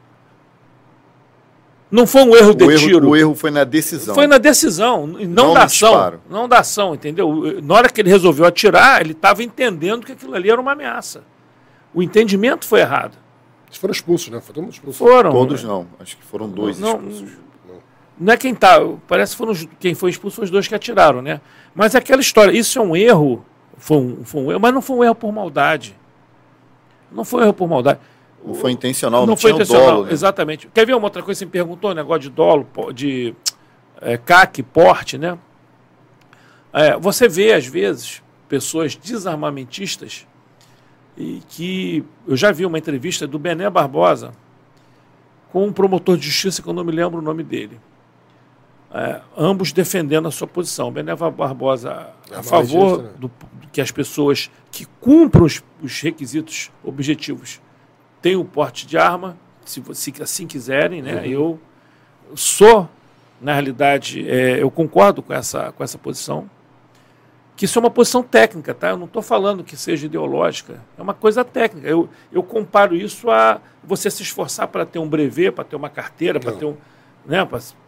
S2: Não foi um erro de tiro.
S1: O erro foi na decisão.
S2: Foi na decisão, não da ação. Disparo. Não da ação, entendeu? Na hora que ele resolveu atirar, ele estava entendendo que aquilo ali era uma ameaça. O entendimento foi errado.
S3: Eles foram expulsos, né? Foram expulsos.
S2: Foram.
S1: Todos não. Acho que foram dois expulsos.
S2: Não é quem tá. Parece que quem foi expulso foi os dois que atiraram, né? Mas é aquela história. Isso é um erro. Foi um erro, mas não foi um erro por maldade. Não foi um erro por maldade.
S1: Não foi intencional,
S2: não foi intencional,
S1: dolo, né?
S2: Exatamente. Quer ver uma outra coisa que você me perguntou? Negócio de dolo, de CAC, porte, né? Você vê, às vezes, pessoas desarmamentistas e que... Eu já vi uma entrevista do Bené Barbosa com um promotor de justiça que eu não me lembro o nome dele. Ambos defendendo a sua posição. Bené Barbosa a favor do que as pessoas que cumpram os requisitos objetivos tenham o porte de arma, se assim quiserem, né? Eu sou, na realidade, eu concordo com essa posição, que isso é uma posição técnica, tá? Eu não estou falando que seja ideológica, é uma coisa técnica. Eu comparo isso a você se esforçar para ter um brevet, para ter uma carteira, para ter um... Né,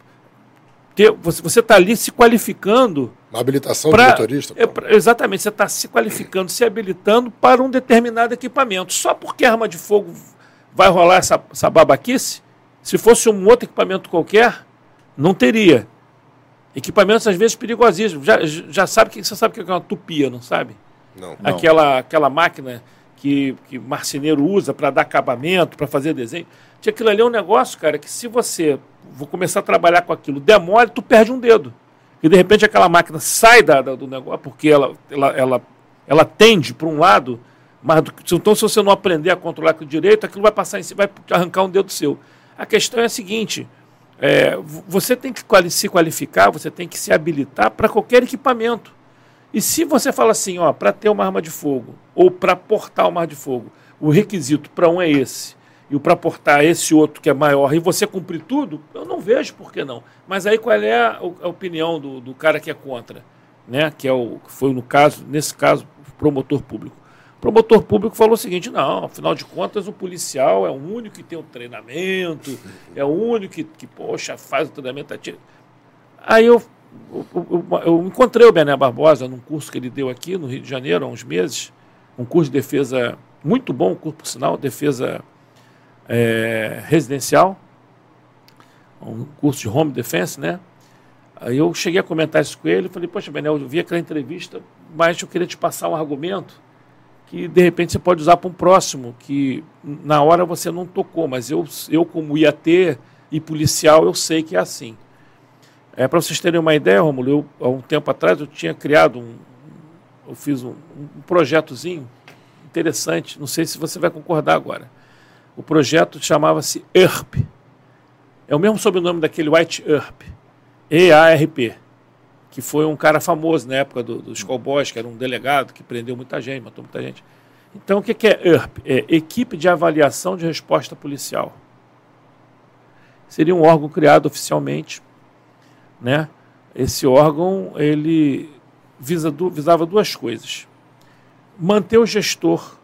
S2: você está ali se qualificando...
S3: Uma habilitação de motorista.
S2: Exatamente, você está se qualificando, se habilitando para um determinado equipamento. Só porque a arma de fogo vai rolar essa babaquice, se fosse um outro equipamento qualquer, não teria. Equipamentos, às vezes, perigosíssimos. Você sabe que é uma tupia, não sabe?
S3: Não.
S2: Aquela máquina que marceneiro usa para dar acabamento, para fazer desenho. Aquilo ali é um negócio, cara, que se você... Vou começar a trabalhar com aquilo, demole, tu perde um dedo. E de repente aquela máquina sai do negócio, porque ela tende para um lado, mas então se você não aprender a controlar com o direito, aquilo vai passar em cima, vai arrancar um dedo seu. A questão é a seguinte, você tem que se qualificar, você tem que se habilitar para qualquer equipamento. E se você fala assim, para ter uma arma de fogo, ou para portar uma arma de fogo, o requisito para um é esse, e para portar esse outro que é maior, e você cumprir tudo, eu não vejo por que não. Mas aí qual é a opinião do cara que é contra? Né? Que foi, nesse caso, o promotor público. O promotor público falou o seguinte, não, afinal de contas, o policial é o único que tem o treinamento, é o único que poxa, faz o treinamento. Aí eu encontrei o Bené Barbosa num curso que ele deu aqui no Rio de Janeiro há uns meses, um curso de defesa muito bom, um curso, por sinal, defesa residencial, um curso de Home Defense, né? Aí eu cheguei a comentar isso com ele, falei, poxa, Benel, eu vi aquela entrevista, mas eu queria te passar um argumento que, de repente, você pode usar para um próximo, que na hora você não tocou, mas eu como IAT e policial, eu sei que é assim. Para vocês terem uma ideia, Rômulo, há um tempo atrás, eu tinha criado eu fiz um projetozinho interessante, não sei se você vai concordar agora. O projeto chamava-se EARP. É o mesmo sobrenome daquele White Earp, EARP, que foi um cara famoso na época dos cowboys, que era um delegado que prendeu muita gente, matou muita gente. Então, o que é EARP? É Equipe de Avaliação de Resposta Policial. Seria um órgão criado oficialmente, né? Esse órgão, ele visava duas coisas. Manter o gestor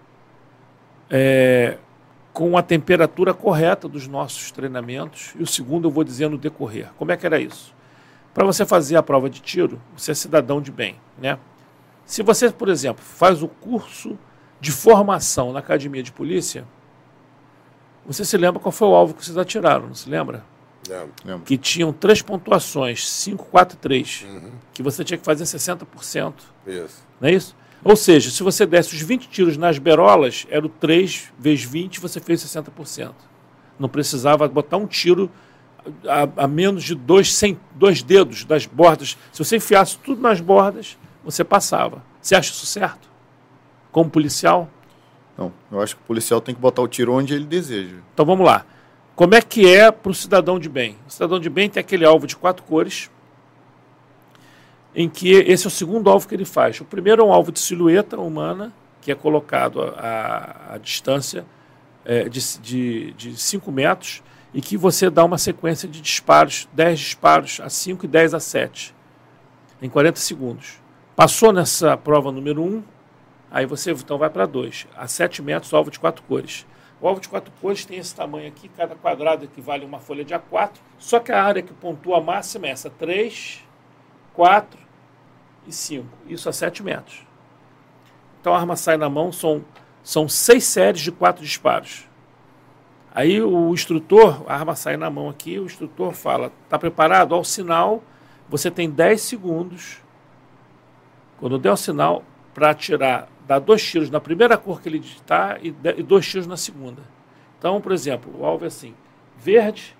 S2: com a temperatura correta dos nossos treinamentos, e o segundo eu vou dizer no decorrer. Como é que era isso? Para você fazer a prova de tiro, você é cidadão de bem, né? Se você, por exemplo, faz o curso de formação na Academia de Polícia, você se lembra qual foi o alvo que vocês atiraram, não se lembra?
S3: Lembro.
S2: Que tinham 3 pontuações, 5, 4 e 3, que você tinha que fazer 60%.
S3: Isso.
S2: Não é isso? Ou seja, se você desse os 20 tiros nas berolas, era o 3 vezes 20, você fez 60%. Não precisava botar um tiro a menos de dois dedos das bordas. Se você enfiasse tudo nas bordas, você passava. Você acha isso certo? Como policial?
S1: Não, eu acho que o policial tem que botar o tiro onde ele deseja.
S2: Então vamos lá. Como é que é para o cidadão de bem? O cidadão de bem tem aquele alvo de 4 cores, em que esse é o segundo alvo que ele faz. O primeiro é um alvo de silhueta humana, que é colocado a distância de 5 metros, e que você dá uma sequência de disparos, 10 disparos a 5 e 10 a 7, em 40 segundos. Passou nessa prova número 1, aí você então vai para 2. A 7 metros, alvo de 4 cores. O alvo de 4 cores tem esse tamanho aqui, cada quadrado equivale a uma folha de A4, só que a área que pontua máxima é essa, 3, 4 e 5. Isso a 7 metros. Então a arma sai na mão, são 6 séries de 4 disparos. Aí o instrutor, a arma sai na mão aqui, o instrutor fala, está preparado? Ao sinal, você tem 10 segundos, quando der o sinal, para atirar, dar 2 tiros na primeira cor que ele está e 2 tiros na segunda. Então, por exemplo, o alvo é assim, verde,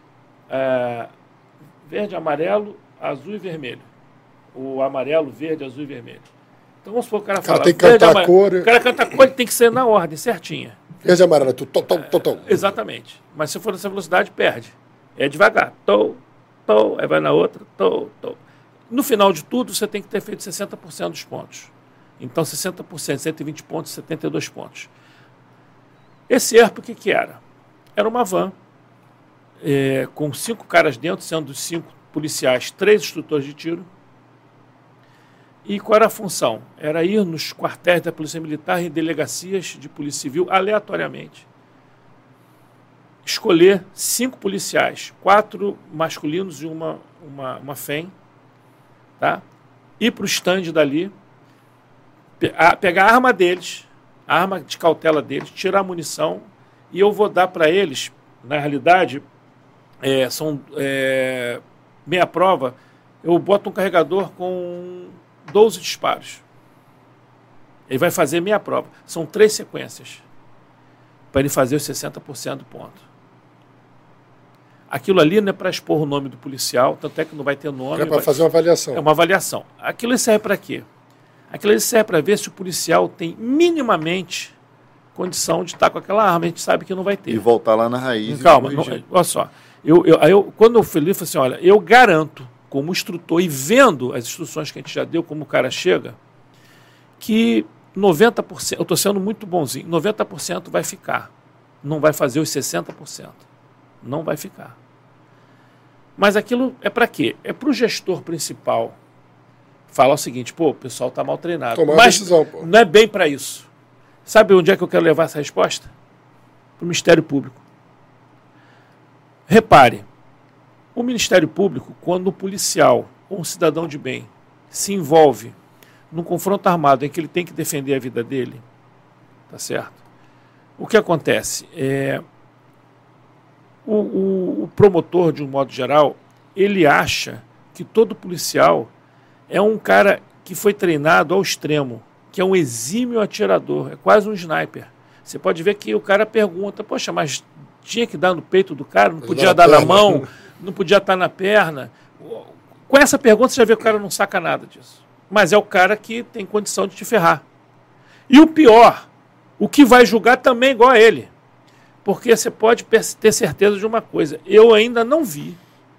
S2: amarelo, azul e vermelho. O amarelo, verde, azul e vermelho. Então vamos supor que o cara fala,
S3: tem que cantar a cor.
S2: O cara canta a cor, ele tem que ser na ordem, certinha.
S3: Verde e amarelo,
S2: Exatamente. Mas se for nessa velocidade, perde. É devagar. Aí vai na outra, No final de tudo, você tem que ter feito 60% dos pontos. Então, 60%, 120 pontos, 72 pontos. Esse ERP, o que era? Era uma van com 5 caras dentro, sendo dos 5 policiais, 3 instrutores de tiro. E qual era a função? Era ir nos quartéis da Polícia Militar e delegacias de Polícia Civil, aleatoriamente, escolher 5 policiais, 4 masculinos e uma fém, tá? Ir para o stand dali, pegar a arma deles, a arma de cautela deles, tirar a munição, e eu vou dar para eles, na realidade, meia prova, eu boto um carregador com 12 disparos. Ele vai fazer meia prova. São 3 sequências para ele fazer os 60% do ponto. Aquilo ali não é para expor o nome do policial, tanto é que não vai ter nome.
S3: É para fazer uma avaliação.
S2: É uma avaliação. Aquilo serve para quê? Aquilo serve para ver se o policial tem minimamente condição de estar com aquela arma. A gente sabe que não vai ter.
S1: E voltar lá na raiz.
S2: Calma, olha só. Quando eu falei assim, olha, eu garanto, como instrutor, e vendo as instruções que a gente já deu, como o cara chega, que 90%, eu estou sendo muito bonzinho, 90% vai ficar. Não vai fazer os 60%. Não vai ficar. Mas aquilo é para quê? É para o gestor principal falar o seguinte, o pessoal está mal treinado.
S3: Tomar
S2: mas
S3: decisão, pô.
S2: Não é bem para isso. Sabe onde é que eu quero levar essa resposta? Para o Ministério Público. Repare, o Ministério Público, quando o policial ou um cidadão de bem se envolve num confronto armado em que ele tem que defender a vida dele, tá certo? O que acontece? O promotor, de um modo geral, ele acha que todo policial é um cara que foi treinado ao extremo, que é um exímio atirador, é quase um sniper. Você pode ver que o cara pergunta, poxa, mas tinha que dar no peito do cara, não podia dar na mão, não podia estar na perna. Com essa pergunta você já vê que o cara não saca nada disso. Mas é o cara que tem condição de te ferrar. E o pior, o que vai julgar também é igual a ele. Porque você pode ter certeza de uma coisa, eu ainda não vi,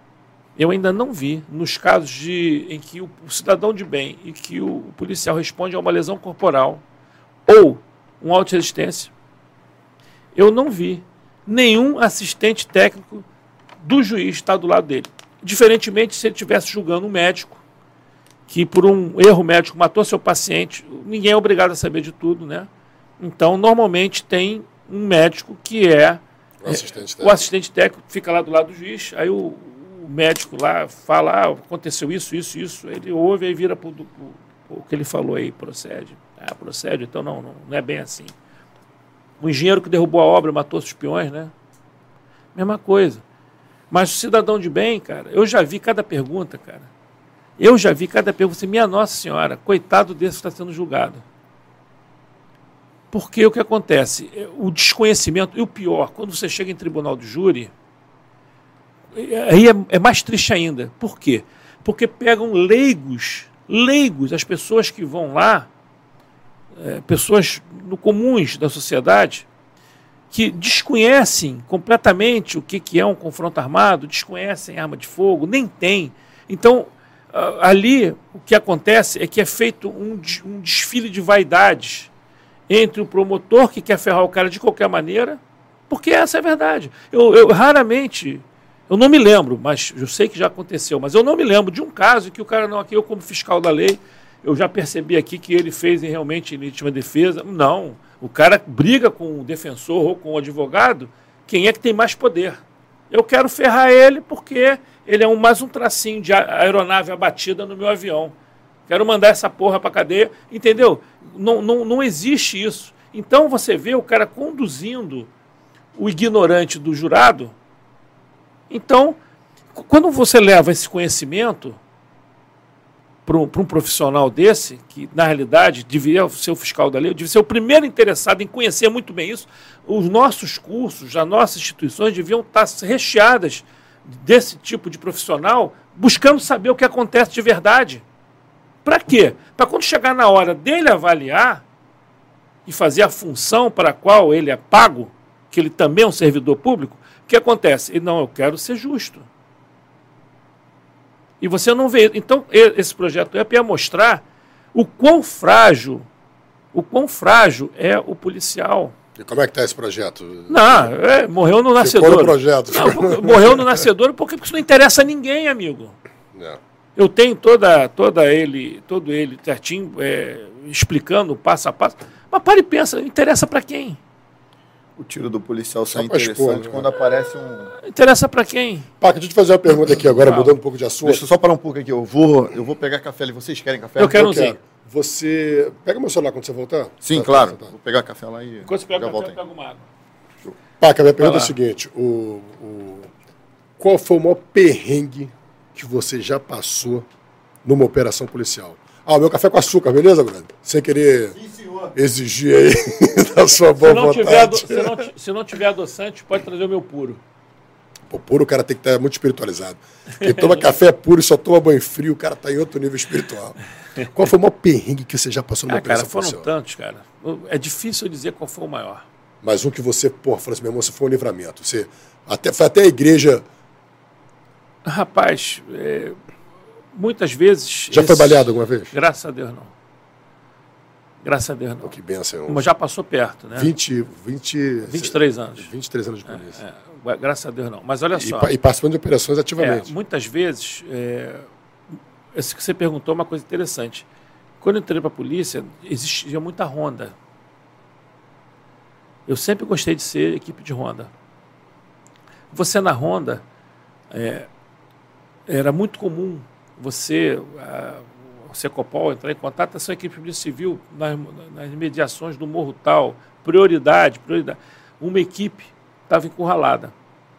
S2: nos casos em que o cidadão de bem e que o policial responde a uma lesão corporal ou uma auto-resistência, eu não vi nenhum assistente técnico do juiz estar do lado dele. Diferentemente se ele estivesse julgando um médico que por um erro médico matou seu paciente, ninguém é obrigado a saber de tudo, né? Então, normalmente tem um médico que é o assistente técnico, fica lá do lado do juiz, aí o médico lá fala, aconteceu isso, ele ouve e vira pro o que ele falou aí, procede. Procede, então não é bem assim. O engenheiro que derrubou a obra matou os espiões, né? Mesma coisa. Mas o cidadão de bem, cara, eu já vi cada pergunta, cara. Minha Nossa Senhora, coitado desse que está sendo julgado. Porque o que acontece? O desconhecimento, e o pior, quando você chega em tribunal de júri, aí é mais triste ainda. Por quê? Porque pegam leigos, as pessoas que vão lá, pessoas comuns da sociedade, que desconhecem completamente o que é um confronto armado, desconhecem arma de fogo, nem tem. Então, ali, o que acontece é que é feito um desfile de vaidades entre o promotor, que quer ferrar o cara de qualquer maneira, porque essa é a verdade. Eu raramente, eu não me lembro, mas eu sei que já aconteceu, mas eu não me lembro de um caso que o cara não, aqui eu como fiscal da lei, eu já percebi aqui que ele fez realmente em legítima defesa. Não, o cara briga com o defensor ou com o advogado, quem é que tem mais poder? Eu quero ferrar ele porque ele é mais um tracinho de aeronave abatida no meu avião. Quero mandar essa porra para cadeia, entendeu? Não existe isso. Então você vê o cara conduzindo o ignorante do jurado. Então, quando você leva esse conhecimento para um profissional desse, que na realidade deveria ser o fiscal da lei, deveria ser o primeiro interessado em conhecer muito bem isso, os nossos cursos, as nossas instituições deviam estar recheadas desse tipo de profissional, buscando saber o que acontece de verdade. Para quê? Para quando chegar na hora dele avaliar e fazer a função para a qual ele é pago, que ele também é um servidor público, o que acontece? Ele, não, eu quero ser justo. E você não vê. Então, esse projeto é para mostrar o quão frágil é o policial.
S3: E como é que está esse projeto?
S2: Não, morreu no nascedouro.
S3: Ficou no projeto.
S2: Não, morreu no nascedouro porque isso não interessa a ninguém, amigo.
S3: Não.
S2: Eu tenho todo ele certinho, explicando passo a passo. Mas para e pensa, interessa para quem?
S1: O tiro do policial só é
S3: interessante
S1: interessante quando aparece um...
S2: Interessa para quem?
S3: Paca, deixa eu te fazer uma pergunta aqui agora, mudando um pouco de assunto.
S1: Deixa eu só parar um pouco aqui. Eu vou pegar café ali. Vocês querem café?
S2: Eu quero um zinho.
S3: Você... Pega meu celular quando você voltar?
S1: Sim, claro. Vou pegar café lá e...
S2: Quando você pega o café, eu pego uma água.
S3: Paca, minha pergunta é a seguinte. Qual foi o maior perrengue que você já passou numa operação policial? O meu café com açúcar, beleza, Bruno? Sem querer exigir aí da sua boa vontade.
S2: Se não tiver adoçante, pode trazer o meu puro.
S3: Pô, puro o cara tem que estar muito espiritualizado. Quem toma café puro e só toma banho frio, o cara está em outro nível espiritual. Qual foi o maior perrengue que você já passou numa operação policial?
S2: Foram tantos, cara. É difícil dizer qual foi o maior.
S3: Mas um que você, falou assim, meu irmão, você foi um livramento. Você foi até a igreja...
S2: Rapaz, muitas vezes...
S3: Já foi baleado alguma vez?
S2: Graças a Deus, não. Graças a Deus, não.
S3: Que benção.
S2: Mas já passou perto, né?
S3: 23
S2: anos.
S3: 23 anos de polícia.
S2: Graças a Deus, não. Mas olha só...
S3: E participando de operações ativamente.
S2: Muitas vezes, isso que você perguntou é uma coisa interessante. Quando eu entrei para a polícia, existia muita ronda. Eu sempre gostei de ser equipe de ronda. Você na ronda... era muito comum o Secopol entrar em contato com a sua equipe de polícia civil nas mediações do Morro Tal, prioridade. Uma equipe estava encurralada.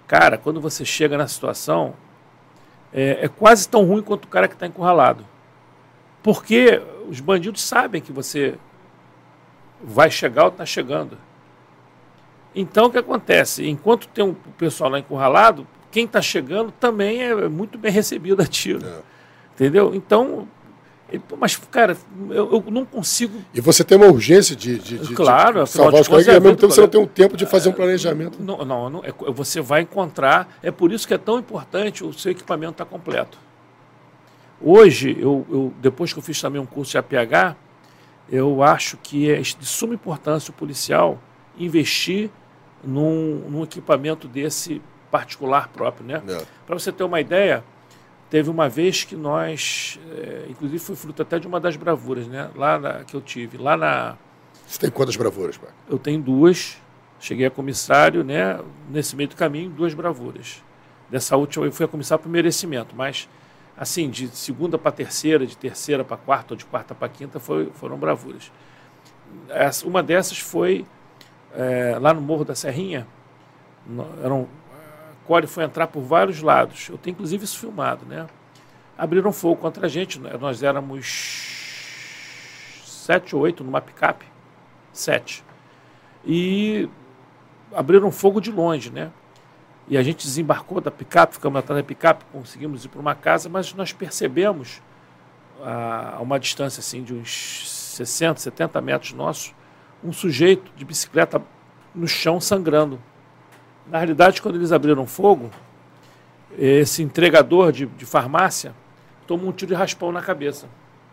S2: cara, quando você chega na situação, é quase tão ruim quanto o cara que está encurralado. Porque os bandidos sabem que você vai chegar ou está chegando. Então, o que acontece? Enquanto tem o pessoal lá encurralado, quem está chegando também é muito bem recebido a tiro. Entendeu? Então, mas, cara, eu não consigo...
S3: E você tem uma urgência de
S2: claro,
S3: salvar os colegas, e ao mesmo tempo você não tem um tempo de fazer um planejamento.
S2: Não, você vai encontrar... É por isso que é tão importante o seu equipamento estar completo. Hoje, depois que eu fiz também um curso de APH, eu acho que é de suma importância o policial investir num equipamento desse particular próprio, né? Para você ter uma ideia, teve uma vez que nós, inclusive foi fruto até de uma das bravuras, né? Que eu tive, lá na...
S3: Você tem quantas bravuras, pai?
S2: Eu tenho 2, cheguei a comissário, né? Nesse meio do caminho, 2 bravuras. Dessa última eu fui a comissário por merecimento, mas assim, de segunda para terceira, de terceira para quarta ou de quarta para quinta foram bravuras. Uma dessas foi lá no Morro da Serrinha, a Core foi entrar por vários lados. Eu tenho inclusive isso filmado, né? Abriram fogo contra a gente. Nós éramos 7 ou 8 numa picape. 7. E abriram fogo de longe, né? E a gente desembarcou da picape, ficamos atrás da picape, conseguimos ir para uma casa, mas nós percebemos a uma distância assim, de uns 60, 70 metros nossos, um sujeito de bicicleta no chão sangrando. Na realidade, quando eles abriram fogo, esse entregador de farmácia tomou um tiro de raspão na cabeça.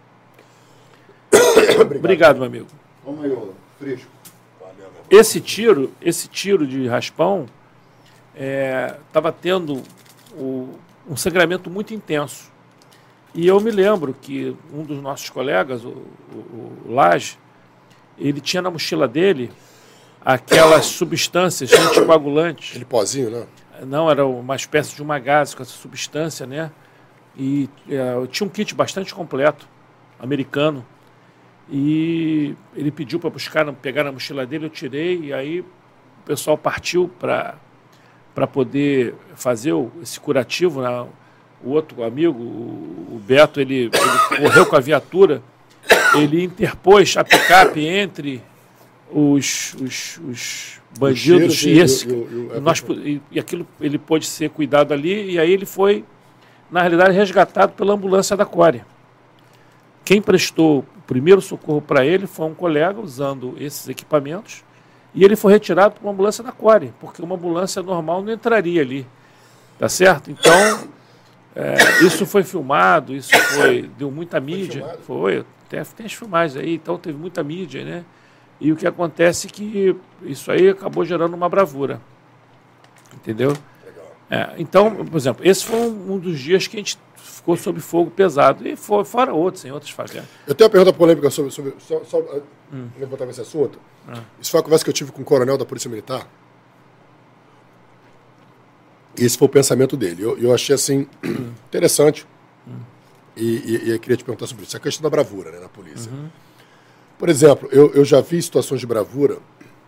S2: Obrigado, meu amigo.
S1: Vamos aí, fresco.
S2: Esse tiro de raspão estava tendo um sangramento muito intenso. E eu me lembro que um dos nossos colegas, o Laje, ele tinha na mochila dele aquelas substâncias anticoagulantes.
S3: Aquele pozinho, né?
S2: Não, era uma espécie de uma gás com essa substância, né? E tinha um kit bastante completo, americano. E ele pediu para pegar na mochila dele, eu tirei, e aí o pessoal partiu para poder fazer esse curativo, né? O outro amigo, o Beto, ele correu com a viatura, ele interpôs a picape entre os bandidos e esse. E aquilo ele pôde ser cuidado ali, e aí ele foi, na realidade, resgatado pela ambulância da Core. Quem prestou o primeiro socorro para ele foi um colega usando esses equipamentos, e ele foi retirado por uma ambulância da Core, porque uma ambulância normal não entraria ali. Tá certo? Então, isso foi filmado, deu muita mídia. Tem as filmagens aí, então teve muita mídia, né? E o que acontece é que isso aí acabou gerando uma bravura. Entendeu? Legal. Então, por exemplo, esse foi um dos dias que a gente ficou sob fogo pesado. E fora outros, em outras favelas.
S3: Eu tenho uma pergunta polêmica sobre só levantar esse assunto. Isso foi uma conversa que eu tive com um coronel da Polícia Militar. E esse foi o pensamento dele. Eu achei assim interessante. E eu queria te perguntar sobre isso. A questão da bravura, né, na polícia. Por exemplo, eu já vi situações de bravura.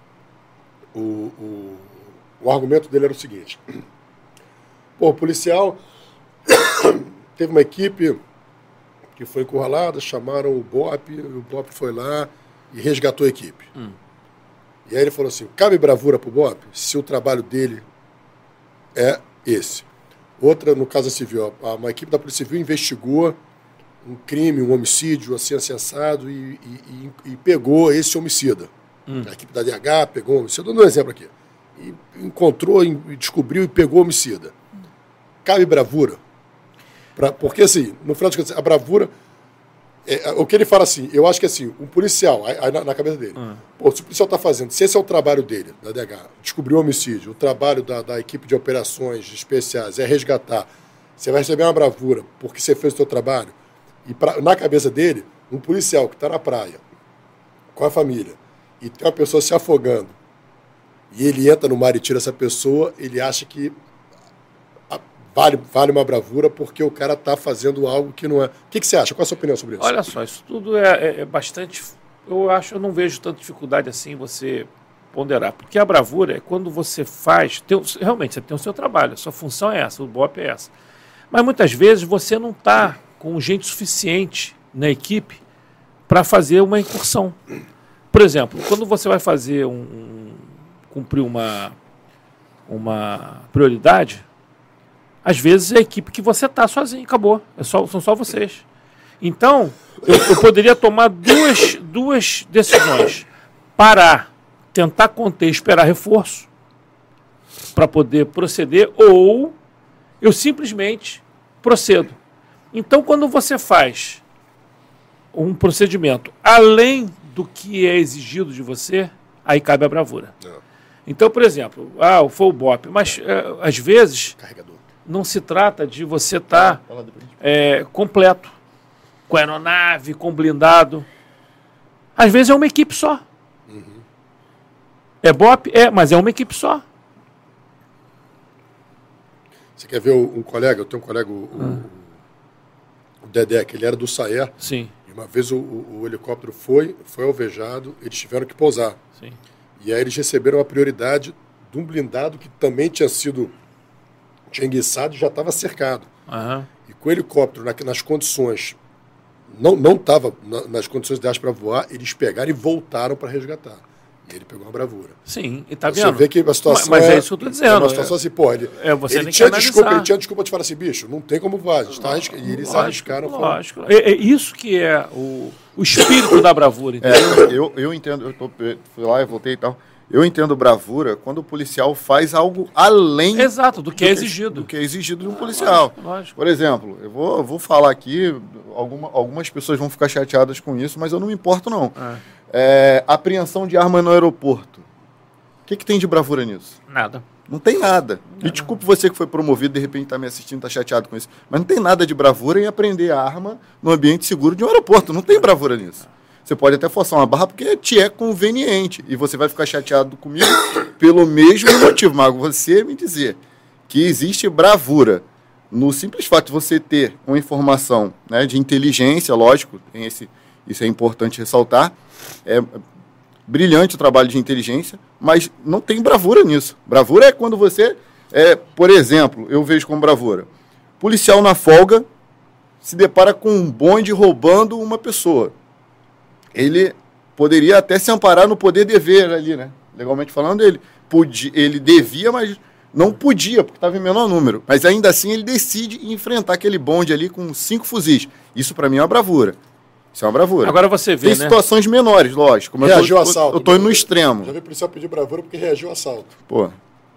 S3: O argumento dele era o seguinte. O policial teve uma equipe que foi encurralada, chamaram o BOP foi lá e resgatou a equipe. E aí ele falou assim, cabe bravura para o BOP se o trabalho dele é esse. Outra, no caso civil, uma equipe da Polícia Civil investigou um crime, um homicídio, assim, assensado, e pegou esse homicida. A equipe da DH pegou o homicida, dando um exemplo aqui. E encontrou, descobriu e pegou o homicida. Cabe bravura? Porque, assim, no final de contas, a bravura... o que ele fala assim, eu acho que assim, um policial, na cabeça dele, se o policial está fazendo, se esse é o trabalho dele, da DH, descobrir o homicídio, o trabalho da equipe de operações especiais é resgatar, você vai receber uma bravura porque você fez o seu trabalho, e na cabeça dele, um policial que está na praia, com a família, e tem uma pessoa se afogando, e ele entra no mar e tira essa pessoa, ele acha que vale uma bravura porque o cara está fazendo algo que não é. O que você acha? Qual é a sua opinião sobre isso?
S2: Olha só, isso tudo é bastante... Eu não vejo tanta dificuldade assim você ponderar. Porque a bravura é quando você faz... realmente, você tem o seu trabalho, a sua função é essa, o BOPE é essa. Mas muitas vezes você não está com gente suficiente na equipe para fazer uma incursão. Por exemplo, quando você vai fazer cumprir uma prioridade, às vezes é a equipe que você está sozinho, acabou. São só vocês. Então, eu poderia tomar duas decisões. Parar, tentar conter, esperar reforço para poder proceder, ou eu simplesmente procedo. Então, quando você faz um procedimento além do que é exigido de você, aí cabe a bravura. Então, por exemplo, foi o BOPE, mas às vezes não se trata de você estar completo, com aeronave, com blindado. Às vezes é uma equipe só. É BOPE? Mas é uma equipe só.
S3: Você quer ver um colega? Eu tenho um colega, o Dedé, que ele era do SAER.
S2: Sim.
S3: E uma vez o helicóptero foi alvejado, eles tiveram que pousar.
S2: Sim.
S3: E aí eles receberam a prioridade de um blindado que também tinha enguiçado e já estava cercado.
S2: Uhum.
S3: E com o helicóptero nas condições, não estava nas condições ideais para voar, eles pegaram e voltaram para resgatar. E ele pegou uma bravura.
S2: Sim, e tá
S3: Você
S2: vendo?
S3: vê que a situação
S2: mas é isso que eu estou dizendo.
S3: É uma situação assim, pô, ele tinha desculpa de falar assim, bicho, não tem como voar. E eles arriscaram.
S2: Lógico. É isso que é o espírito da bravura.
S1: Eu entendo, fui lá e voltei e tal. Eu entendo bravura quando o policial faz algo além...
S2: Exato, do que é exigido.
S1: Do que é exigido de um policial.
S2: Lógico.
S1: Por exemplo, eu vou falar aqui, algumas pessoas vão ficar chateadas com isso, mas eu não me importo, não. Apreensão de arma no aeroporto. O que tem de bravura nisso?
S2: Nada.
S1: Não tem nada. Me desculpe você que foi promovido, de repente está me assistindo, está chateado com isso. Mas não tem nada de bravura em apreender a arma no ambiente seguro de um aeroporto. Não tem bravura nisso. Você pode até forçar uma barra porque te é conveniente. E você vai ficar chateado comigo pelo mesmo motivo. Mas você me dizer que existe bravura no simples fato de você ter uma informação, né, de inteligência, lógico, isso é importante ressaltar. É brilhante o trabalho de inteligência, mas não tem bravura nisso. Bravura é quando você, por exemplo, eu vejo como bravura, policial na folga se depara com um bonde roubando uma pessoa. Ele poderia até se amparar no poder dever ali, né? Legalmente falando, ele devia, mas não podia, porque estava em menor número. Mas ainda assim ele decide enfrentar aquele bonde ali com 5 fuzis. Isso para mim é uma bravura. Isso é uma bravura.
S2: Agora você vê,
S1: tem situações menores, lógico. Como
S3: reagiu ao assalto.
S1: Eu estou indo no extremo.
S3: Já vi o policial pedir bravura porque reagiu ao assalto.
S1: Pô.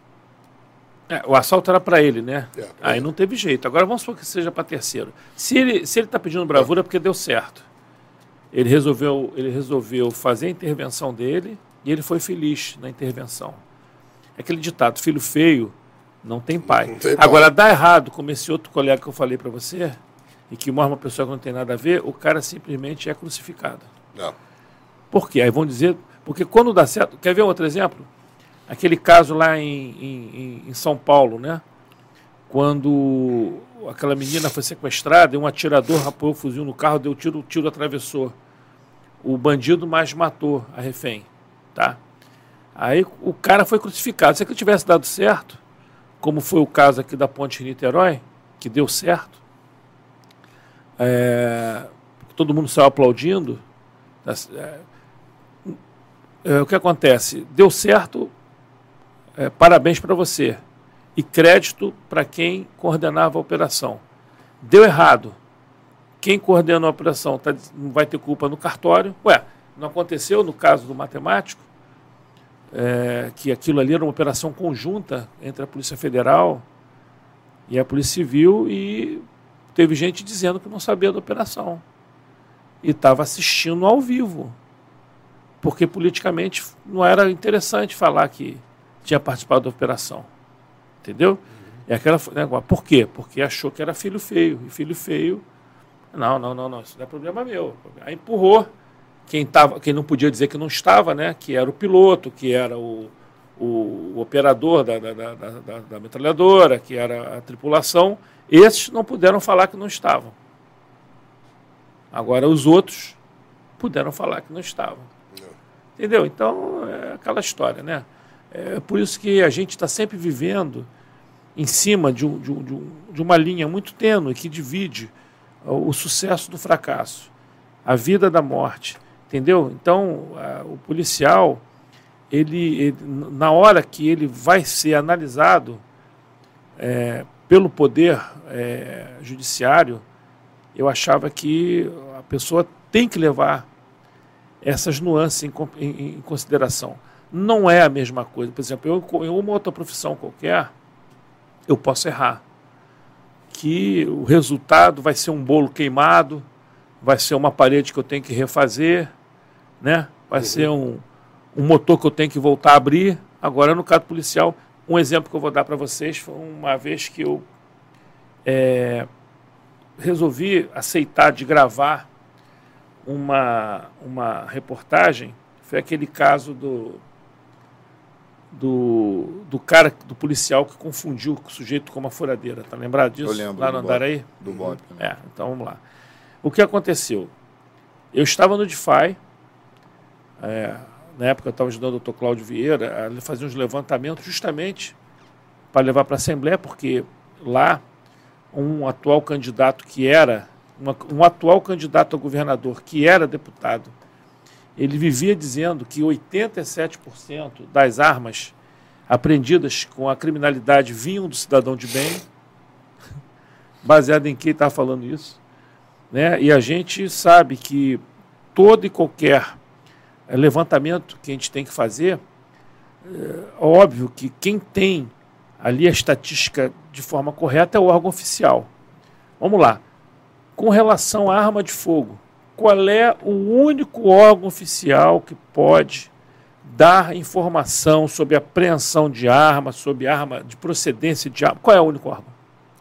S2: O assalto era para ele, né? Aí não teve jeito. Agora vamos supor que seja para terceiro. Se ele está pedindo bravura é porque deu certo. Ele resolveu fazer a intervenção dele e ele foi feliz na intervenção. É aquele ditado, filho feio não tem pai.
S3: Não tem pai.
S2: Agora, dá errado, como esse outro colega que eu falei para você, e que morre uma pessoa que não tem nada a ver, o cara simplesmente é crucificado.
S3: Não.
S2: Por quê? Aí vão dizer... Porque quando dá certo... Quer ver um outro exemplo? Aquele caso lá em São Paulo, né? Quando aquela menina foi sequestrada e um atirador apoiou o fuzil no carro, deu tiro, o tiro atravessou o bandido, mas matou a refém, tá? Aí o cara foi crucificado. Se aquilo tivesse dado certo, como foi o caso aqui da Ponte de Niterói, que deu certo, todo mundo saiu aplaudindo, o que acontece? Deu certo, parabéns para você. E crédito para quem coordenava a operação. Deu errado. Quem coordena a operação não vai ter culpa no cartório. Não aconteceu no caso do matemático, que aquilo ali era uma operação conjunta entre a Polícia Federal e a Polícia Civil, e teve gente dizendo que não sabia da operação. E estava assistindo ao vivo. Porque politicamente não era interessante falar que tinha participado da operação. Entendeu? É aquela, né, por quê? Porque achou que era filho feio. E filho feio, não, isso não é problema meu. Aí empurrou quem não podia dizer que não estava, né? Que era o piloto, que era o operador da metralhadora, que era a tripulação. Esses não puderam falar que não estavam. Agora os outros puderam falar que não estavam. Entendeu? Então, é aquela história, né? É por isso que a gente está sempre vivendo em cima de uma linha muito tênue que divide o sucesso do fracasso, a vida da morte, entendeu? Então, o policial, ele, na hora que ele vai ser analisado pelo poder judiciário, eu achava que a pessoa tem que levar essas nuances em consideração. Não é a mesma coisa. Por exemplo, em uma outra profissão qualquer, eu posso errar. Que o resultado vai ser um bolo queimado, vai ser uma parede que eu tenho que refazer, né? Vai ser um motor que eu tenho que voltar a abrir. Agora, no caso policial, um exemplo que eu vou dar para vocês foi uma vez que eu resolvi aceitar de gravar uma reportagem. Foi aquele caso do cara, do policial que confundiu o sujeito com uma furadeira. Tá lembrado disso?
S1: Eu lembro.
S2: Lá no Andaraí?
S1: Do BOP.
S2: Né? Então vamos lá. O que aconteceu? Eu estava no DeFi, na época eu estava ajudando o Dr. Cláudio Vieira, ele fazia uns levantamentos justamente para levar para a Assembleia, porque lá um atual candidato um atual candidato a governador que era deputado, ele vivia dizendo que 87% das armas apreendidas com a criminalidade vinham do cidadão de bem, baseado em quem está falando isso, né? E a gente sabe que todo e qualquer levantamento que a gente tem que fazer, óbvio que quem tem ali a estatística de forma correta é o órgão oficial. Vamos lá. Com relação à arma de fogo, qual é o único órgão oficial que pode dar informação sobre apreensão de arma, sobre arma de procedência de arma? Qual é o único órgão?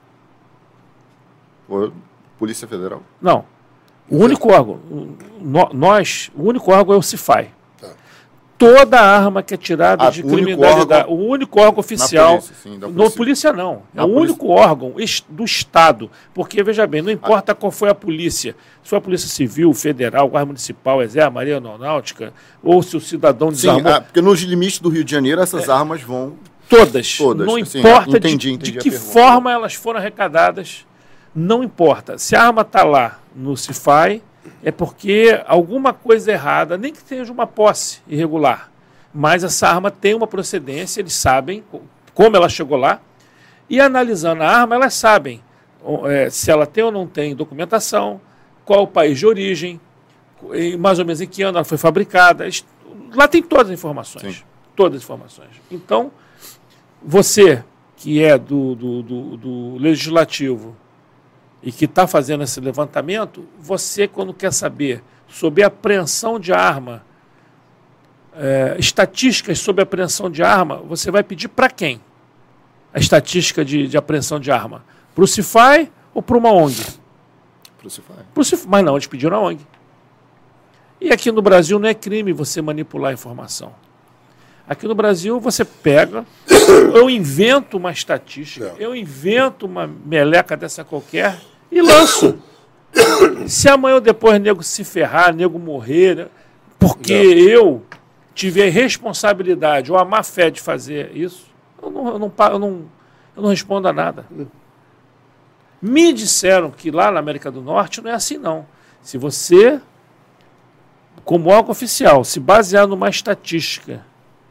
S1: Polícia Federal?
S2: Não. O único órgão, o único órgão é o CIFAI. Toda arma que é tirada de criminalidade, o único órgão oficial, não polícia não, é o único órgão do Estado, porque, veja bem, não importa qual foi a polícia, se foi a Polícia Civil, Federal, Guarda Municipal, Exército, Marinha Aeronáutica, ou se o cidadão desarmou.
S1: Sim, porque nos limites do Rio de Janeiro essas armas vão...
S2: Todas. Não
S1: assim,
S2: importa de que forma elas foram arrecadadas, não importa. Se a arma está lá no CIFAI, é porque alguma coisa errada, nem que seja uma posse irregular, mas essa arma tem uma procedência, eles sabem como ela chegou lá, e analisando a arma, elas sabem se ela tem ou não tem documentação, qual o país de origem, mais ou menos em que ano ela foi fabricada. Lá tem todas as informações. Sim. Todas as informações. Então, você que é do Legislativo, e que está fazendo esse levantamento, você, quando quer saber sobre apreensão de arma, estatísticas sobre apreensão de arma, você vai pedir para quem? A estatística de apreensão de arma? Para o CIFAI ou para uma ONG?
S1: Para o CIFAI.
S2: Mas não, eles pediram a ONG. E aqui no Brasil não é crime você manipular a informação. Aqui no Brasil você pega, eu invento uma estatística, eu invento uma meleca dessa qualquer e lanço. Se amanhã ou depois o nego se ferrar, o nego morrer, né, porque eu tive a responsabilidade ou a má fé de fazer isso, eu não respondo a nada. Me disseram que lá na América do Norte não é assim, não. Se você, como órgão oficial, se basear numa estatística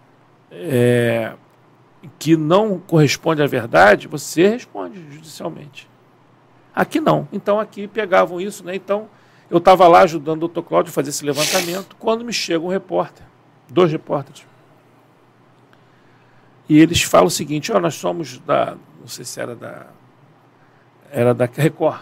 S2: que não corresponde à verdade, você responde judicialmente. Aqui não. Então aqui pegavam isso, né? Então eu estava lá ajudando o Dr. Cláudio a fazer esse levantamento, quando me chega um repórter, 2 repórteres, e eles falam o seguinte: nós somos não sei se era da Record,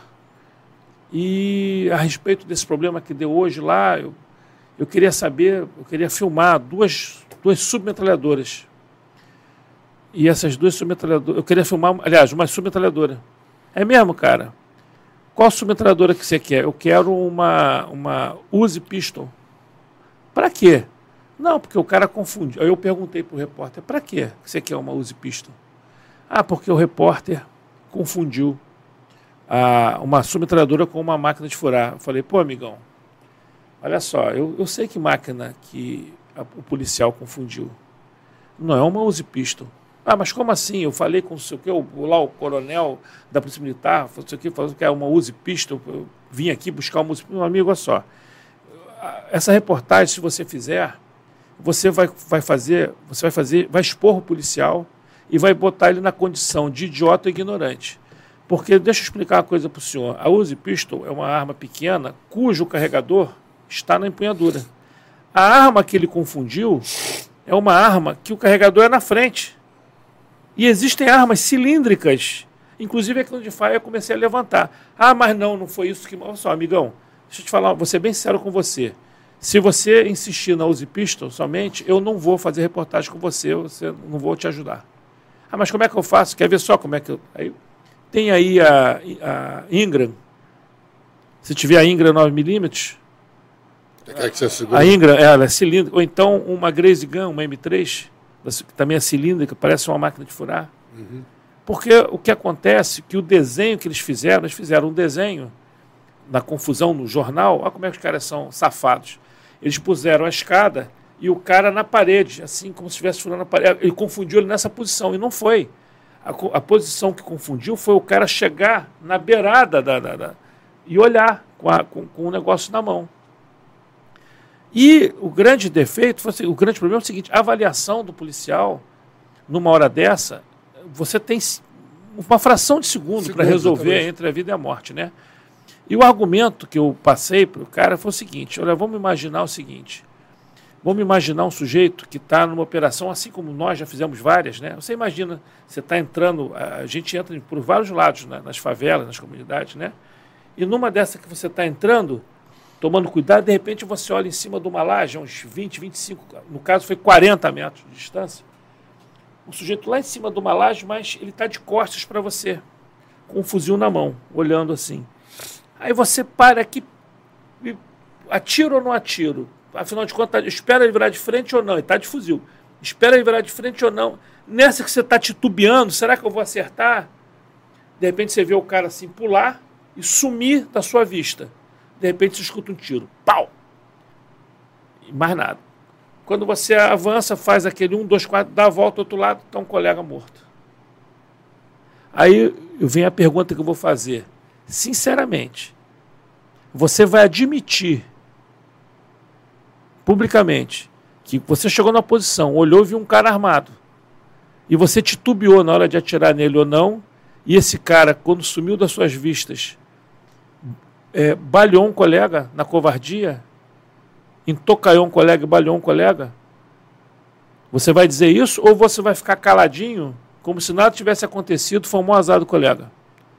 S2: e a respeito desse problema que deu hoje lá, eu queria saber, eu queria filmar duas submetralhadoras. E essas 2 submetralhadoras, eu queria filmar, aliás, uma submetralhadora. É mesmo, cara? Qual submetralhadora que você quer? Eu quero uma Uzi Pistol. Para quê? Não, porque o cara confundiu. Aí eu perguntei para o repórter: para quê que você quer uma Uzi Pistol? Porque o repórter confundiu uma submetralhadora com uma máquina de furar. Eu falei: pô, amigão, olha só, eu sei que máquina que o policial confundiu. Não é uma Uzi Pistol. Ah, mas como assim? Eu falei com o coronel da Polícia Militar, falou que é uma Uzi Pistol, eu vim aqui buscar uma Uzi Pistol. Meu amigo, olha só, essa reportagem, se você fizer, você vai expor o policial e vai botar ele na condição de idiota ou ignorante. Porque, deixa eu explicar uma coisa para o senhor, a Uzi Pistol é uma arma pequena cujo carregador está na empunhadura. A arma que ele confundiu é uma arma que o carregador é na frente. E existem armas cilíndricas. Inclusive, aquilo de faia eu comecei a levantar. Ah, mas não foi isso que... Olha só, amigão, deixa eu te falar, vou ser bem sincero com você. Se você insistir na Uzi Pistol somente, eu não vou fazer reportagem com você, não vou te ajudar. Ah, mas como é que eu faço? Quer ver só como é que eu... Aí, tem aí a Ingram. Se tiver a Ingram 9mm... A Ingram, ela é cilíndrica. Ou então uma Graze Gun, uma M3... que também é cilíndrica, parece uma máquina de furar. Uhum. Porque o que acontece, que o desenho que eles fizeram um desenho, na confusão no jornal, olha como é que os caras são safados. Eles puseram a escada e o cara na parede, assim como se estivesse furando a parede. Ele confundiu ele nessa posição, e não foi. A posição que confundiu foi o cara chegar na beirada e olhar com o negócio na mão. E o grande defeito, o grande problema é o seguinte, a avaliação do policial, numa hora dessa, você tem uma fração de segundo para resolver entre a vida e a morte, né? E o argumento que eu passei para o cara foi o seguinte, olha, vamos imaginar o seguinte, vamos imaginar um sujeito que está numa operação, assim como nós já fizemos várias, né? Você imagina, você está entrando, a gente entra por vários lados, né? Nas favelas, nas comunidades, né? E numa dessa que você está entrando, tomando cuidado, de repente você olha em cima de uma laje, uns 20, 25, no caso foi 40 metros de distância, o sujeito lá em cima de uma laje, mas ele está de costas para você, com um fuzil na mão, olhando assim. Aí você para aqui, atiro ou não atiro? Afinal de contas, espera ele virar de frente ou não? Ele está de fuzil. Espera ele virar de frente ou não? Nessa que você está titubeando, será que eu vou acertar? De repente você vê o cara assim pular e sumir da sua vista. De repente você escuta um tiro. Pau! E mais nada. Quando você avança, faz aquele 1, 2, 4, dá a volta do outro lado, está um colega morto. Aí vem a pergunta que eu vou fazer. Sinceramente, você vai admitir publicamente que você chegou numa posição, olhou e viu um cara armado, e você titubeou na hora de atirar nele ou não, e esse cara, quando sumiu das suas vistas, baleou um colega na covardia, entocaiou um colega e baleou um colega? Você vai dizer isso ou você vai ficar caladinho, como se nada tivesse acontecido, foi um azar do colega?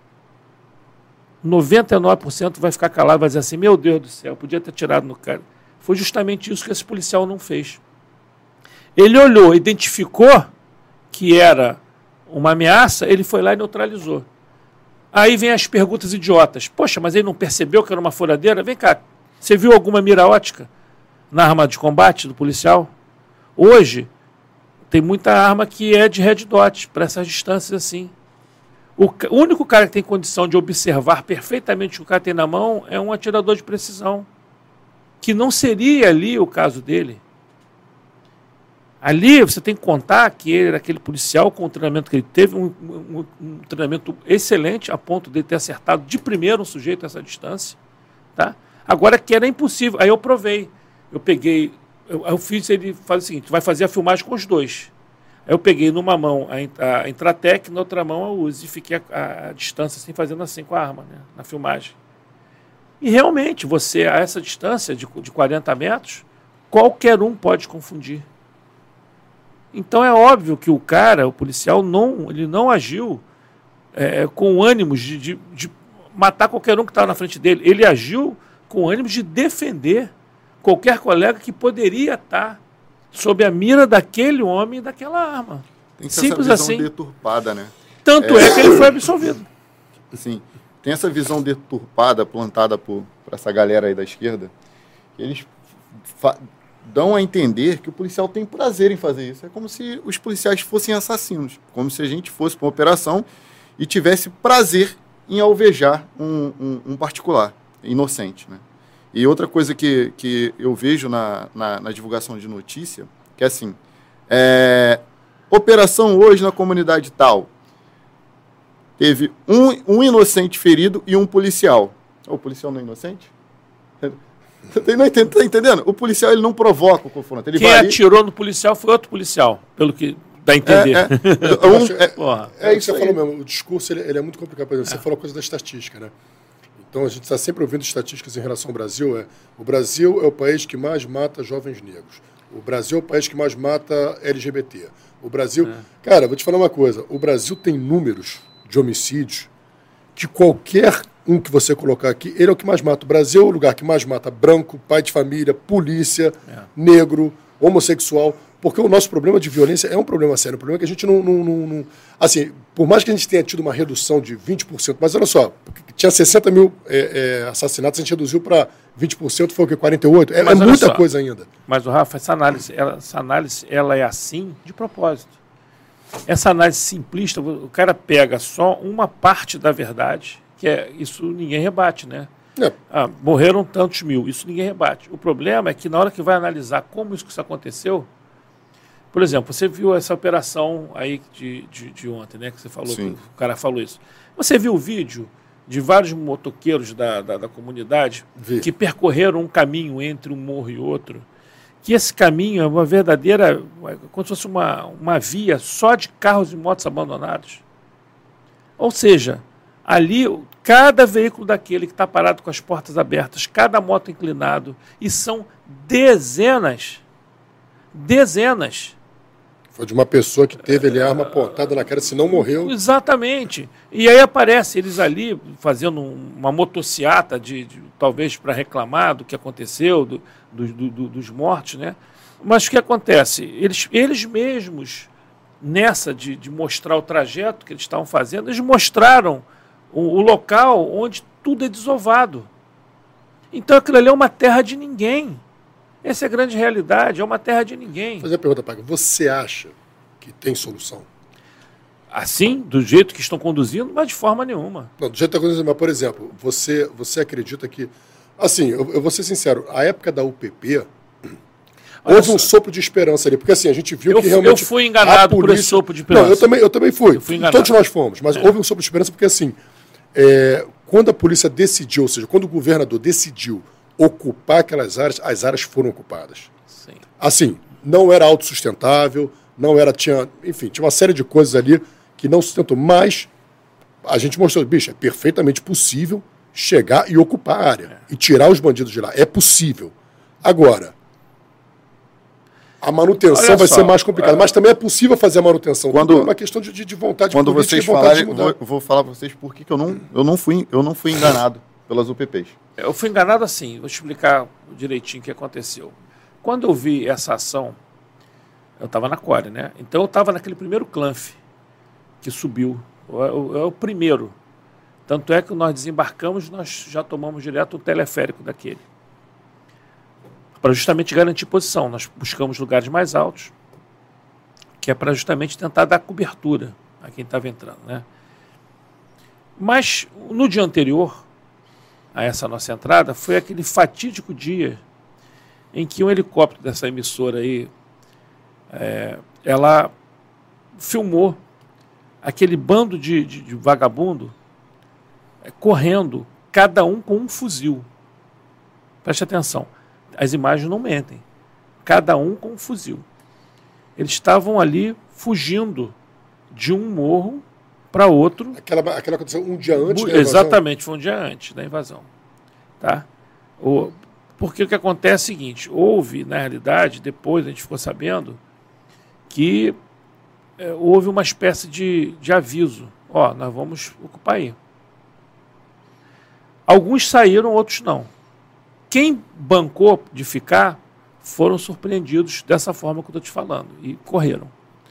S2: 99% vai ficar calado, vai dizer assim, meu Deus do céu, podia ter tirado no cara. Foi justamente isso que esse policial não fez. Ele olhou, identificou que era uma ameaça, ele foi lá e neutralizou. Aí vem as perguntas idiotas. Poxa, mas ele não percebeu que era uma furadeira? Vem cá, você viu alguma mira ótica na arma de combate do policial? Hoje, tem muita arma que é de red dot, para essas distâncias assim. O único cara que tem condição de observar perfeitamente o que o cara tem na mão é um atirador de precisão, que não seria ali o caso dele. Ali você tem que contar que ele era aquele policial com o treinamento que ele teve, um treinamento excelente, a ponto de ter acertado de primeiro um sujeito a essa distância. Tá? Agora que era impossível, aí eu provei. Eu peguei, eu fiz ele fazer o seguinte, vai fazer a filmagem com os dois. Aí eu peguei numa mão a Intratec, na outra mão a Uzi, e fiquei a distância assim, fazendo assim com a arma, né, na filmagem. E realmente, você, a essa distância de 40 metros, qualquer um pode confundir. Então é óbvio que o cara, o policial, ele não agiu com ânimos de matar qualquer um que estava na frente dele. Ele agiu com ânimos de defender qualquer colega que poderia estar sob a mira daquele homem e daquela arma.
S1: Tem simples essa visão assim, deturpada, né?
S2: Tanto é que ele foi absolvido.
S1: Sim, tem essa visão deturpada plantada por essa galera aí da esquerda. Eles dão a entender que o policial tem prazer em fazer isso. É como se os policiais fossem assassinos, como se a gente fosse para uma operação e tivesse prazer em alvejar um particular inocente, né? E outra coisa que eu vejo na divulgação de notícia, que é assim, operação hoje na comunidade tal, teve um inocente ferido e um policial. O policial não é inocente? Tá entendendo? O policial ele não provoca o confronto. Quem
S2: atirou no policial foi outro policial, pelo que dá a entender.
S3: Isso que você falou mesmo. O discurso ele é muito complicado. Por exemplo, você falou a coisa da estatística, né? Então a gente está sempre ouvindo estatísticas em relação ao Brasil. O Brasil é o país que mais mata jovens negros. O Brasil é o país que mais mata LGBT. O Brasil... Cara, vou te falar uma coisa. O Brasil tem números de homicídios que qualquer um que você colocar aqui, ele é o que mais mata. O Brasil é o lugar que mais mata branco, pai de família, polícia, negro, homossexual, porque o nosso problema de violência é um problema sério. O problema é que a gente não... Assim, por mais que a gente tenha tido uma redução de 20%, mas olha só, tinha 60 mil assassinatos, a gente reduziu para 20%, foi o quê? 48%? É muita coisa ainda.
S2: Mas, Rafa, essa análise ela é assim de propósito. Essa análise simplista, o cara pega só uma parte da verdade, que isso ninguém rebate, né? Morreram tantos mil, isso ninguém rebate. O problema é que na hora que vai analisar como isso aconteceu, por exemplo, você viu essa operação aí de ontem, né? Que você falou, que o cara falou isso. Você viu o vídeo de vários motoqueiros da comunidade que percorreram um caminho entre um morro e outro, que esse caminho é uma verdadeira, como se fosse uma via só de carros e motos abandonados. Ou seja, ali, cada veículo daquele que está parado com as portas abertas, cada moto inclinado, e são dezenas.
S3: Foi de uma pessoa que teve ali a arma apontada na cara, se não morreu.
S2: Exatamente. E aí aparece eles ali fazendo uma motociata, talvez para reclamar do que aconteceu, dos mortos, né? Mas o que acontece? Eles mesmos, nessa de mostrar o trajeto que eles estavam fazendo, eles mostraram o local onde tudo é desovado. Então aquilo ali é uma terra de ninguém. Essa é a grande realidade, é uma terra de ninguém.
S3: Vou fazer a pergunta, Paga. Você acha que tem solução?
S2: Assim, do jeito que estão conduzindo, mas de forma nenhuma.
S3: Não, do jeito que estão conduzindo, mas, por exemplo, você acredita que... Assim, eu vou ser sincero, a época da UPP, houve um sopro de esperança ali, porque assim, a gente viu que realmente...
S2: Eu fui enganado por esse sopro de esperança.
S3: Não, eu também fui. Todos nós fomos, mas houve um sopro de esperança porque assim, quando a polícia decidiu, ou seja, quando o governador decidiu ocupar aquelas áreas, as áreas foram ocupadas.
S2: Sim.
S3: Assim, não era autossustentável, tinha uma série de coisas ali que não sustentou, mas a gente mostrou, bicho, é perfeitamente possível chegar e ocupar a área e tirar os bandidos de lá. É possível. Agora, a manutenção vai ser mais complicada, mas também é possível fazer a manutenção. É uma questão de vontade
S1: quando
S3: política
S1: vocês
S3: e vontade de mudar.
S1: Eu vou falar para vocês por que eu não fui enganado pelas UPPs.
S2: Eu fui enganado assim, vou te explicar direitinho o que aconteceu. Quando eu vi essa ação, eu estava na Core, né? Então eu estava naquele primeiro clanf que subiu. É o primeiro. Tanto é que nós desembarcamos, nós já tomamos direto o teleférico daquele. Para justamente garantir posição. Nós buscamos lugares mais altos, que é para justamente tentar dar cobertura a quem estava entrando, né? Mas no dia anterior a essa nossa entrada, foi aquele fatídico dia em que um helicóptero dessa emissora aí, ela filmou aquele bando de vagabundo correndo, cada um com um fuzil. Preste atenção, as imagens não mentem. Cada um com um fuzil. Eles estavam ali fugindo de um morro para outro.
S3: Aquela aconteceu um dia antes da invasão?
S2: Exatamente, foi um dia antes da invasão. Tá? Porque o que acontece é o seguinte, houve, na realidade, depois a gente ficou sabendo que houve uma espécie de aviso. Nós vamos ocupar aí. Alguns saíram, outros não. Quem bancou de ficar foram surpreendidos dessa forma que eu estou te falando e correram.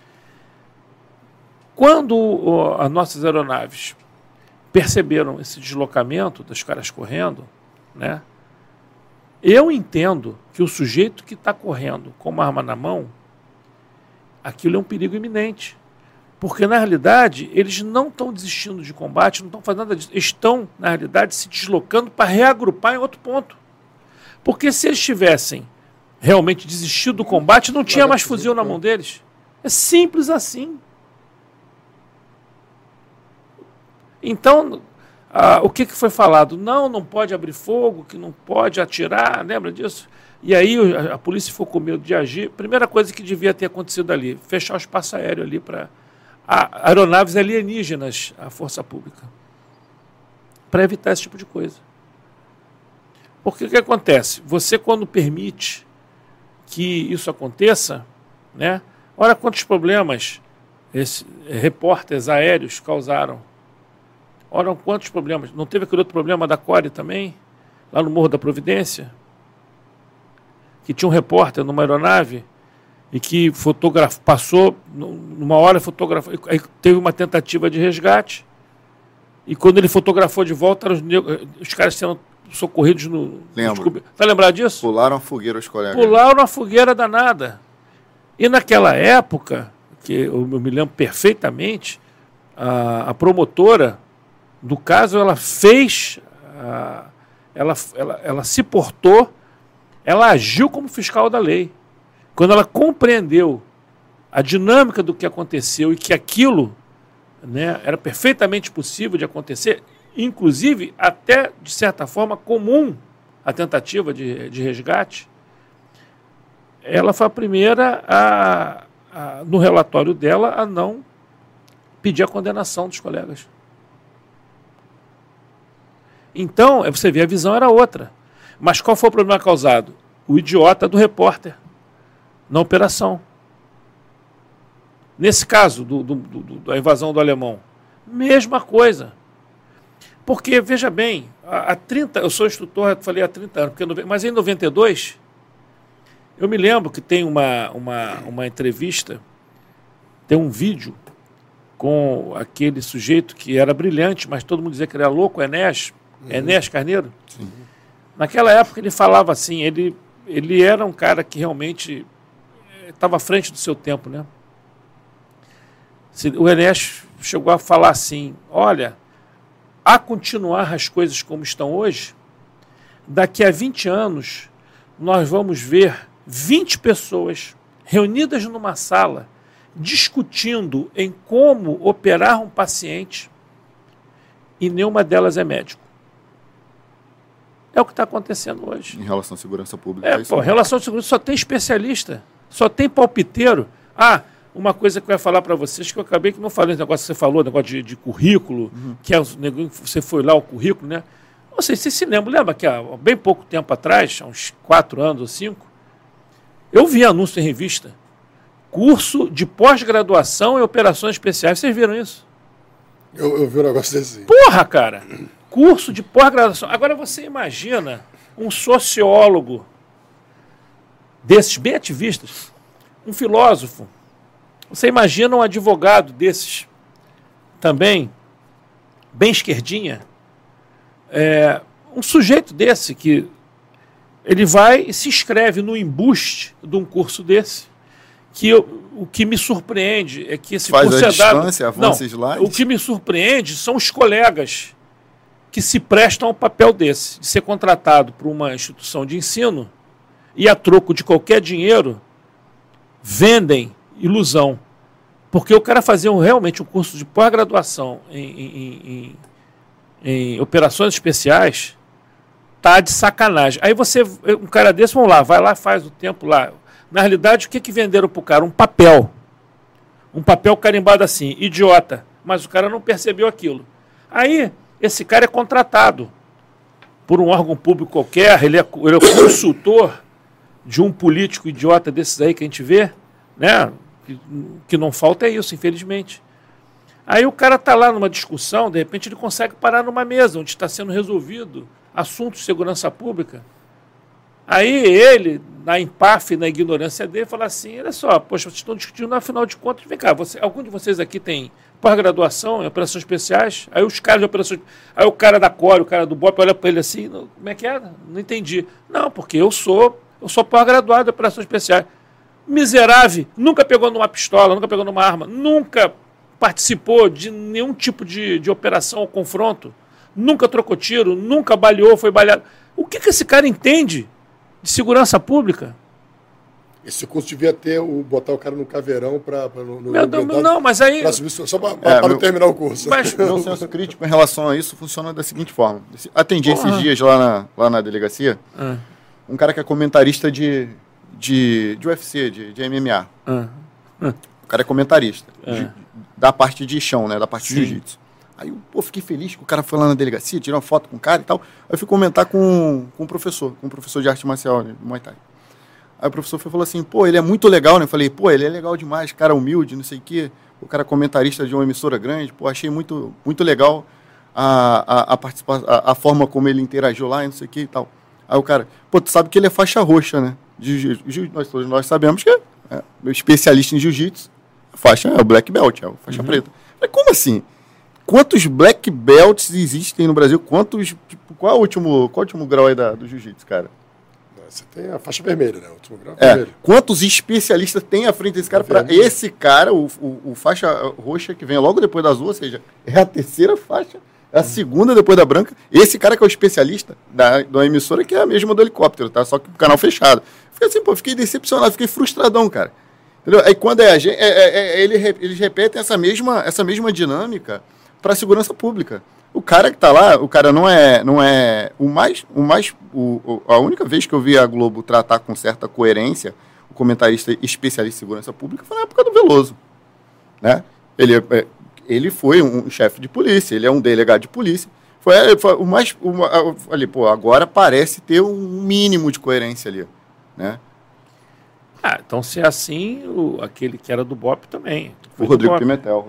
S2: Quando as nossas aeronaves perceberam esse deslocamento dos caras correndo, né, eu entendo que o sujeito que está correndo com uma arma na mão, aquilo é um perigo iminente. Porque, na realidade, eles não estão desistindo de combate, não estão fazendo nada disso. Estão, na realidade, se deslocando para reagrupar em outro ponto. Porque se eles tivessem realmente desistido do combate, não tinha mais fuzil na mão deles. É simples assim. Então, o que foi falado? Não pode abrir fogo, que não pode atirar, lembra disso? E aí a polícia ficou com medo de agir. Primeira coisa que devia ter acontecido ali, fechar o espaço aéreo ali para aeronaves alienígenas à força pública. Para evitar esse tipo de coisa. Porque o que acontece? Você, quando permite que isso aconteça, né? Olha quantos problemas esses repórteres aéreos causaram. Olha quantos problemas. Não teve aquele outro problema da Core também? Lá no Morro da Providência? Que tinha um repórter numa aeronave e que passou, numa hora fotografou, aí teve uma tentativa de resgate, e quando ele fotografou de volta, os caras sendo socorridos no...
S1: Lembro.
S2: Vai lembrar disso?
S1: Pularam a fogueira os colegas.
S2: Pularam a fogueira danada. E naquela época, que eu me lembro perfeitamente, a promotora do caso, ela fez, ela se portou, ela agiu como fiscal da lei. Quando ela compreendeu a dinâmica do que aconteceu e que aquilo, né, era perfeitamente possível de acontecer, inclusive até, de certa forma, comum a tentativa de resgate, ela foi a primeira, no relatório dela, a não pedir a condenação dos colegas. Então, você vê, a visão era outra. Mas qual foi o problema causado? O idiota do repórter na operação. Nesse caso, da invasão do alemão, mesma coisa. Porque, veja bem, eu sou instrutor, falei há 30 anos, mas em 92, eu me lembro que tem uma entrevista, tem um vídeo com aquele sujeito que era brilhante, mas todo mundo dizia que ele era louco, Enéas Carneiro. Sim. Naquela época ele falava assim, ele era um cara que realmente estava à frente do seu tempo, né? O Enéas chegou a falar assim, olha, a continuar as coisas como estão hoje, daqui a 20 anos nós vamos ver 20 pessoas reunidas numa sala discutindo em como operar um paciente e nenhuma delas é médico. É o que está acontecendo hoje.
S1: Em relação à segurança pública.
S2: Em relação à segurança, só tem especialista, só tem palpiteiro. Uma coisa que eu ia falar para vocês, que eu acabei que não falei, esse negócio que você falou, negócio de currículo, que você foi lá, o currículo, né? Não sei se você se lembra que há bem pouco tempo atrás, há uns 4 anos ou 5, eu vi anúncio em revista, curso de pós-graduação em operações especiais. Vocês viram isso?
S3: Eu vi um negócio desse.
S2: Porra, cara! Curso de pós-graduação. Agora você imagina um sociólogo desses, bem ativistas, um filósofo. Você imagina um advogado desses, também, bem esquerdinha, um sujeito desse que ele vai e se inscreve no embuste de um curso desse, que o que me surpreende é que esse curso é dado... O que me surpreende são os colegas que se prestam ao papel desse, de ser contratado por uma instituição de ensino e a troco de qualquer dinheiro vendem ilusão. Porque o cara fazer realmente um curso de pós-graduação em operações especiais tá de sacanagem. Aí um cara desse, vai lá, faz o tempo lá. Na realidade, o que venderam pro cara? Um papel. Um papel carimbado assim, idiota. Mas o cara não percebeu aquilo. Aí, esse cara é contratado por um órgão público qualquer, ele é consultor de um político idiota desses aí que a gente vê, né? Que não falta é isso, infelizmente. Aí o cara está lá numa discussão, de repente ele consegue parar numa mesa onde está sendo resolvido assuntos de segurança pública. Aí ele, na empáfia, na ignorância dele, fala assim, olha só, poxa, vocês estão discutindo, afinal de contas, vem cá, algum de vocês aqui tem pós-graduação em operações especiais? Aí os caras de operações... Aí o cara da Core, o cara do BOP, olha para ele assim, como é que é? Não entendi. Não, porque eu sou pós-graduado em operações especiais. Miserável, nunca pegou numa pistola, nunca pegou numa arma, nunca participou de nenhum tipo de operação ou confronto, nunca trocou tiro, nunca baleou, foi baleado. O que esse cara entende de segurança pública.
S3: Esse curso devia ter botar o cara no caveirão
S2: Não, mas aí...
S3: Só para terminar o curso.
S1: Mas meu senso crítico em relação a isso funciona da seguinte forma. Atendi esses dias lá na delegacia um cara que é comentarista de UFC, de MMA. O cara é comentarista da parte de chão, né? Da parte de jiu-jitsu. Aí eu fiquei feliz que o cara foi lá na delegacia, tirou uma foto com o cara e tal. Aí eu fui comentar com um professor de arte marcial, né, de Muay Thai. Aí o professor falou assim, pô, ele é muito legal, né? Eu falei, pô, ele é legal demais, cara humilde, não sei o quê. O cara é comentarista de uma emissora grande, pô, achei muito, muito legal a participação, a forma como ele interagiu lá e não sei o quê e tal. Aí o cara, pô, tu sabe que ele é faixa roxa, né? Todos nós sabemos que é especialista em jiu-jitsu. A faixa é o black belt, é a faixa preta. Eu falei, como assim? Quantos black belts existem no Brasil? Qual é o último grau aí do jiu-jitsu, cara?
S3: Você tem a faixa vermelha, né? O último grau vermelho.
S1: Quantos especialistas tem à frente desse cara para esse cara, o faixa roxa, que vem logo depois da azul, ou seja, é a terceira faixa, é a segunda depois da branca. Esse cara que é o especialista da emissora, que é a mesma do helicóptero, tá? Só que o canal fechado. Fiquei assim, fiquei decepcionado, fiquei frustradão, cara. Entendeu? Aí quando eles repetem essa mesma dinâmica para a segurança pública. O cara que está lá, o cara não é a única vez que eu vi a Globo tratar com certa coerência o comentarista especialista em segurança pública foi na época do Veloso, né? Ele foi um chefe de polícia, ele é um delegado de polícia, foi o mais ali, pô, agora parece ter um mínimo de coerência ali, né?
S2: Então se é assim, aquele que era do BOP também.
S1: O Rodrigo Pimentel.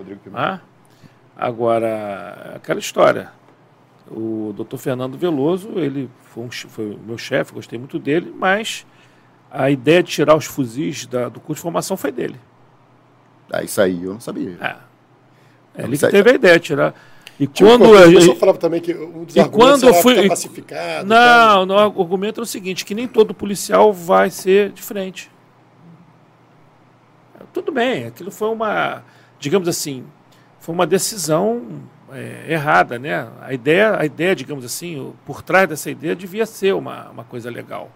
S2: Agora, aquela história. O doutor Fernando Veloso, ele foi o meu chefe, gostei muito dele, mas a ideia de tirar os fuzis do curso de formação foi dele.
S1: Isso aí eu não sabia.
S2: Ele que teve a ideia de tirar. E
S3: quando o pessoal falava também que um dos argumentos era ficar pacificado.
S2: Não, o argumento é o seguinte, que nem todo policial vai ser de frente. Tudo bem, aquilo foi digamos assim, foi uma decisão errada, né? A ideia, digamos assim, por trás dessa ideia devia ser uma coisa legal.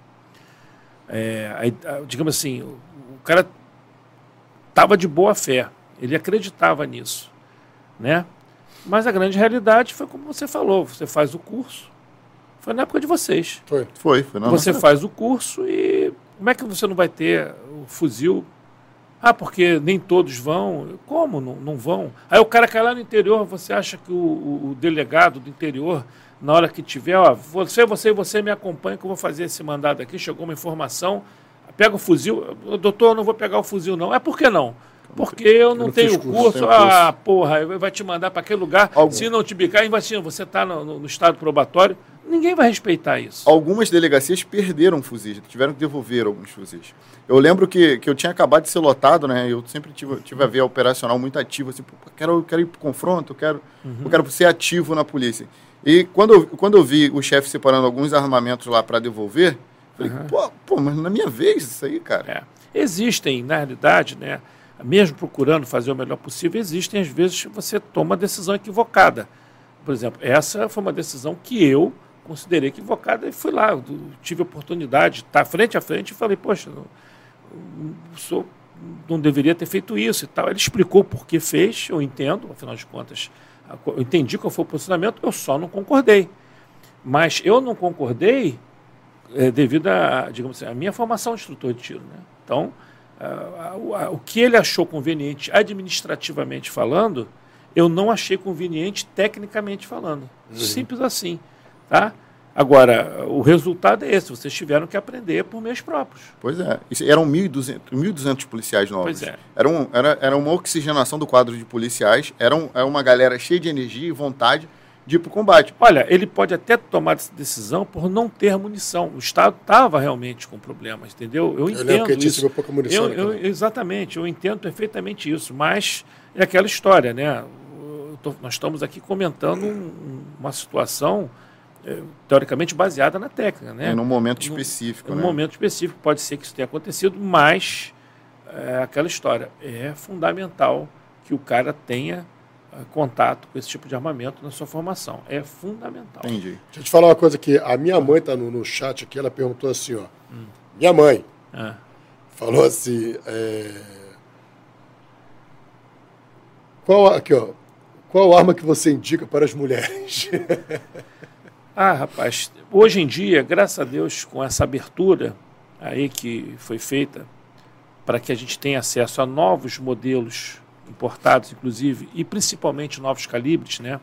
S2: Digamos assim, o cara estava de boa fé, ele acreditava nisso, né? Mas a grande realidade foi como você falou, você faz o curso, foi na época de vocês.
S1: Foi
S2: você faz o curso e como é que você não vai ter o fuzil? Porque nem todos vão. Como não vão? Aí o cara cai lá no interior, você acha que o delegado do interior, na hora que tiver, você me acompanha que eu vou fazer esse mandado aqui, chegou uma informação, pega o fuzil. Doutor, eu não vou pegar o fuzil, não. Por que não? Porque eu não tenho curso. Porra, vai te mandar para aquele lugar. Se não te bicar, você está no estado probatório. Ninguém vai respeitar isso.
S1: Algumas delegacias perderam fuzis, tiveram que devolver alguns fuzis. Eu lembro que eu tinha acabado de ser lotado, né? Eu sempre tive a veia operacional muito ativa, assim, quero ir para o confronto, eu quero ser ativo na polícia. E quando eu vi o chefe separando alguns armamentos lá para devolver, falei, mas na minha vez isso aí, cara.
S2: Existem, na realidade, né? Mesmo procurando fazer o melhor possível, existem às vezes que você toma decisão equivocada. Por exemplo, essa foi uma decisão que eu considerei equivocada e fui lá, tive a oportunidade de estar frente a frente e falei, poxa, não deveria ter feito isso e tal. Ele explicou por que fez, eu entendo, afinal de contas, eu entendi qual foi o posicionamento, eu só não concordei. Mas eu não concordei devido digamos assim, a minha formação de instrutor de tiro, né? Então, o que ele achou conveniente administrativamente falando, eu não achei conveniente tecnicamente falando. Simples assim, tá? Agora, o resultado é esse. Vocês tiveram que aprender por meios próprios.
S1: Pois é. Eram 1.200 policiais novos.
S2: Pois é.
S1: Era uma oxigenação do quadro de policiais. Era uma galera cheia de energia e vontade de ir para o combate.
S2: Olha, ele pode até tomar essa decisão por não ter munição. O Estado estava realmente com problemas, entendeu? Eu entendo isso.
S3: Pouca munição,
S2: exatamente, eu entendo perfeitamente isso. Mas é aquela história, né? Nós estamos aqui comentando uma situação teoricamente baseada na técnica, né?
S1: Num momento específico,
S2: num momento específico, pode ser que isso tenha acontecido, mas aquela história, é fundamental que o cara tenha contato com esse tipo de armamento na sua formação. É fundamental.
S1: Entendi.
S3: Deixa eu te falar uma coisa aqui. A minha mãe está no chat aqui, ela perguntou assim, ó. Minha mãe falou assim, qual arma que você indica para as mulheres?
S2: Rapaz, hoje em dia, graças a Deus, com essa abertura aí que foi feita para que a gente tenha acesso a novos modelos importados, inclusive, e principalmente novos calibres, né?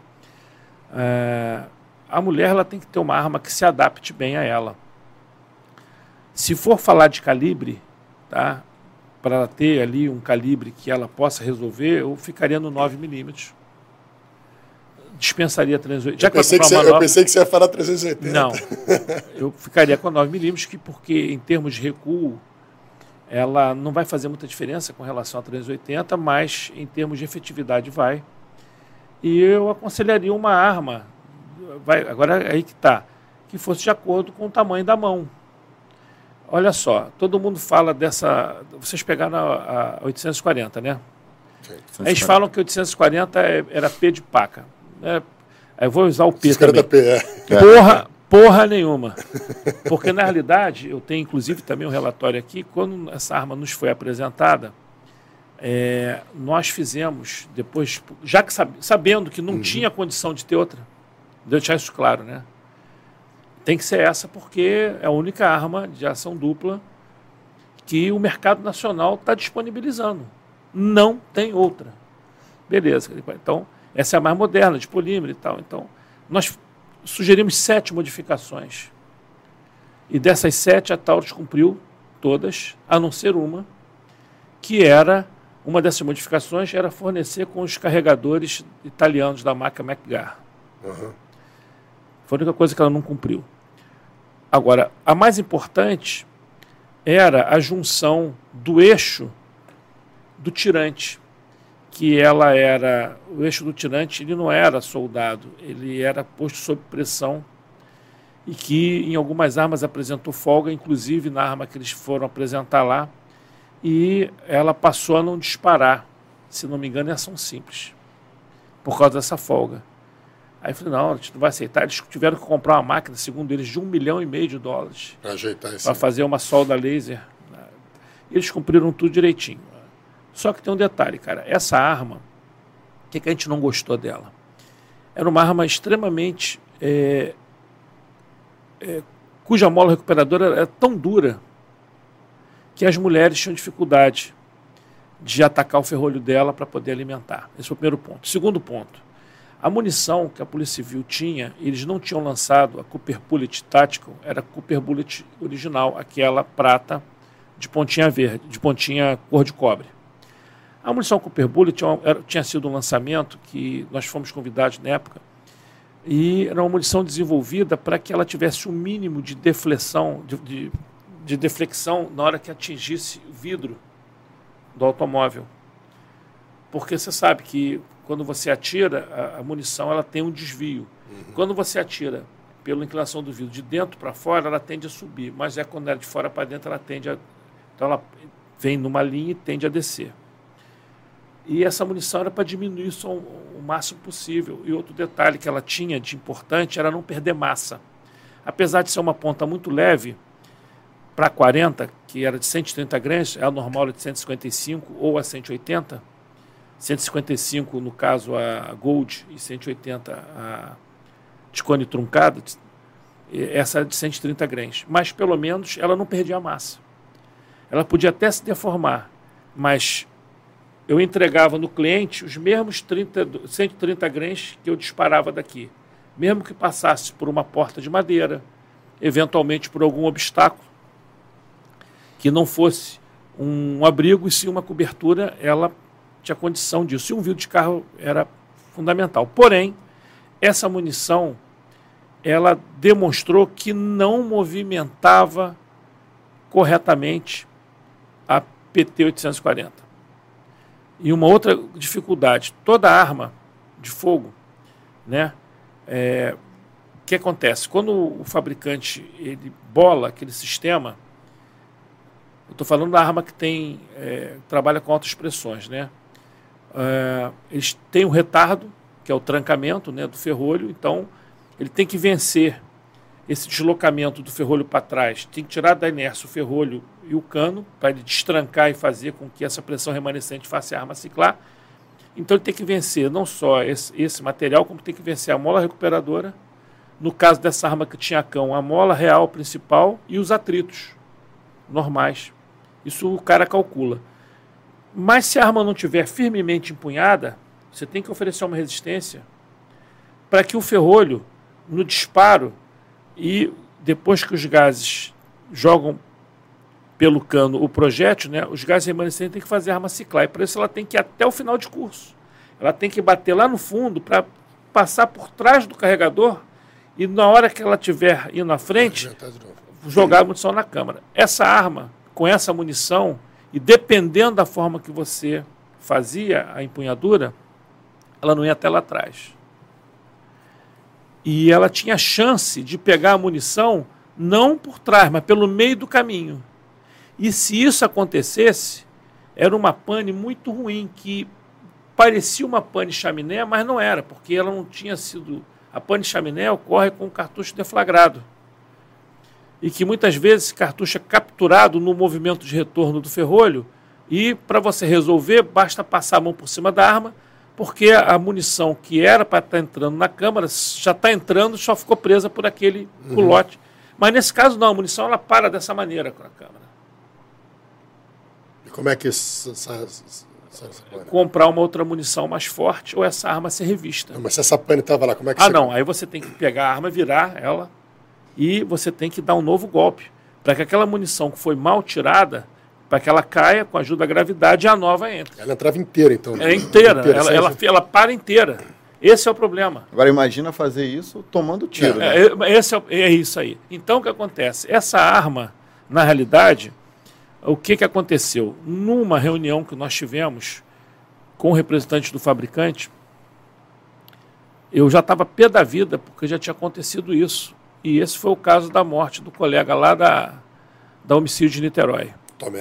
S2: A mulher ela tem que ter uma arma que se adapte bem a ela. Se for falar de calibre, tá? Para ela ter ali um calibre que ela possa resolver, eu ficaria no 9mm. Dispensaria 380.
S3: Eu pensei que você ia falar 380.
S2: Não, eu ficaria com 9mm, porque em termos de recuo, ela não vai fazer muita diferença com relação a 380, mas em termos de efetividade vai. E eu aconselharia uma arma, agora aí que está, que fosse de acordo com o tamanho da mão. Olha só, todo mundo fala dessa... Vocês pegaram a 840, né?
S3: Sim,
S1: 840.
S2: Eles falam que 840 era P de paca. Eu vou usar o P
S3: 840
S2: também. Porra nenhuma. Porque, na realidade, eu tenho inclusive também um relatório aqui, quando essa arma nos foi apresentada, nós fizemos, depois, já que sabendo que não tinha condição de ter outra, deixar isso claro, né? Tem que ser essa, porque é a única arma de ação dupla que o mercado nacional está disponibilizando. Não tem outra. Beleza. Então, essa é a mais moderna, de polímero e tal. Então, nós sugerimos 7 modificações. E dessas 7, a Taurus cumpriu todas, a não ser uma dessas modificações era fornecer com os carregadores italianos da marca MacGar. Foi a única coisa que ela não cumpriu. Agora, a mais importante era a junção do eixo do tirante, que o eixo do tirante ele não era soldado, ele era posto sob pressão e que em algumas armas apresentou folga, inclusive na arma que eles foram apresentar lá, e ela passou a não disparar, se não me engano, em ação simples, por causa dessa folga. Aí eu falei, não, a gente não vai aceitar. Eles tiveram que comprar uma máquina, segundo eles, de $1,5 milhão
S3: para ajeitar isso.
S2: Para fazer uma solda laser. Eles cumpriram tudo direitinho. Só que tem um detalhe, cara. Essa arma, o que a gente não gostou dela? Era uma arma extremamente... cuja mola recuperadora era tão dura que as mulheres tinham dificuldade de atacar o ferrolho dela para poder alimentar. Esse foi o primeiro ponto. Segundo ponto, a munição que a Polícia Civil tinha, eles não tinham lançado a Cooper Bullet Tactical, era a Cooper Bullet original, aquela prata de pontinha verde, de pontinha cor de cobre. A munição Cooper Bullet tinha sido um lançamento que nós fomos convidados na época, e era uma munição desenvolvida para que ela tivesse um mínimo de deflexão, de deflexão na hora que atingisse o vidro do automóvel. Porque você sabe que quando você atira, a munição ela tem um desvio. Quando você atira pela inclinação do vidro de dentro para fora, ela tende a subir, mas quando é de fora para dentro, ela tende a... Então ela vem numa linha e tende a descer. E essa munição era para diminuir isso o máximo possível. E outro detalhe que ela tinha de importante era não perder massa. Apesar de ser uma ponta muito leve, para 40, que era de 130 gramas, a normal era de 155 ou a 180, 155 no caso a Gold e 180 a Tiscone truncada, essa era de 130 gramas. Mas pelo menos ela não perdia massa. Ela podia até se deformar, mas eu entregava no cliente os mesmos 130 gramas que eu disparava daqui. Mesmo que passasse por uma porta de madeira, eventualmente por algum obstáculo, que não fosse um abrigo e sim uma cobertura, ela tinha condição disso. E um vidro de carro era fundamental. Porém, essa munição, ela demonstrou que não movimentava corretamente a PT-840. E uma outra dificuldade, toda arma de fogo, né? O que acontece? Quando o fabricante ele bola aquele sistema, eu estou falando da arma que trabalha com altas pressões, né? eles têm o retardo, que é o trancamento, né, do ferrolho, então ele tem que vencer esse deslocamento do ferrolho para trás, tem que tirar da inércia o ferrolho e o cano, para ele destrancar e fazer com que essa pressão remanescente faça a arma ciclar. Então ele tem que vencer não só esse material, como tem que vencer a mola recuperadora, no caso dessa arma que tinha cão, a mola real principal e os atritos normais. Isso o cara calcula. Mas se a arma não estiver firmemente empunhada, você tem que oferecer uma resistência para que o ferrolho, no disparo, e depois que os gases jogam pelo cano o projétil, né, os gases remanescentes têm que fazer a arma ciclar. E para isso ela tem que ir até o final de curso. Ela tem que bater lá no fundo para passar por trás do carregador e na hora que ela estiver indo à frente, jogar a munição na câmara. Essa arma, com essa munição, e dependendo da forma que você fazia a empunhadura, ela não ia até lá atrás. E ela tinha chance de pegar a munição não por trás, mas pelo meio do caminho. E se isso acontecesse, era uma pane muito ruim, que parecia uma pane chaminé, mas não era, porque ela não tinha sido... A pane chaminé ocorre com o cartucho deflagrado. E que muitas vezes esse cartucho é capturado no movimento de retorno do ferrolho, e para você resolver, basta passar a mão por cima da arma, porque a munição que era para estar entrando na câmara já está entrando, só ficou presa por aquele culote. Mas nesse caso não, a munição ela para dessa maneira com a câmara.
S3: E como é que
S2: comprar uma outra munição mais forte ou essa arma ser revista?
S3: Não, mas se essa pane estava lá, como é que você...
S2: não, aí você tem que pegar a arma, virar ela e você tem que dar um novo golpe para que aquela munição que foi mal tirada, para que ela caia com a ajuda da gravidade e a nova entre.
S3: Ela entrava inteira, então.
S2: É inteira, ela para inteira. Esse é o problema.
S1: Agora imagina fazer isso tomando tiro. Né?
S2: É isso aí. Então o que acontece? Essa arma, na realidade, o que aconteceu? Numa reunião que nós tivemos com o representante do fabricante, eu já estava pé da vida, porque já tinha acontecido isso. E esse foi o caso da morte do colega lá da homicídio de Niterói.
S3: Tomé.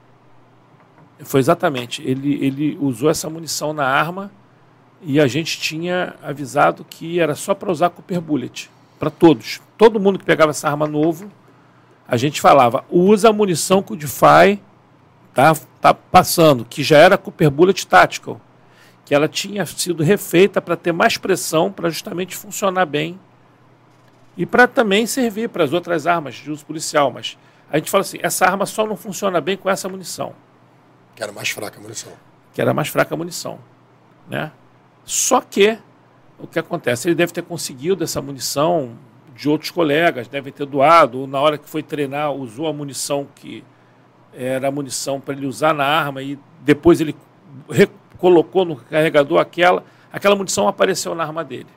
S2: Foi exatamente. Ele usou essa munição na arma e a gente tinha avisado que era só para usar Cooper Bullet. Para todos. Todo mundo que pegava essa arma novo, a gente falava, usa a munição que o DeFi tá passando, que já era Cooper Bullet Tactical, que ela tinha sido refeita para ter mais pressão, para justamente funcionar bem e para também servir para as outras armas de uso policial. Mas a gente fala assim, essa arma só não funciona bem com essa munição.
S3: Que era mais fraca a munição.
S2: Que era mais fraca a munição. Né? Só que, o que acontece? Ele deve ter conseguido essa munição de outros colegas, deve ter doado, ou na hora que foi treinar, usou a munição que era a munição para ele usar na arma e depois ele colocou no carregador aquela munição apareceu na arma dele.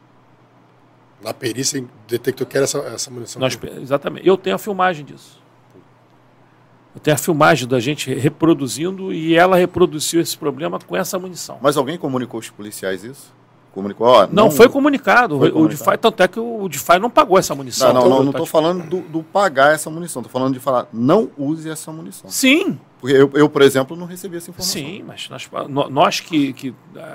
S3: Na perícia detectou que era essa munição.
S2: Exatamente. Eu tenho a filmagem disso. Eu tenho a filmagem da gente reproduzindo e ela reproduziu esse problema com essa munição.
S1: Mas alguém comunicou aos policiais isso? Comunicou?
S2: Não foi comunicado. O DeFi, tanto é que o DeFi não pagou essa munição.
S1: Não estou falando do pagar essa munição. Estou falando de falar, não use essa munição.
S2: Sim.
S1: Porque eu, por exemplo, não recebi essa informação.
S2: Sim, mas nós que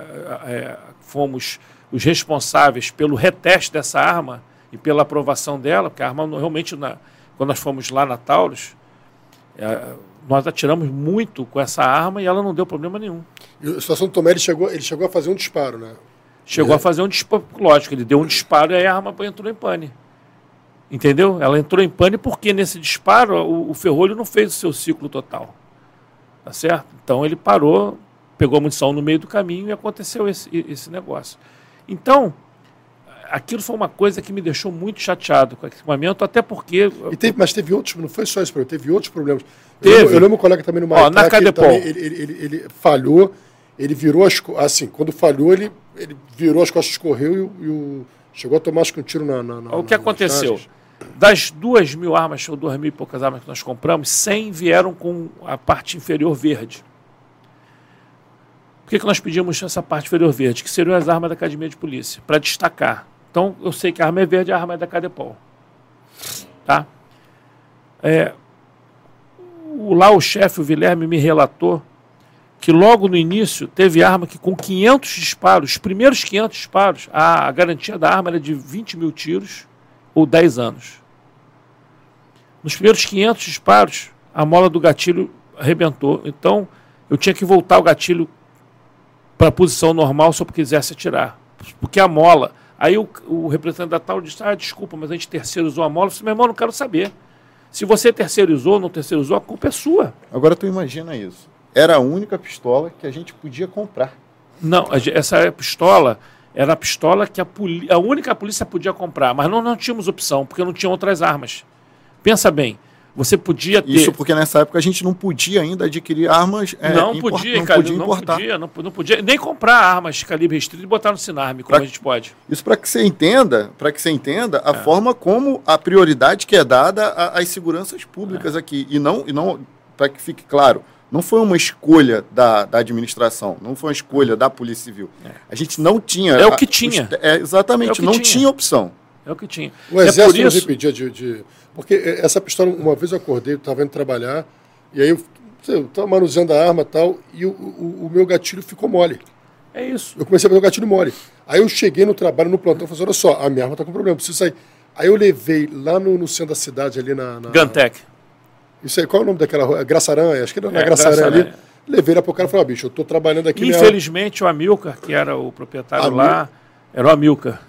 S2: fomos os responsáveis pelo reteste dessa arma e pela aprovação dela, porque a arma realmente, quando nós fomos lá na Taurus, nós atiramos muito com essa arma e ela não deu problema nenhum.
S3: E a situação do Tomé, ele chegou a fazer um disparo, né?
S2: Chegou a fazer um disparo, lógico, ele deu um disparo e aí a arma entrou em pane. Entendeu? Ela entrou em pane porque nesse disparo o ferrolho não fez o seu ciclo total. Tá certo? Então ele parou, pegou a munição no meio do caminho e aconteceu esse negócio. Então, aquilo foi uma coisa que me deixou muito chateado com o equipamento, até porque...
S3: Mas teve outros, não foi só esse problema, teve outros problemas.
S2: Eu
S3: lembro um colega também no Maitá,
S2: na Cadepol.
S3: Ele falhou, ele virou assim, quando falhou, ele virou as costas, correu e chegou a tomar acho que um tiro
S2: O que aconteceu? Das 2.000 armas, ou 2.000 e poucas armas que nós compramos, 100 vieram com a parte inferior verde. Por que nós pedimos essa parte inferior verde? Que seriam as armas da Academia de Polícia, para destacar. Então, eu sei que a arma é verde e a arma é da Cadepol. Tá? Lá o chefe, o Guilherme, me relatou que logo no início teve arma que com 500 disparos, os primeiros 500 disparos, a garantia da arma era de 20 mil tiros ou 10 anos. Nos primeiros 500 disparos, a mola do gatilho arrebentou. Então, eu tinha que voltar o gatilho para a posição normal se eu quisesse atirar. Porque a mola... Aí o representante da tal disse, desculpa, mas a gente terceirizou a mola. Eu disse, meu irmão, não quero saber. Se você terceirizou ou não terceirizou, a culpa é sua.
S1: Agora tu imagina isso. Era a única pistola que a gente podia comprar.
S2: Não, essa pistola era a pistola que a única polícia podia comprar, mas não tínhamos opção, porque não tinham outras armas. Pensa bem, você podia ter...
S1: Isso porque nessa época a gente não podia ainda adquirir armas...
S2: Não podia nem comprar armas de calibre restrito e botar no Sinarme, como a gente pode.
S1: Isso para que você entenda a forma como a prioridade que é dada às seguranças públicas aqui. E não para que fique claro, não foi uma escolha da administração, não foi uma escolha da Polícia Civil. A gente não tinha...
S2: É o que tinha.
S1: Exatamente, não tinha opção.
S2: É o que tinha.
S3: O Exército nos impedia de... Porque essa pistola, uma vez eu acordei, eu estava indo trabalhar, e aí eu estava manuseando a arma e tal, e o meu gatilho ficou mole.
S2: É isso.
S3: Eu comecei a fazer o gatilho mole. Aí eu cheguei no trabalho, no plantão, e falei, olha só, a minha arma está com problema, preciso sair. Aí eu levei lá no centro da cidade, ali na
S2: Gantec.
S3: Isso aí, qual é o nome daquela rua? Graça Aranha, acho que era na Graça Aranha ali. Levei lá pro cara e falei, bicho, eu estou trabalhando aqui...
S2: Infelizmente, o Amilcar, que era o proprietário lá... Era o Amilcar,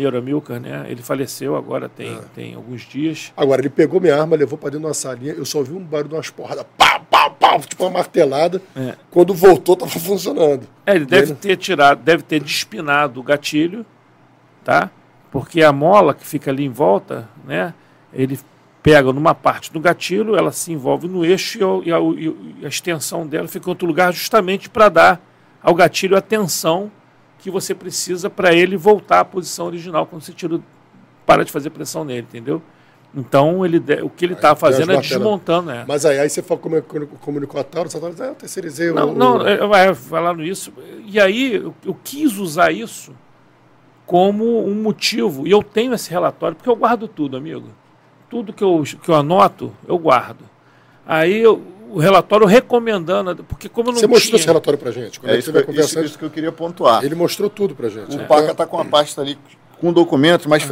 S2: né? Ele faleceu agora, tem alguns dias.
S3: Agora, ele pegou minha arma, levou para dentro de uma salinha, eu só vi um barulho de umas porradas, pá, pá, pá, tipo uma martelada. Quando voltou, estava funcionando.
S2: Ele deve ter despinado o gatilho, tá? Porque a mola que fica ali em volta, né? Ele pega numa parte do gatilho, ela se envolve no eixo e a extensão dela fica em outro lugar justamente para dar ao gatilho a tensão que você precisa para ele voltar à posição original quando você para de fazer pressão nele, entendeu? Então, o que ele está fazendo é desmontando.
S3: Mas aí você comunicou a Tauro, você eu terceirizei
S2: vai falando isso. E aí, eu quis usar isso como um motivo, e eu tenho esse relatório, porque eu guardo tudo, amigo. Tudo que eu anoto, eu guardo. Aí, o relatório recomendando, porque como eu não
S3: Você mostrou esse relatório pra gente?
S1: Isso que eu queria pontuar.
S3: Ele mostrou tudo pra gente.
S1: O Paca está com a pasta ali com documentos, mas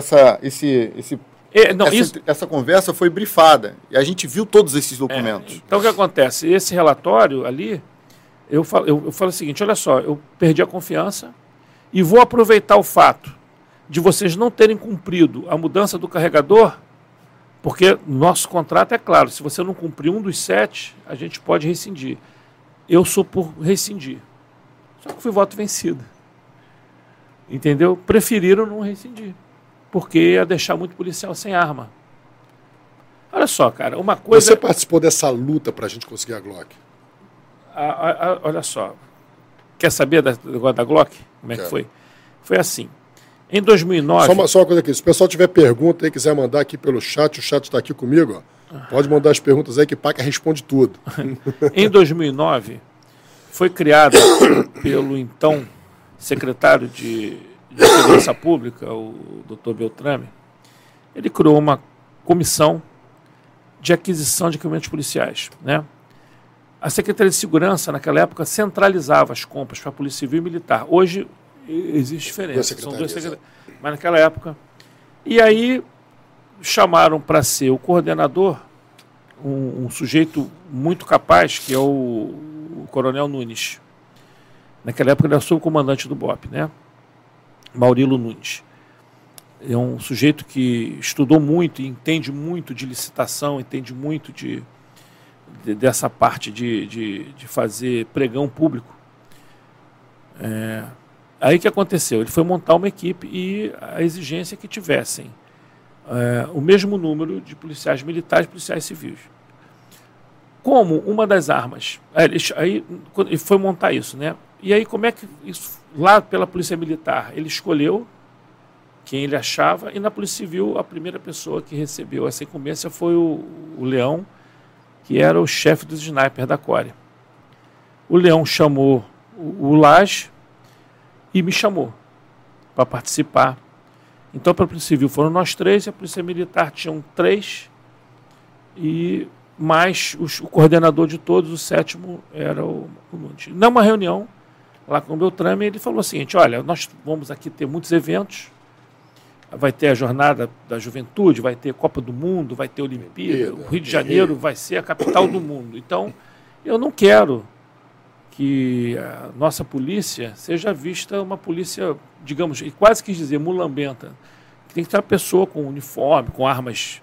S1: essa conversa foi brifada. E a gente viu todos esses documentos.
S2: Então o que acontece? Esse relatório ali, eu falo o seguinte, olha só, eu perdi a confiança e vou aproveitar o fato de vocês não terem cumprido a mudança do carregador. Porque nosso contrato é claro, se você não cumprir um dos 7, a gente pode rescindir. Eu sou por rescindir. Só que fui voto vencido. Entendeu? Preferiram não rescindir. Porque ia deixar muito policial sem arma. Olha só, cara, uma coisa...
S3: Você participou dessa luta para a gente conseguir a Glock?
S2: Olha só. Quer saber da Glock? Como é que foi? Foi assim. Em 2009...
S3: Só uma coisa aqui, se o pessoal tiver pergunta e quiser mandar aqui pelo chat, o chat está aqui comigo, ó. Pode mandar as perguntas aí que Paca responde tudo.
S2: Em 2009, foi criada pelo então secretário de Segurança Pública, o Dr. Beltrame, ele criou uma comissão de aquisição de equipamentos policiais, né? A Secretaria de Segurança, naquela época, centralizava as compras para a Polícia Civil e Militar. Hoje existe diferença, são duas secretarias. Mas naquela época... E aí chamaram para ser o coordenador um sujeito muito capaz, que é o Coronel Nunes. Naquela época ele era subcomandante do BOP, né? Maurilo Nunes. É um sujeito que estudou muito e entende muito de licitação, entende muito dessa parte de fazer pregão público. Aí o que aconteceu? Ele foi montar uma equipe e a exigência é que tivessem o mesmo número de policiais militares e policiais civis. Como uma das armas... Aí ele foi montar isso, né? E aí como é que isso... Lá pela Polícia Militar, ele escolheu quem ele achava, e na Polícia Civil a primeira pessoa que recebeu essa incumbência foi o Leão, que era o chefe dos snipers da Core. O Leão chamou o Lage e me chamou para participar. Então, para a Polícia Civil foram nós 3, e a Polícia Militar tinham 3, e mas o coordenador de todos, o 7º, era o Nunes. Numa reunião lá com o Beltrame, ele falou o seguinte: olha, nós vamos aqui ter muitos eventos, vai ter a Jornada da Juventude, vai ter Copa do Mundo, vai ter Olimpíada, o Rio de Janeiro vai ser a capital do mundo. Então, eu não quero que a nossa polícia seja vista uma polícia, digamos, quase quis dizer, mulambenta. Tem que ter uma pessoa com uniforme, com armas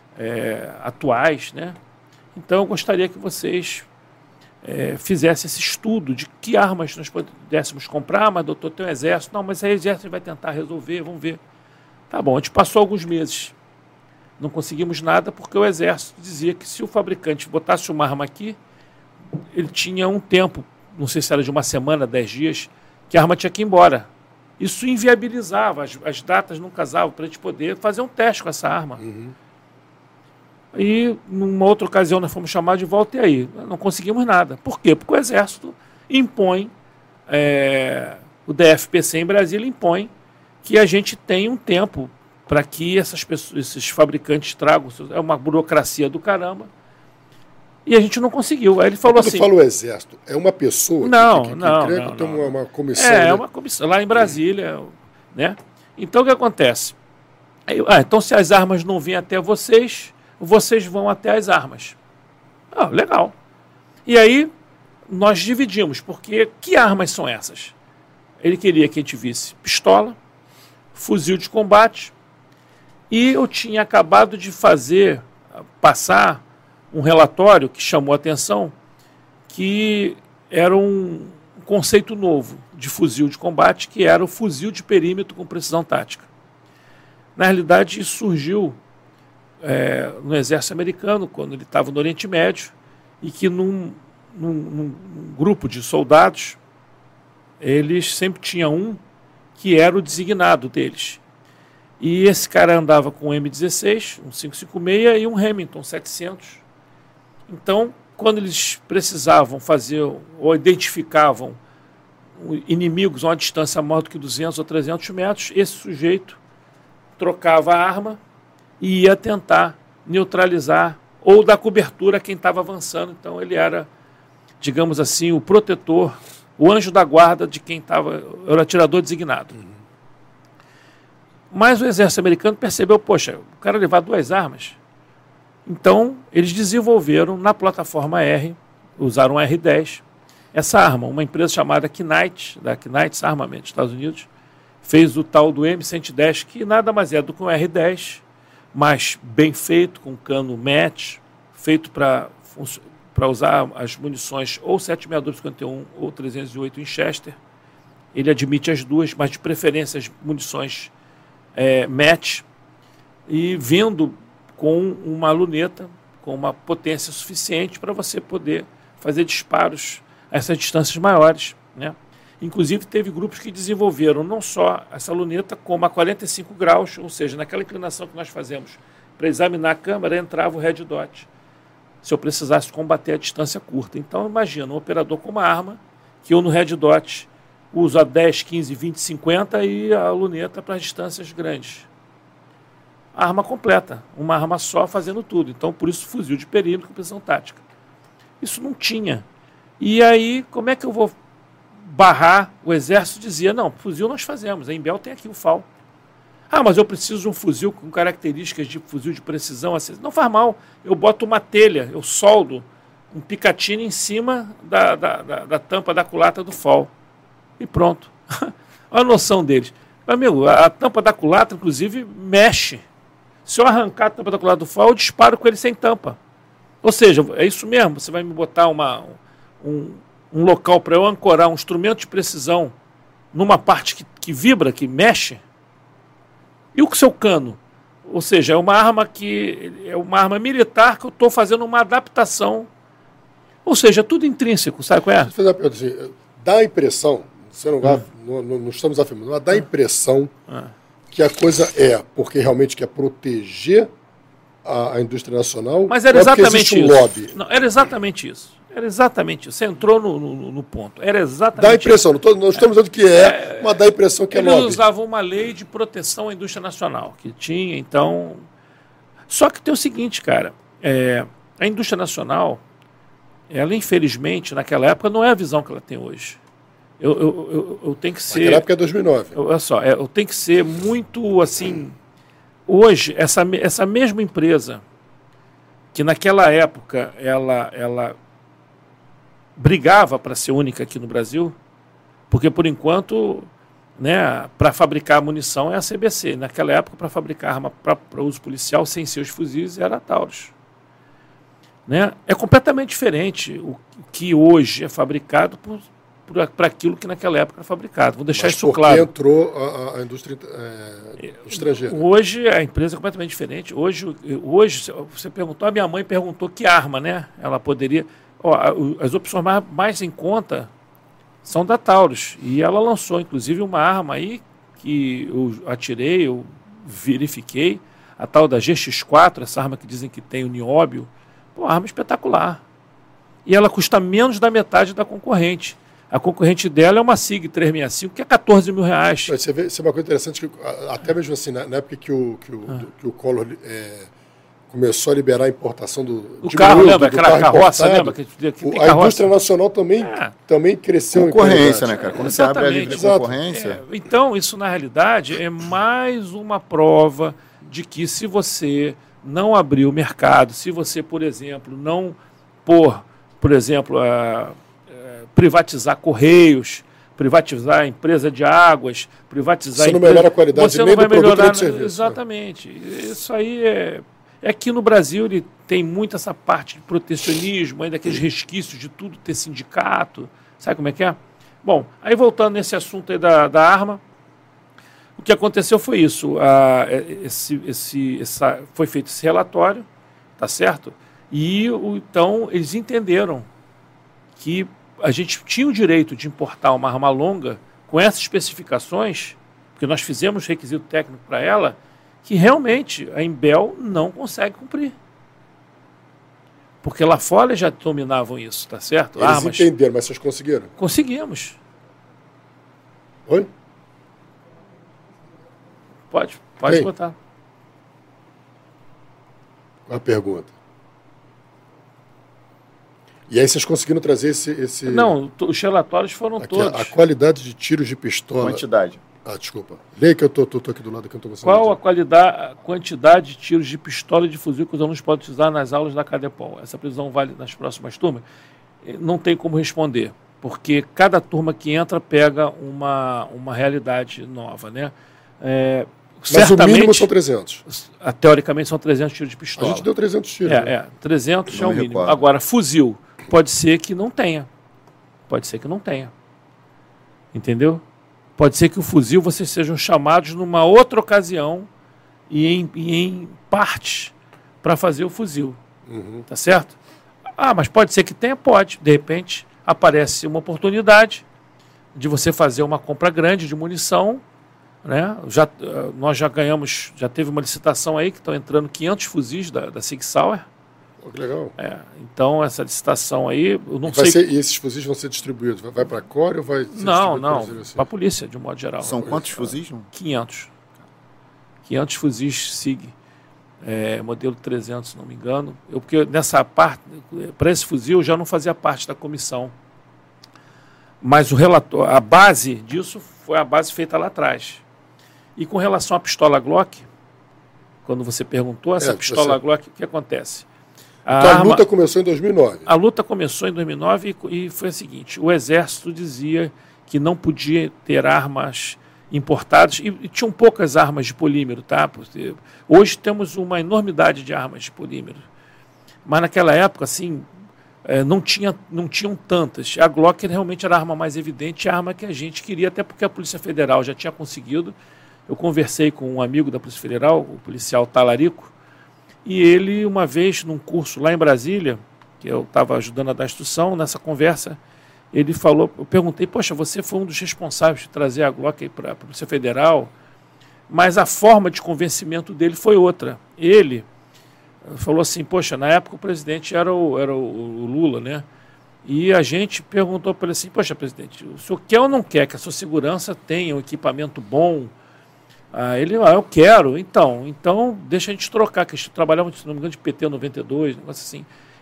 S2: atuais, né? Então, eu gostaria que vocês fizessem esse estudo de que armas nós pudéssemos comprar, mas, doutor, tem um exército. Não, mas aí o exército vai tentar resolver, vamos ver. Tá bom, a gente passou alguns meses. Não conseguimos nada porque o exército dizia que se o fabricante botasse uma arma aqui, ele tinha um tempo, não sei se era de uma semana, 10 dias, que a arma tinha que ir embora. Isso inviabilizava, as datas não casavam para a gente poder fazer um teste com essa arma.
S3: Uhum.
S2: E, numa outra ocasião, nós fomos chamados de volta e aí não conseguimos nada. Por quê? Porque o Exército impõe, o DFPC em Brasília impõe que a gente tenha um tempo para que esses fabricantes tragam. É uma burocracia do caramba. E a gente não conseguiu. Aí ele falou assim...
S3: Quando fala o Exército, é uma pessoa
S2: não,
S3: que tem uma comissão...
S2: É uma comissão, lá em Brasília, né? Então, o que acontece? Então, se as armas não vêm até vocês vão até as armas. Legal. E aí, nós dividimos, porque que armas são essas? Ele queria que a gente visse pistola, fuzil de combate, e eu tinha acabado de passar um relatório que chamou a atenção, que era um conceito novo de fuzil de combate, que era o fuzil de perímetro com precisão tática. Na realidade, isso surgiu no exército americano, quando ele estava no Oriente Médio, e que num grupo de soldados, eles sempre tinham um que era o designado deles. E esse cara andava com um M16, um 556 e um Remington 700. Então, quando eles precisavam fazer ou identificavam inimigos a uma distância maior do que 200 ou 300 metros, esse sujeito trocava a arma e ia tentar neutralizar ou dar cobertura a quem estava avançando. Então ele era, digamos assim, o protetor, o anjo da guarda de quem estava, era o atirador designado. Mas o exército americano percebeu, poxa, o cara levar 2 armas. Então eles desenvolveram na plataforma R, usaram o R10, essa arma, uma empresa chamada Knight, da Knight Armament dos Estados Unidos, fez o tal do M110, que nada mais é do que um R10, mas bem feito, com cano match, feito para usar as munições ou 7.6251 ou 308 Winchester. Ele admite as duas, mas de preferência as munições match, e vindo com uma luneta com uma potência suficiente para você poder fazer disparos a essas distâncias maiores, né? Inclusive, teve grupos que desenvolveram não só essa luneta, como a 45 graus, ou seja, naquela inclinação que nós fazemos para examinar a câmera, entrava o red dot, se eu precisasse combater a distância curta. Então, imagina, um operador com uma arma, que eu no red dot uso a 10, 15, 20, 50 e a luneta para as distâncias grandes. A arma completa, uma arma só fazendo tudo. Então, por isso, fuzil de perímetro com precisão tática. Isso não tinha. E aí, como é que eu vou barrar? O exército dizia, não, fuzil nós fazemos, a Imbel tem aqui o FAL. Mas eu preciso de um fuzil com características de fuzil de precisão. Assim. Não faz mal, eu boto uma telha, eu soldo um Picatinny em cima da tampa da culatra do FAL. E pronto. Olha a noção deles. Meu amigo, a tampa da culatra, inclusive, mexe. Se eu arrancar a tampa da culatra do FAL, eu disparo com ele sem tampa. Ou seja, é isso mesmo, você vai me botar um local para eu ancorar um instrumento de precisão numa parte que vibra, que mexe, e o seu cano? Ou seja, é uma arma militar que eu estou fazendo uma adaptação. Ou seja, tudo intrínseco, sabe qual é?
S3: Deixa eu fazer uma pergunta assim, dá a impressão, você não estamos afirmando, mas dá a impressão que a coisa porque realmente quer proteger a indústria nacional,
S2: mas era exatamente isso.
S3: Lobby.
S2: Não, era exatamente isso. Era exatamente isso. Você entrou no ponto. Era exatamente
S3: dá a impressão, não estamos dizendo que mas dá a impressão que é lobby.
S2: Eles usavam uma lei de proteção à indústria nacional, que tinha, então... Só que tem o seguinte, cara, A indústria nacional, ela infelizmente, naquela época, não é a visão que ela tem hoje. Eu tenho que ser...
S3: Naquela época é 2009.
S2: Olha só, eu tenho que ser muito, assim... Hoje, essa mesma empresa, que naquela época ela brigava para ser única aqui no Brasil, porque, por enquanto, né, para fabricar munição é a CBC. Naquela época, para fabricar arma para uso policial sem seus fuzis, era a Taurus. Né? É completamente diferente o que hoje é fabricado para aquilo que naquela época era fabricado. Vou deixar isso claro.
S3: Entrou a indústria estrangeira.
S2: Hoje a empresa é completamente diferente. Hoje você perguntou, a minha mãe perguntou que arma, né? Ela poderia... as opções mais em conta são da Taurus. E ela lançou, inclusive, uma arma aí que eu atirei, eu verifiquei, a tal da GX4, essa arma que dizem que tem o nióbio. Uma arma espetacular. E ela custa menos da metade da concorrente. A concorrente dela é uma SIG 365, que é R$14 mil.
S3: Você vê, isso é uma coisa interessante, que até mesmo assim, na época que o Collor começou a liberar a importação do
S2: carro, lembra? Aquela carroça, lembra?
S3: A indústria nacional também cresceu.
S1: Concorrência, né, cara? Quando
S2: Exatamente.
S1: você abre a livre concorrência...
S2: Então, isso, na realidade, é mais uma prova de que se você não abrir o mercado, se você, por exemplo, não privatizar Correios, privatizar a empresa de águas, privatizar...
S3: Você não melhora a qualidade
S2: você
S3: nem
S2: não vai
S3: do produto
S2: melhorar,
S3: nem do serviço.
S2: Exatamente. Isso aí é aqui no Brasil ele tem muito essa parte de protecionismo, ainda aqueles resquícios de tudo ter sindicato. Sabe como é que é? Bom, aí voltando nesse assunto aí da arma, o que aconteceu foi isso. Foi feito esse relatório, tá certo? E então eles entenderam que a gente tinha o direito de importar uma arma longa com essas especificações, porque nós fizemos requisito técnico para ela, que realmente a Imbel não consegue cumprir. Porque lá fora já dominavam isso, tá certo?
S3: Eles entenderam, mas vocês conseguiram?
S2: Conseguimos.
S3: Oi?
S2: Pode botar.
S3: Qual a pergunta? E aí vocês conseguiram trazer esse...
S2: Não, os relatórios foram
S3: aqui,
S2: todos.
S3: A qualidade de tiros de pistola...
S1: Quantidade.
S3: Desculpa. Leia que eu tô aqui do lado que eu não tô conseguindo.
S2: Qual a quantidade de tiros de pistola e de fuzil que os alunos podem utilizar nas aulas da Cadepol? Essa previsão vale nas próximas turmas? Não tem como responder, porque cada turma que entra pega uma realidade nova, né?
S3: Mas o mínimo são 300.
S2: Teoricamente são 300 tiros de pistola.
S3: A gente deu 300 tiros.
S2: 300 é o mínimo.
S1: Recordo.
S2: Agora, fuzil, pode ser que não tenha. Entendeu? Pode ser que o fuzil vocês sejam chamados numa outra ocasião e em partes para fazer o fuzil. Tá certo? Mas pode ser que tenha? Pode. De repente, aparece uma oportunidade de você fazer uma compra grande de munição, né? Nós já ganhamos, já teve uma licitação aí que estão entrando 500 fuzis da Sig Sauer.
S3: Que legal.
S2: Então, essa licitação aí, eu não sei...
S3: E esses fuzis vão ser distribuídos? Vai para a Core ou vai ser
S2: Não, para a polícia, de um modo geral.
S1: São quantos fuzis?
S2: 500. 500 fuzis SIG, modelo 300, se não me engano. Porque nessa parte, para esse fuzil, eu já não fazia parte da comissão. Mas a base disso foi a base feita lá atrás. E com relação à pistola Glock, quando você perguntou, essa pistola Glock, o que acontece?
S3: A luta começou em 2009.
S2: A luta começou em 2009 e foi a seguinte: o Exército dizia que não podia ter armas importadas e tinham poucas armas de polímero, tá? Porque hoje temos uma enormidade de armas de polímero, mas naquela época, assim, não tinham tantas. A Glock realmente era a arma mais evidente, a arma que a gente queria, até porque a Polícia Federal já tinha conseguido. Eu conversei com um amigo da Polícia Federal, o policial Talarico, e ele, uma vez, num curso lá em Brasília, que eu estava ajudando a dar instrução, nessa conversa, ele falou, eu perguntei, poxa, você foi um dos responsáveis de trazer a Glock para a Polícia Federal, mas a forma de convencimento dele foi outra. Ele falou assim, poxa, na época o presidente era o Lula, né? E a gente perguntou para ele assim, poxa, presidente, o senhor quer ou não quer que a sua segurança tenha um equipamento bom? Ele, eu quero, então deixa a gente trocar, que a gente trabalhava, se não me engano, de PT 92, um negócio assim.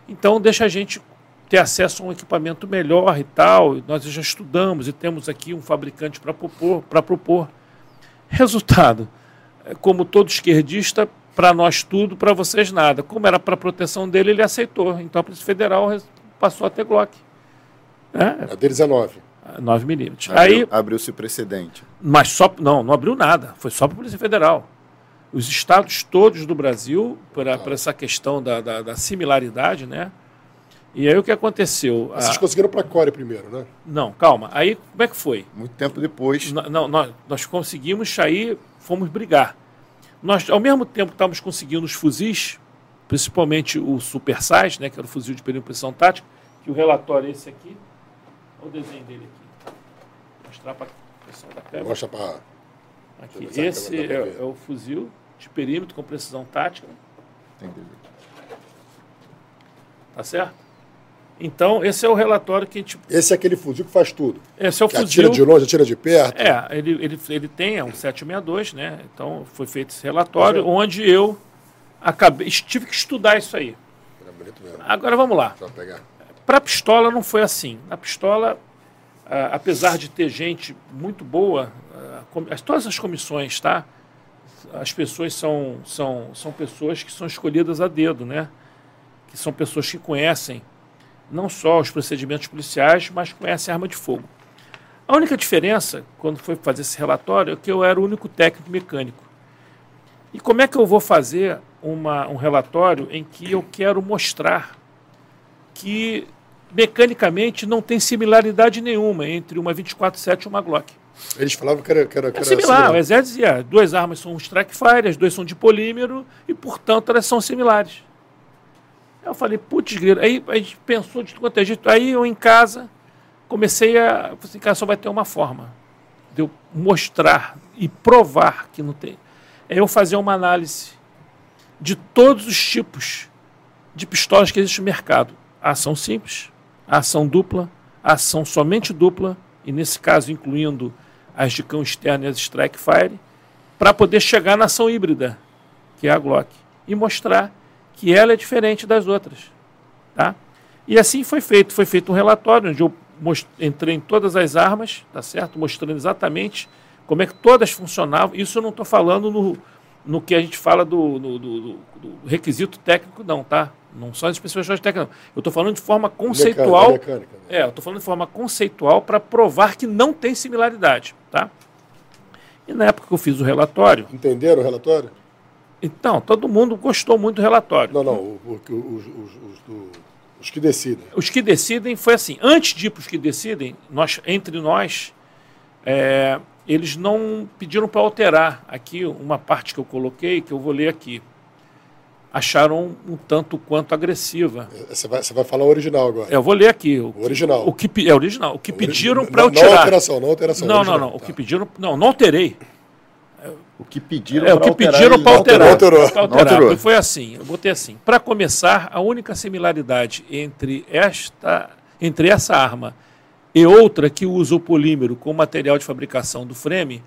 S2: Então, deixa a gente ter acesso a um equipamento melhor e tal. Nós já estudamos e temos aqui um fabricante para propor. Resultado, como todo esquerdista, para nós tudo, para vocês nada. Como era para a proteção dele, ele aceitou. Então a Polícia Federal passou a ter Glock.
S3: A deles é 9.
S2: 9 milímetros.
S1: Abriu-se precedente.
S2: Mas não abriu nada. Foi só para a Polícia Federal. Os estados todos do Brasil, por essa questão da similaridade, né? E aí o que aconteceu?
S3: Vocês conseguiram para a Core primeiro, né?
S2: Não, calma. Aí como é que foi?
S1: Muito tempo depois.
S2: Nós conseguimos sair, fomos brigar. Nós, ao mesmo tempo que estávamos conseguindo os fuzis, principalmente o Super Size, né, que era o fuzil de perímetro de precisão tática, que o relatório é esse aqui. Olha o desenho dele aqui. Vou mostrar para o pessoal da câmera.
S3: Mostra para...
S2: Aqui. Esse é o fuzil de perímetro com precisão tática.
S1: Entendi.
S2: Tá certo? Então, esse é o relatório que a gente...
S3: Esse é aquele fuzil que faz tudo.
S2: Esse é o
S3: que
S2: fuzil...
S3: Atira de longe, atira de perto.
S2: Ele tem um 762, né? Então, foi feito esse relatório, onde eu tive que estudar isso aí.
S3: Era bonito mesmo.
S2: Agora, vamos lá. Para a pistola, não foi assim. Na pistola, apesar de ter gente muito boa, todas as comissões, tá? As pessoas são pessoas que são escolhidas a dedo, né? Que são pessoas que conhecem não só os procedimentos policiais, mas conhecem a arma de fogo. A única diferença, quando foi fazer esse relatório, é que eu era o único técnico mecânico. E como é que eu vou fazer um relatório em que eu quero mostrar que, mecanicamente, não tem similaridade nenhuma entre uma 24-7 e uma Glock?
S3: Eles falavam que era
S2: similar. O Exército dizia, 2 armas são um strike fire, as 2 são de polímero e, portanto, elas são similares. Eu falei, putz, aí a gente pensou de quanto é jeito. Aí eu em casa comecei a... Falei assim, cara, só vai ter uma forma de eu mostrar e provar que não tem. É eu fazer uma análise de todos os tipos de pistolas que existem no mercado. A ação simples, a ação dupla, a ação somente dupla, e nesse caso incluindo as de cão externo e as strike fire, para poder chegar na ação híbrida, que é a Glock, e mostrar que ela é diferente das outras. Tá? E assim foi feito. Foi feito um relatório onde eu entrei em todas as armas, tá certo? Mostrando exatamente como é que todas funcionavam. Isso eu não estou falando no que a gente fala do requisito técnico, não, tá? Não são as especificações técnicas, não. Eu estou falando de forma conceitual.
S3: Mecânica, né?
S2: Eu estou falando de forma conceitual para provar que não tem similaridade, tá? E na época que eu fiz o relatório...
S3: Entenderam o relatório?
S2: Então, todo mundo gostou muito do relatório.
S3: Não, os que decidem.
S2: Os que decidem foi assim, antes de ir para os que decidem, entre nós, eles não pediram para alterar aqui uma parte que eu coloquei, que eu vou ler aqui. Acharam um tanto quanto agressiva.
S3: Você vai falar o original agora.
S2: Eu vou ler aqui.
S3: O original.
S2: É original. O que pediram para eu tirar.
S3: Não alteração.
S2: Não. O que pediram... Não alterei.
S1: O que pediram
S2: para alterar.
S3: Não alterou.
S2: Foi assim, eu botei assim. Para começar, a única similaridade entre essa arma e outra que usa o polímero como material de fabricação do frame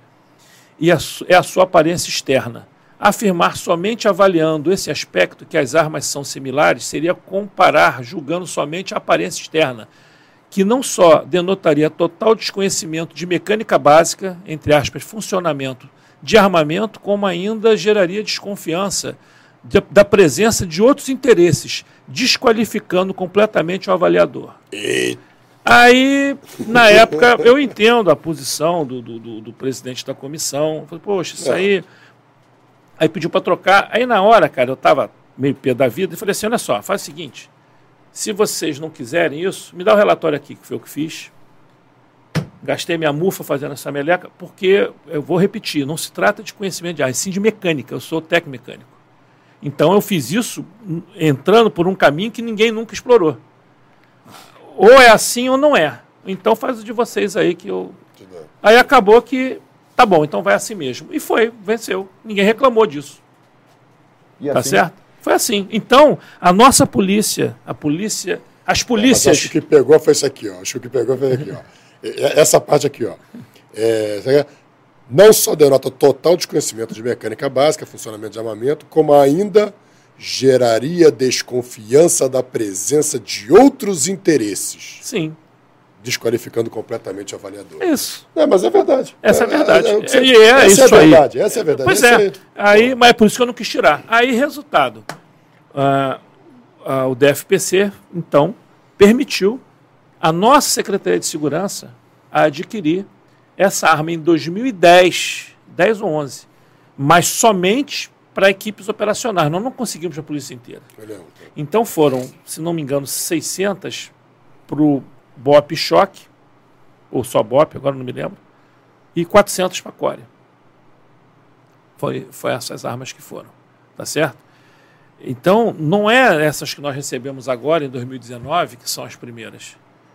S2: é a sua aparência externa. Afirmar somente avaliando esse aspecto que as armas são similares seria comparar julgando somente a aparência externa, que não só denotaria total desconhecimento de mecânica básica, entre aspas, funcionamento de armamento, como ainda geraria desconfiança da presença de outros interesses, desqualificando completamente o avaliador. Aí, na época, eu entendo a posição do presidente da comissão. Falei, poxa, isso aí... Aí pediu para trocar. Aí, na hora, cara, eu estava meio pé da vida e falei assim, olha só, faz o seguinte, se vocês não quiserem isso, me dá o relatório aqui, que foi o que fiz. Gastei minha mufa fazendo essa meleca, porque, eu vou repetir, não se trata de conhecimento de área, sim de mecânica, eu sou técnico mecânico. Então eu fiz isso entrando por um caminho que ninguém nunca explorou. Ou é assim ou não é. Então faz o de vocês aí que eu... Aí acabou que, tá bom, então vai assim mesmo. E foi, venceu. Ninguém reclamou disso.
S1: E
S2: tá
S1: assim?
S2: certo? Foi assim. Então, a nossa polícia, as polícias...
S3: Mas acho que pegou foi isso aqui, ó. Acho que o que pegou foi aqui, ó. Essa parte aqui, ó. Não só denota total desconhecimento de mecânica básica, funcionamento de armamento, como ainda geraria desconfiança da presença de outros interesses.
S2: Sim.
S3: Desqualificando completamente o avaliador.
S2: Isso.
S3: Mas é verdade.
S2: Essa é a verdade.
S3: Essa é a verdade. Essa é a verdade.
S2: Pois é. Aí, mas é por isso que eu não quis tirar. Aí, resultado. O DFPC, então, permitiu a nossa Secretaria de Segurança a adquirir essa arma em 2010, 10 ou 11, mas somente para equipes operacionais. Nós não conseguimos a polícia inteira. Então foram, se não me engano, 600 para o BOP Choque, ou só BOP, agora não me lembro, e 400 para a Core. Foi essas armas que foram, tá certo? Então, não é essas que nós recebemos agora, em 2019, que são as primeiras.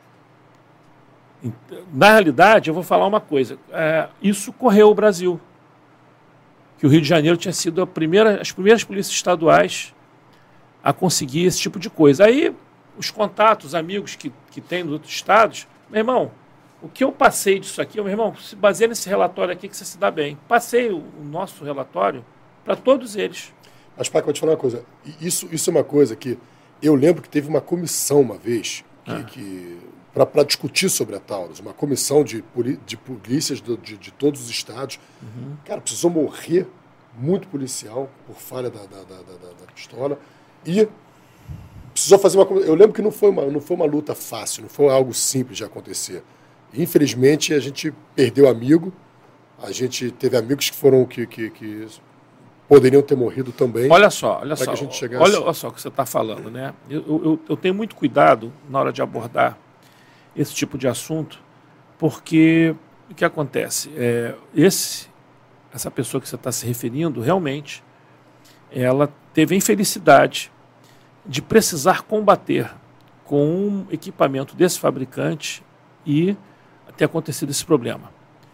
S2: Na realidade, eu vou falar uma coisa. Isso correu o Brasil. Que o Rio de Janeiro tinha sido as primeiras polícias estaduais a conseguir esse tipo de coisa. Aí, os contatos, os amigos que tem dos outros estados, meu irmão, o que eu passei disso aqui, meu irmão, se baseia nesse relatório aqui que você se dá bem. Passei o nosso relatório para todos eles.
S3: Mas, Paco, vou te falar uma coisa. Isso é uma coisa que eu lembro que teve uma comissão uma vez para discutir sobre a Taurus, uma comissão de polícias de todos os estados. Uhum. Cara, precisou morrer muito policial por falha da pistola e precisou fazer uma... Eu lembro que não foi uma luta fácil, não foi algo simples de acontecer. Infelizmente, a gente perdeu amigo, a gente teve amigos que foram... que poderiam ter morrido também.
S2: Olha só.
S3: Que a gente chegasse...
S2: Olha só o que você está falando, né? Eu tenho muito cuidado na hora de abordar esse tipo de assunto, porque o que acontece? Essa pessoa que você está se referindo, realmente, ela teve a infelicidade de precisar combater com um equipamento desse fabricante e ter acontecido esse problema.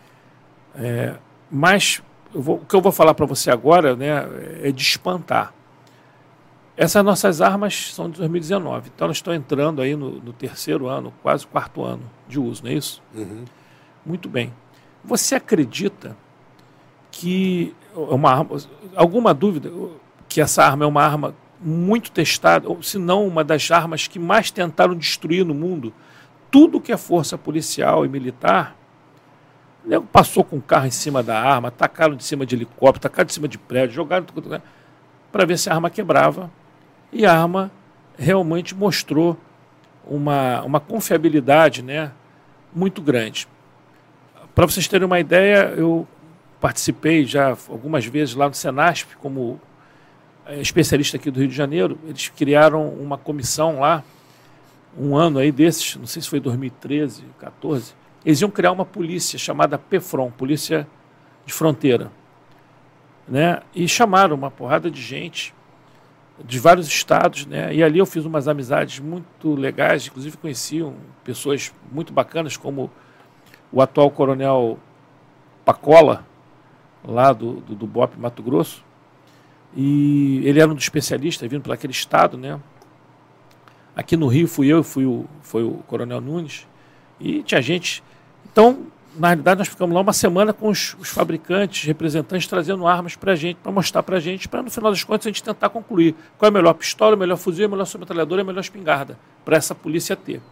S2: Mas o que eu vou falar para você agora, né, é de espantar. Essas nossas armas são de 2019, então elas estão entrando aí no terceiro ano, quase quarto ano de uso, não é isso?
S3: Uhum.
S2: Muito bem. Você acredita que alguma dúvida que essa arma é uma arma muito testada, ou se não uma das armas que mais tentaram destruir no mundo tudo que é força policial e militar? Passou com o carro em cima da arma, atacaram de cima de helicóptero, atacaram de cima de prédio, jogaram para ver se a arma quebrava. E a arma realmente mostrou uma confiabilidade, né, muito grande. Para vocês terem uma ideia, eu participei já algumas vezes lá no Senasp, como especialista aqui do Rio de Janeiro. Eles criaram uma comissão lá, um ano aí desses, não sei se foi 2013, 2014, eles iam criar uma polícia chamada PFRON, Polícia de Fronteira, né? E chamaram uma porrada de gente de vários estados, né? E ali eu fiz umas amizades muito legais, inclusive conheci pessoas muito bacanas, como o atual coronel Pacola, lá do BOP Mato Grosso, e ele era um dos especialistas, vindo para aquele estado, né? Aqui no Rio foi o coronel Nunes, e tinha gente. Então, na realidade, nós ficamos lá uma semana com os fabricantes, representantes, trazendo armas para a gente, para mostrar para a gente, para no final das contas a gente tentar concluir qual é a melhor pistola, o melhor fuzil, a melhor submetralhadora e a melhor espingarda para essa polícia ter.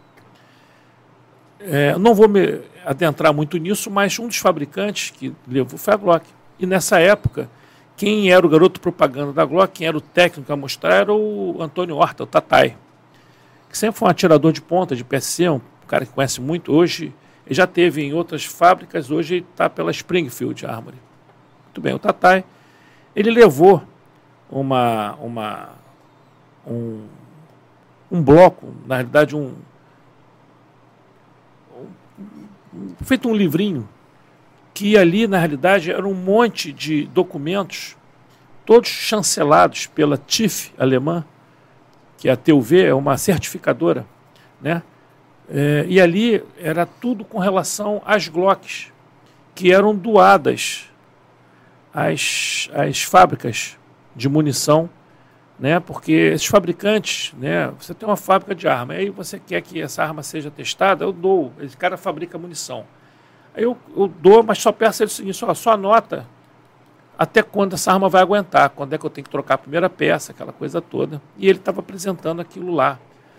S2: Não vou me adentrar muito nisso, mas um dos fabricantes que levou foi a Glock. E nessa época, quem era o garoto propaganda da Glock, quem era o técnico a mostrar, era o Antônio Horta, o Tatai, que sempre foi um atirador de ponta, de PSC, um cara que conhece muito. Hoje, ele já teve em outras fábricas, hoje ele está pela Springfield Armory. Muito bem, o Tatai, ele levou um bloco, na realidade feito um livrinho, que ali, na realidade, era um monte de documentos, todos chancelados pela TÜV alemã, que a TÜV é uma certificadora, né? E ali era tudo com relação às Glocks, que eram doadas às fábricas de munição, né? Porque esses fabricantes, né? Você tem uma fábrica de arma, aí você quer que essa arma seja testada, eu dou, esse cara fabrica munição. Aí eu dou, mas só peço ele o seguinte, só anota até quando essa arma vai aguentar, quando é que eu tenho que trocar a primeira peça, aquela coisa toda. E ele estava apresentando aquilo lá,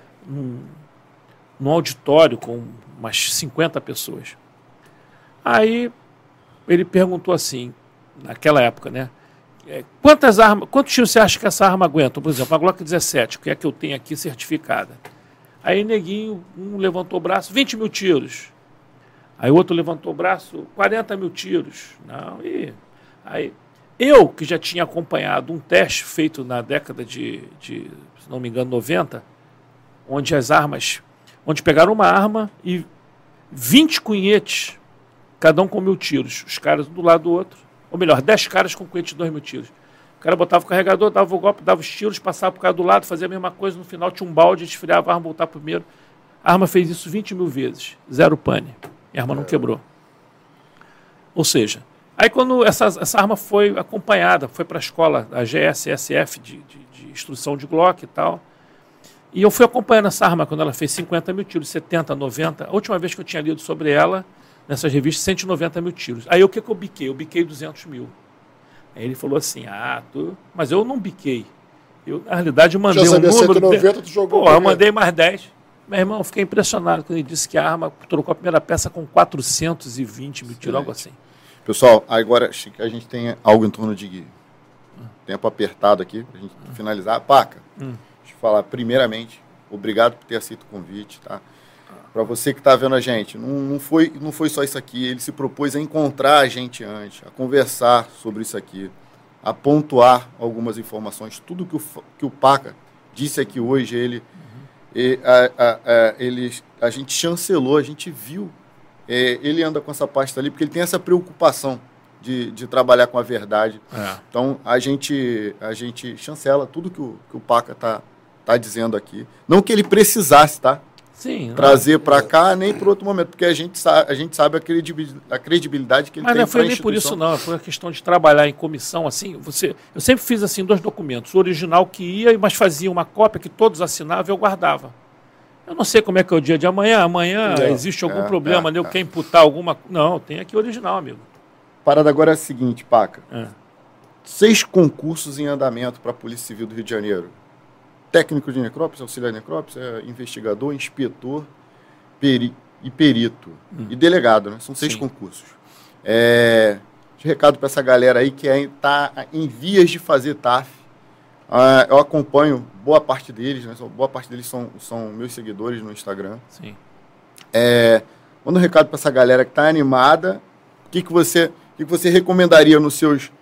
S2: num auditório com umas 50 pessoas. Aí ele perguntou assim, naquela época, né? Quantos tiros você acha que essa arma aguenta? Por exemplo, a Glock 17, que é a que eu tenho aqui certificada. Aí neguinho, um levantou o braço, 20 mil tiros. Aí o outro levantou o braço, 40 mil tiros. Não, e aí eu, que já tinha acompanhado um teste feito na década de se não me engano, 90, onde pegaram uma arma e 20 cunhetes, cada um com 1.000 tiros, os caras um do lado do outro, ou melhor, 10 caras com cunhete de 2.000 tiros. O cara botava o carregador, dava o golpe, dava os tiros, passava pro cara do lado, fazia a mesma coisa, no final tinha um balde, esfriava a arma, voltava primeiro. A arma fez isso 20 mil vezes, zero pane, e a arma não quebrou. Ou seja, aí quando essa arma foi acompanhada, foi para a escola, a GSSF, de instrução de Glock e tal, e eu fui acompanhando essa arma quando ela fez 50 mil tiros, 70, 90, a última vez que eu tinha lido sobre ela, nessas revistas, 190 mil tiros. Aí o que eu biquei? Eu biquei 200 mil. Aí ele falou assim, mas eu não biquei. Eu, na realidade, mandei um número...
S3: 190, tu jogou.
S2: Pô, eu mandei mais 10. Meu irmão, eu fiquei impressionado quando ele disse que a arma trocou a primeira peça com 420 mil tiros, algo assim.
S1: Pessoal, agora a gente tem algo em torno de tempo apertado aqui, para a gente finalizar. Paca, deixa eu falar, primeiramente, obrigado por ter aceito o convite, tá? Para você que está vendo a gente, não foi só isso aqui, ele se propôs a encontrar a gente antes, a conversar sobre isso aqui, a pontuar algumas informações. Tudo que o Paca disse aqui hoje, a gente chancelou, a gente viu. Ele anda com essa pasta ali porque ele tem essa preocupação de trabalhar com a verdade. Então, a gente chancela tudo que o Paca tá dizendo aqui. Não que ele precisasse, tá?
S2: Sim,
S1: trazer para cá, nem para outro momento, porque a gente sabe a credibilidade que ele tem.
S2: Mas não foi nem por isso, não. Foi a questão de trabalhar em comissão, assim. Eu sempre fiz assim 2 documentos. O original que ia, mas fazia uma cópia que todos assinavam e eu guardava. Eu não sei como é que é o dia de amanhã. Amanhã existe algum problema, eu quero imputar alguma... Não, tem aqui o original, amigo.
S1: A parada agora é a seguinte, Paca. 6 concursos em andamento para a Polícia Civil do Rio de Janeiro. Técnico de necrópsia, auxiliar de necrópsia, investigador, inspetor e perito. E delegado, né? São 6 concursos. De recado para essa galera aí que está em vias de fazer TAF. Eu acompanho boa parte deles, né? Boa parte deles são meus seguidores no Instagram.
S2: Sim.
S1: Manda um recado para essa galera que está animada. O que você recomendaria nos seus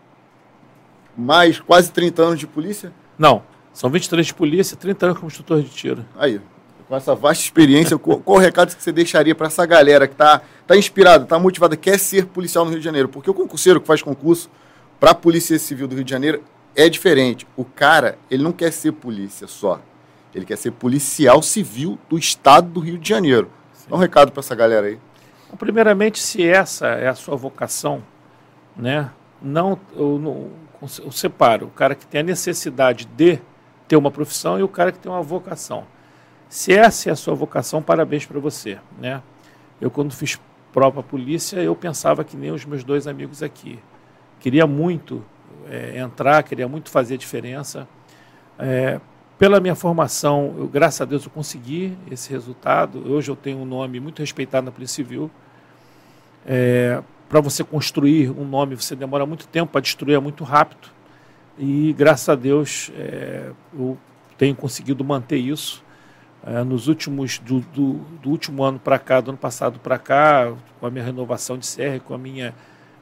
S1: quase 30 anos de polícia?
S2: Não. São 23 de polícia e 30 anos como instrutor de tiro.
S1: Aí, com essa vasta experiência, qual o recado que você deixaria para essa galera que está inspirada, está motivada, quer ser policial no Rio de Janeiro? Porque o concurseiro que faz concurso para a Polícia Civil do Rio de Janeiro é diferente. O cara, ele não quer ser polícia só. Ele quer ser policial civil do estado do Rio de Janeiro. Dá um recado para essa galera aí.
S2: Bom, primeiramente, se essa é a sua vocação, né, eu separo o cara que tem a necessidade de ter uma profissão e o cara que tem uma vocação. Se essa é a sua vocação, parabéns para você, né? Eu, quando fiz prova para a polícia, eu pensava que nem os meus 2 amigos aqui. Queria muito entrar, queria muito fazer a diferença. Pela minha formação, graças a Deus, eu consegui esse resultado. Hoje eu tenho um nome muito respeitado na Polícia Civil. Para você construir um nome, você demora muito tempo, para destruir é muito rápido. E, graças a Deus, eu tenho conseguido manter isso. Nos últimos, do último ano para cá, do ano passado para cá, com a minha renovação de CR, com a minha...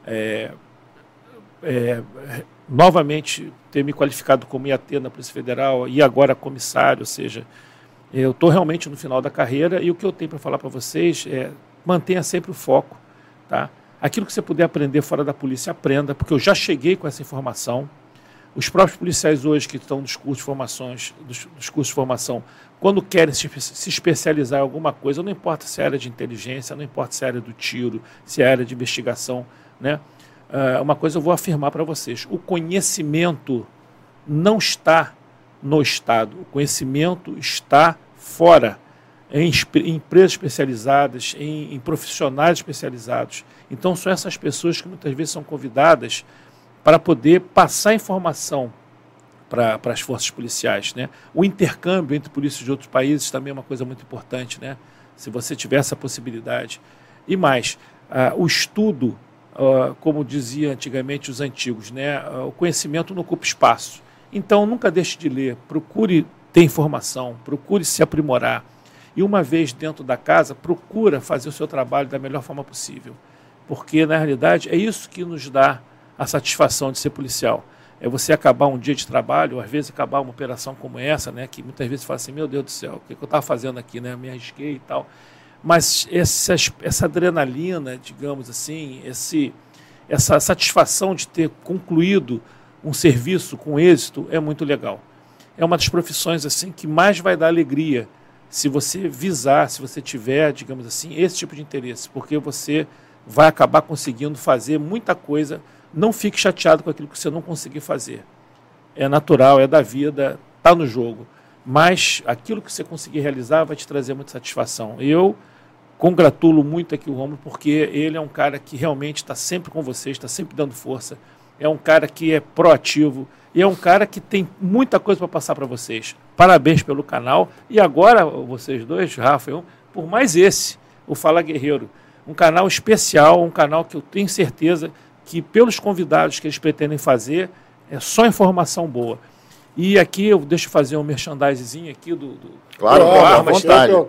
S2: novamente, ter me qualificado como IAT na Polícia Federal e agora comissário, ou seja, eu estou realmente no final da carreira e o que eu tenho para falar para vocês é mantenha sempre o foco, tá? Aquilo que você puder aprender fora da polícia, aprenda, porque eu já cheguei com essa informação. Os próprios policiais hoje que estão dos cursos de formação, quando querem se especializar em alguma coisa, não importa se é área de inteligência, não importa se é área do tiro, se é área de investigação, né? Uma coisa eu vou afirmar para vocês, o conhecimento não está no Estado, o conhecimento está fora, em empresas especializadas, em profissionais especializados. Então são essas pessoas que muitas vezes são convidadas para poder passar informação para as forças policiais, né? O intercâmbio entre polícias de outros países também é uma coisa muito importante, né? Se você tiver essa possibilidade. E mais, o estudo, como dizia antigamente os antigos, né? O conhecimento não ocupa espaço. Então, nunca deixe de ler, procure ter informação, procure se aprimorar. E uma vez dentro da casa, procura fazer o seu trabalho da melhor forma possível. Porque, na realidade, é isso que nos dá a satisfação de ser policial. É você acabar um dia de trabalho, ou às vezes acabar uma operação como essa, né, que muitas vezes fala assim, meu Deus do céu, o que eu estava fazendo aqui, né, me arrisquei e tal. Mas essa adrenalina, digamos assim, essa satisfação de ter concluído um serviço com êxito é muito legal. É uma das profissões assim que mais vai dar alegria se você visar, se você tiver, digamos assim, esse tipo de interesse, porque você vai acabar conseguindo fazer muita coisa. Não fique chateado com aquilo que você não conseguir fazer. É natural, é da vida, está no jogo. Mas aquilo que você conseguir realizar vai te trazer muita satisfação. Eu congratulo muito aqui o Rômulo, porque ele é um cara que realmente está sempre com você, está sempre dando força. É um cara que é proativo e é um cara que tem muita coisa para passar para vocês. Parabéns pelo canal. E agora, vocês dois, Rafa e eu, por mais esse, o Fala Guerreiro. Um canal especial, um canal que eu tenho certeza que pelos convidados que eles pretendem fazer, é só informação boa. E aqui eu deixo fazer um merchandising aqui do
S1: Claro,
S2: ProArmas.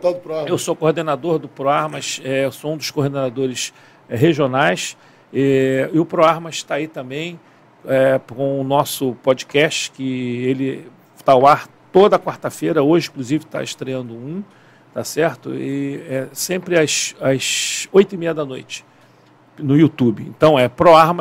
S3: Eu
S2: sou coordenador do ProArmas, eu sou um dos coordenadores regionais, e o ProArmas está aí também com o nosso podcast, que ele está ao ar toda quarta-feira, hoje inclusive está estreando tá certo? E é sempre às 8h30 da noite. No YouTube. Então é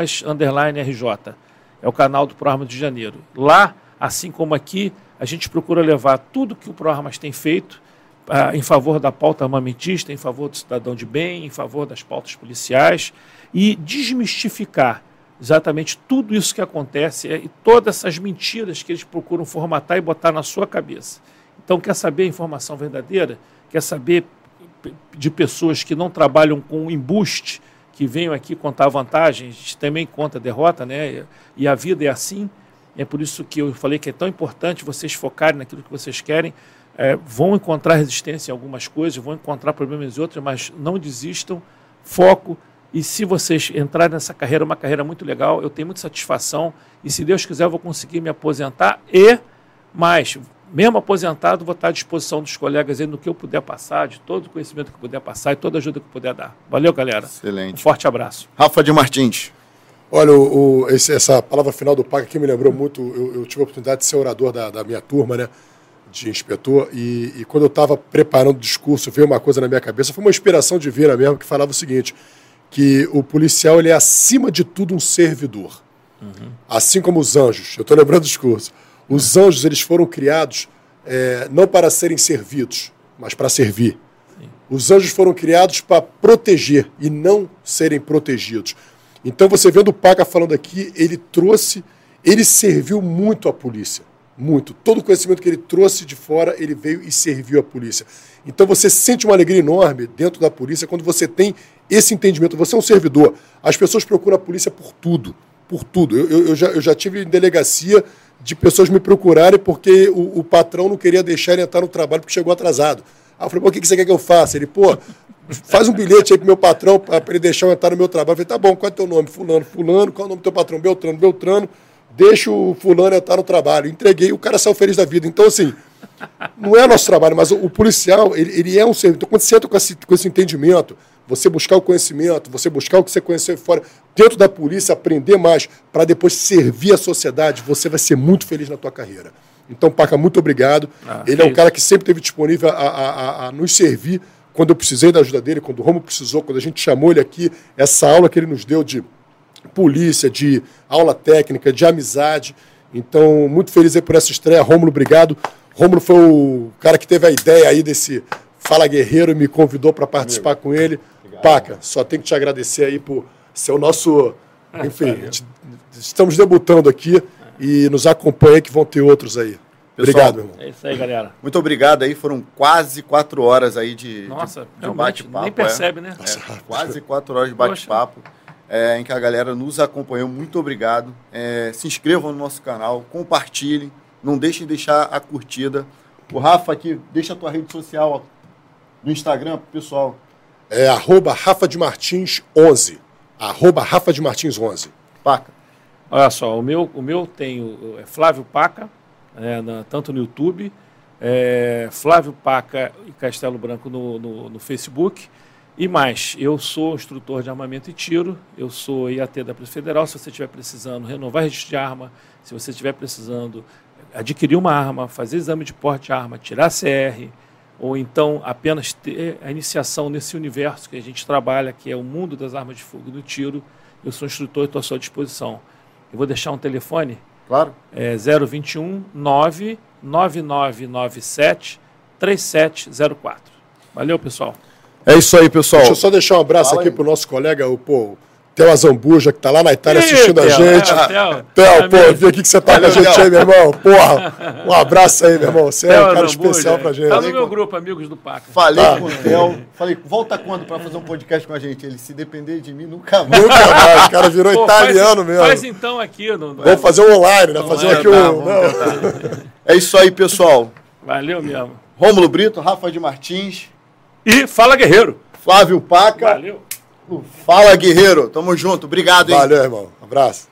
S2: ProArmas_RJ. É o canal do ProArmas de Janeiro. Lá, assim como aqui, a gente procura levar tudo que o ProArmas tem feito em favor da pauta armamentista, em favor do cidadão de bem, em favor das pautas policiais e desmistificar exatamente tudo isso que acontece e todas essas mentiras que eles procuram formatar e botar na sua cabeça. Então, quer saber a informação verdadeira? Quer saber de pessoas que não trabalham com embuste, que venham aqui contar vantagem, a gente também conta derrota, né? E a vida é assim. É por isso que eu falei que é tão importante vocês focarem naquilo que vocês querem. Vão encontrar resistência em algumas coisas, vão encontrar problemas em outras, mas não desistam, foco. E se vocês entrarem nessa carreira, é uma carreira muito legal, eu tenho muita satisfação. E se Deus quiser, eu vou conseguir me aposentar mesmo aposentado, vou estar à disposição dos colegas aí no que eu puder passar, de todo o conhecimento que eu puder passar e toda a ajuda que eu puder dar. Valeu, galera.
S1: Excelente.
S2: Um forte abraço.
S1: Rafa de Martins.
S3: Olha, essa palavra final do Paca aqui me lembrou muito. Eu tive a oportunidade de ser orador da minha turma, né, de inspetor, e quando eu estava preparando o discurso, veio uma coisa na minha cabeça, foi uma inspiração divina mesmo, que falava o seguinte, que o policial ele é, acima de tudo, um servidor. Uhum. Assim como os anjos. Eu estou lembrando do discurso. Os anjos eles foram criados não para serem servidos, mas para servir. Sim. Os anjos foram criados para proteger e não serem protegidos. Então, você vendo o Paca falando aqui, ele serviu muito à polícia. Muito. Todo o conhecimento que ele trouxe de fora, ele veio e serviu à polícia. Então, você sente uma alegria enorme dentro da polícia quando você tem esse entendimento. Você é um servidor. As pessoas procuram a polícia por tudo. Por tudo. Eu já tive em delegacia de pessoas me procurarem porque o patrão não queria deixar ele entrar no trabalho porque chegou atrasado. Aí eu falei, o que você quer que eu faça? Ele, faz um bilhete aí pro meu patrão para ele deixar eu entrar no meu trabalho. Eu falei, tá bom, qual é o teu nome? Fulano. Qual é o nome do teu patrão? Beltrano. Deixa o fulano entrar no trabalho. Entreguei, o cara saiu feliz da vida. Então, assim, não é nosso trabalho, mas o policial, ele é um servidor. Então, quando você entra com esse entendimento, você buscar o conhecimento, você buscar o que você conheceu fora, dentro da polícia, aprender mais, para depois servir a sociedade, você vai ser muito feliz na tua carreira. Então, Paca, muito obrigado. Ele é um cara que sempre esteve disponível a nos servir quando eu precisei da ajuda dele, quando o Romulo precisou, quando a gente chamou ele aqui, essa aula que ele nos deu de polícia, de aula técnica, de amizade. Então, muito feliz aí por essa estreia. Rômulo, obrigado. Rômulo foi o cara que teve a ideia aí desse Fala Guerreiro e me convidou para participar com ele. Obrigado, Paca, só tenho que te agradecer aí por ser o nosso... Enfim, estamos debutando aqui e nos acompanha que vão ter outros aí. Pessoal, obrigado, irmão.
S2: É isso aí, galera.
S1: Muito obrigado aí. Foram quase 4 horas aí de bate-papo.
S2: Nem percebe, né?
S1: Quase 4 horas de bate-papo. em que a galera nos acompanhou. Muito obrigado. Se inscrevam no nosso canal, compartilhem, não deixem de deixar a curtida. O Rafa aqui, deixa a tua rede social no Instagram pro pessoal.
S3: @RafaDeMartins11. @RafaDeMartins11.
S1: Paca.
S2: Olha só, o meu tem Flávio Paca, tanto no YouTube, Flávio Paca e Castelo Branco no Facebook. E mais, eu sou instrutor de armamento e tiro, eu sou IAT da Polícia Federal. Se você estiver precisando renovar registro de arma, se você estiver precisando adquirir uma arma, fazer exame de porte de arma, tirar CR, ou então apenas ter a iniciação nesse universo que a gente trabalha, que é o mundo das armas de fogo e do tiro, eu sou instrutor e estou à sua disposição. Eu vou deixar um telefone,
S1: claro,
S2: 021 99997 3704. Valeu, pessoal.
S1: É isso aí, pessoal.
S3: Deixa eu só deixar um abraço aqui pro nosso colega, o Theo Azambuja, que tá lá na Itália assistindo a gente. Theo, vi aqui que você tá com a gente aí, meu irmão. Porra, um abraço aí, meu irmão. Você é um cara especial pra gente.
S2: Tá no meu grupo, amigos do Paca.
S1: Falei com o Theo, volta quando pra fazer um podcast com a gente? Ele, se depender de mim, nunca mais.
S3: Nunca mais, o cara virou italiano mesmo.
S2: Faz então aqui.
S3: Vamos fazer um online, né? Fazer aqui
S1: É isso aí, pessoal.
S2: Valeu mesmo.
S1: Rômulo Brito, Rafa de Martins.
S2: E Fala Guerreiro.
S1: Flávio Paca.
S2: Valeu.
S1: Fala Guerreiro. Tamo junto. Obrigado, hein?
S3: Valeu, irmão. Um abraço.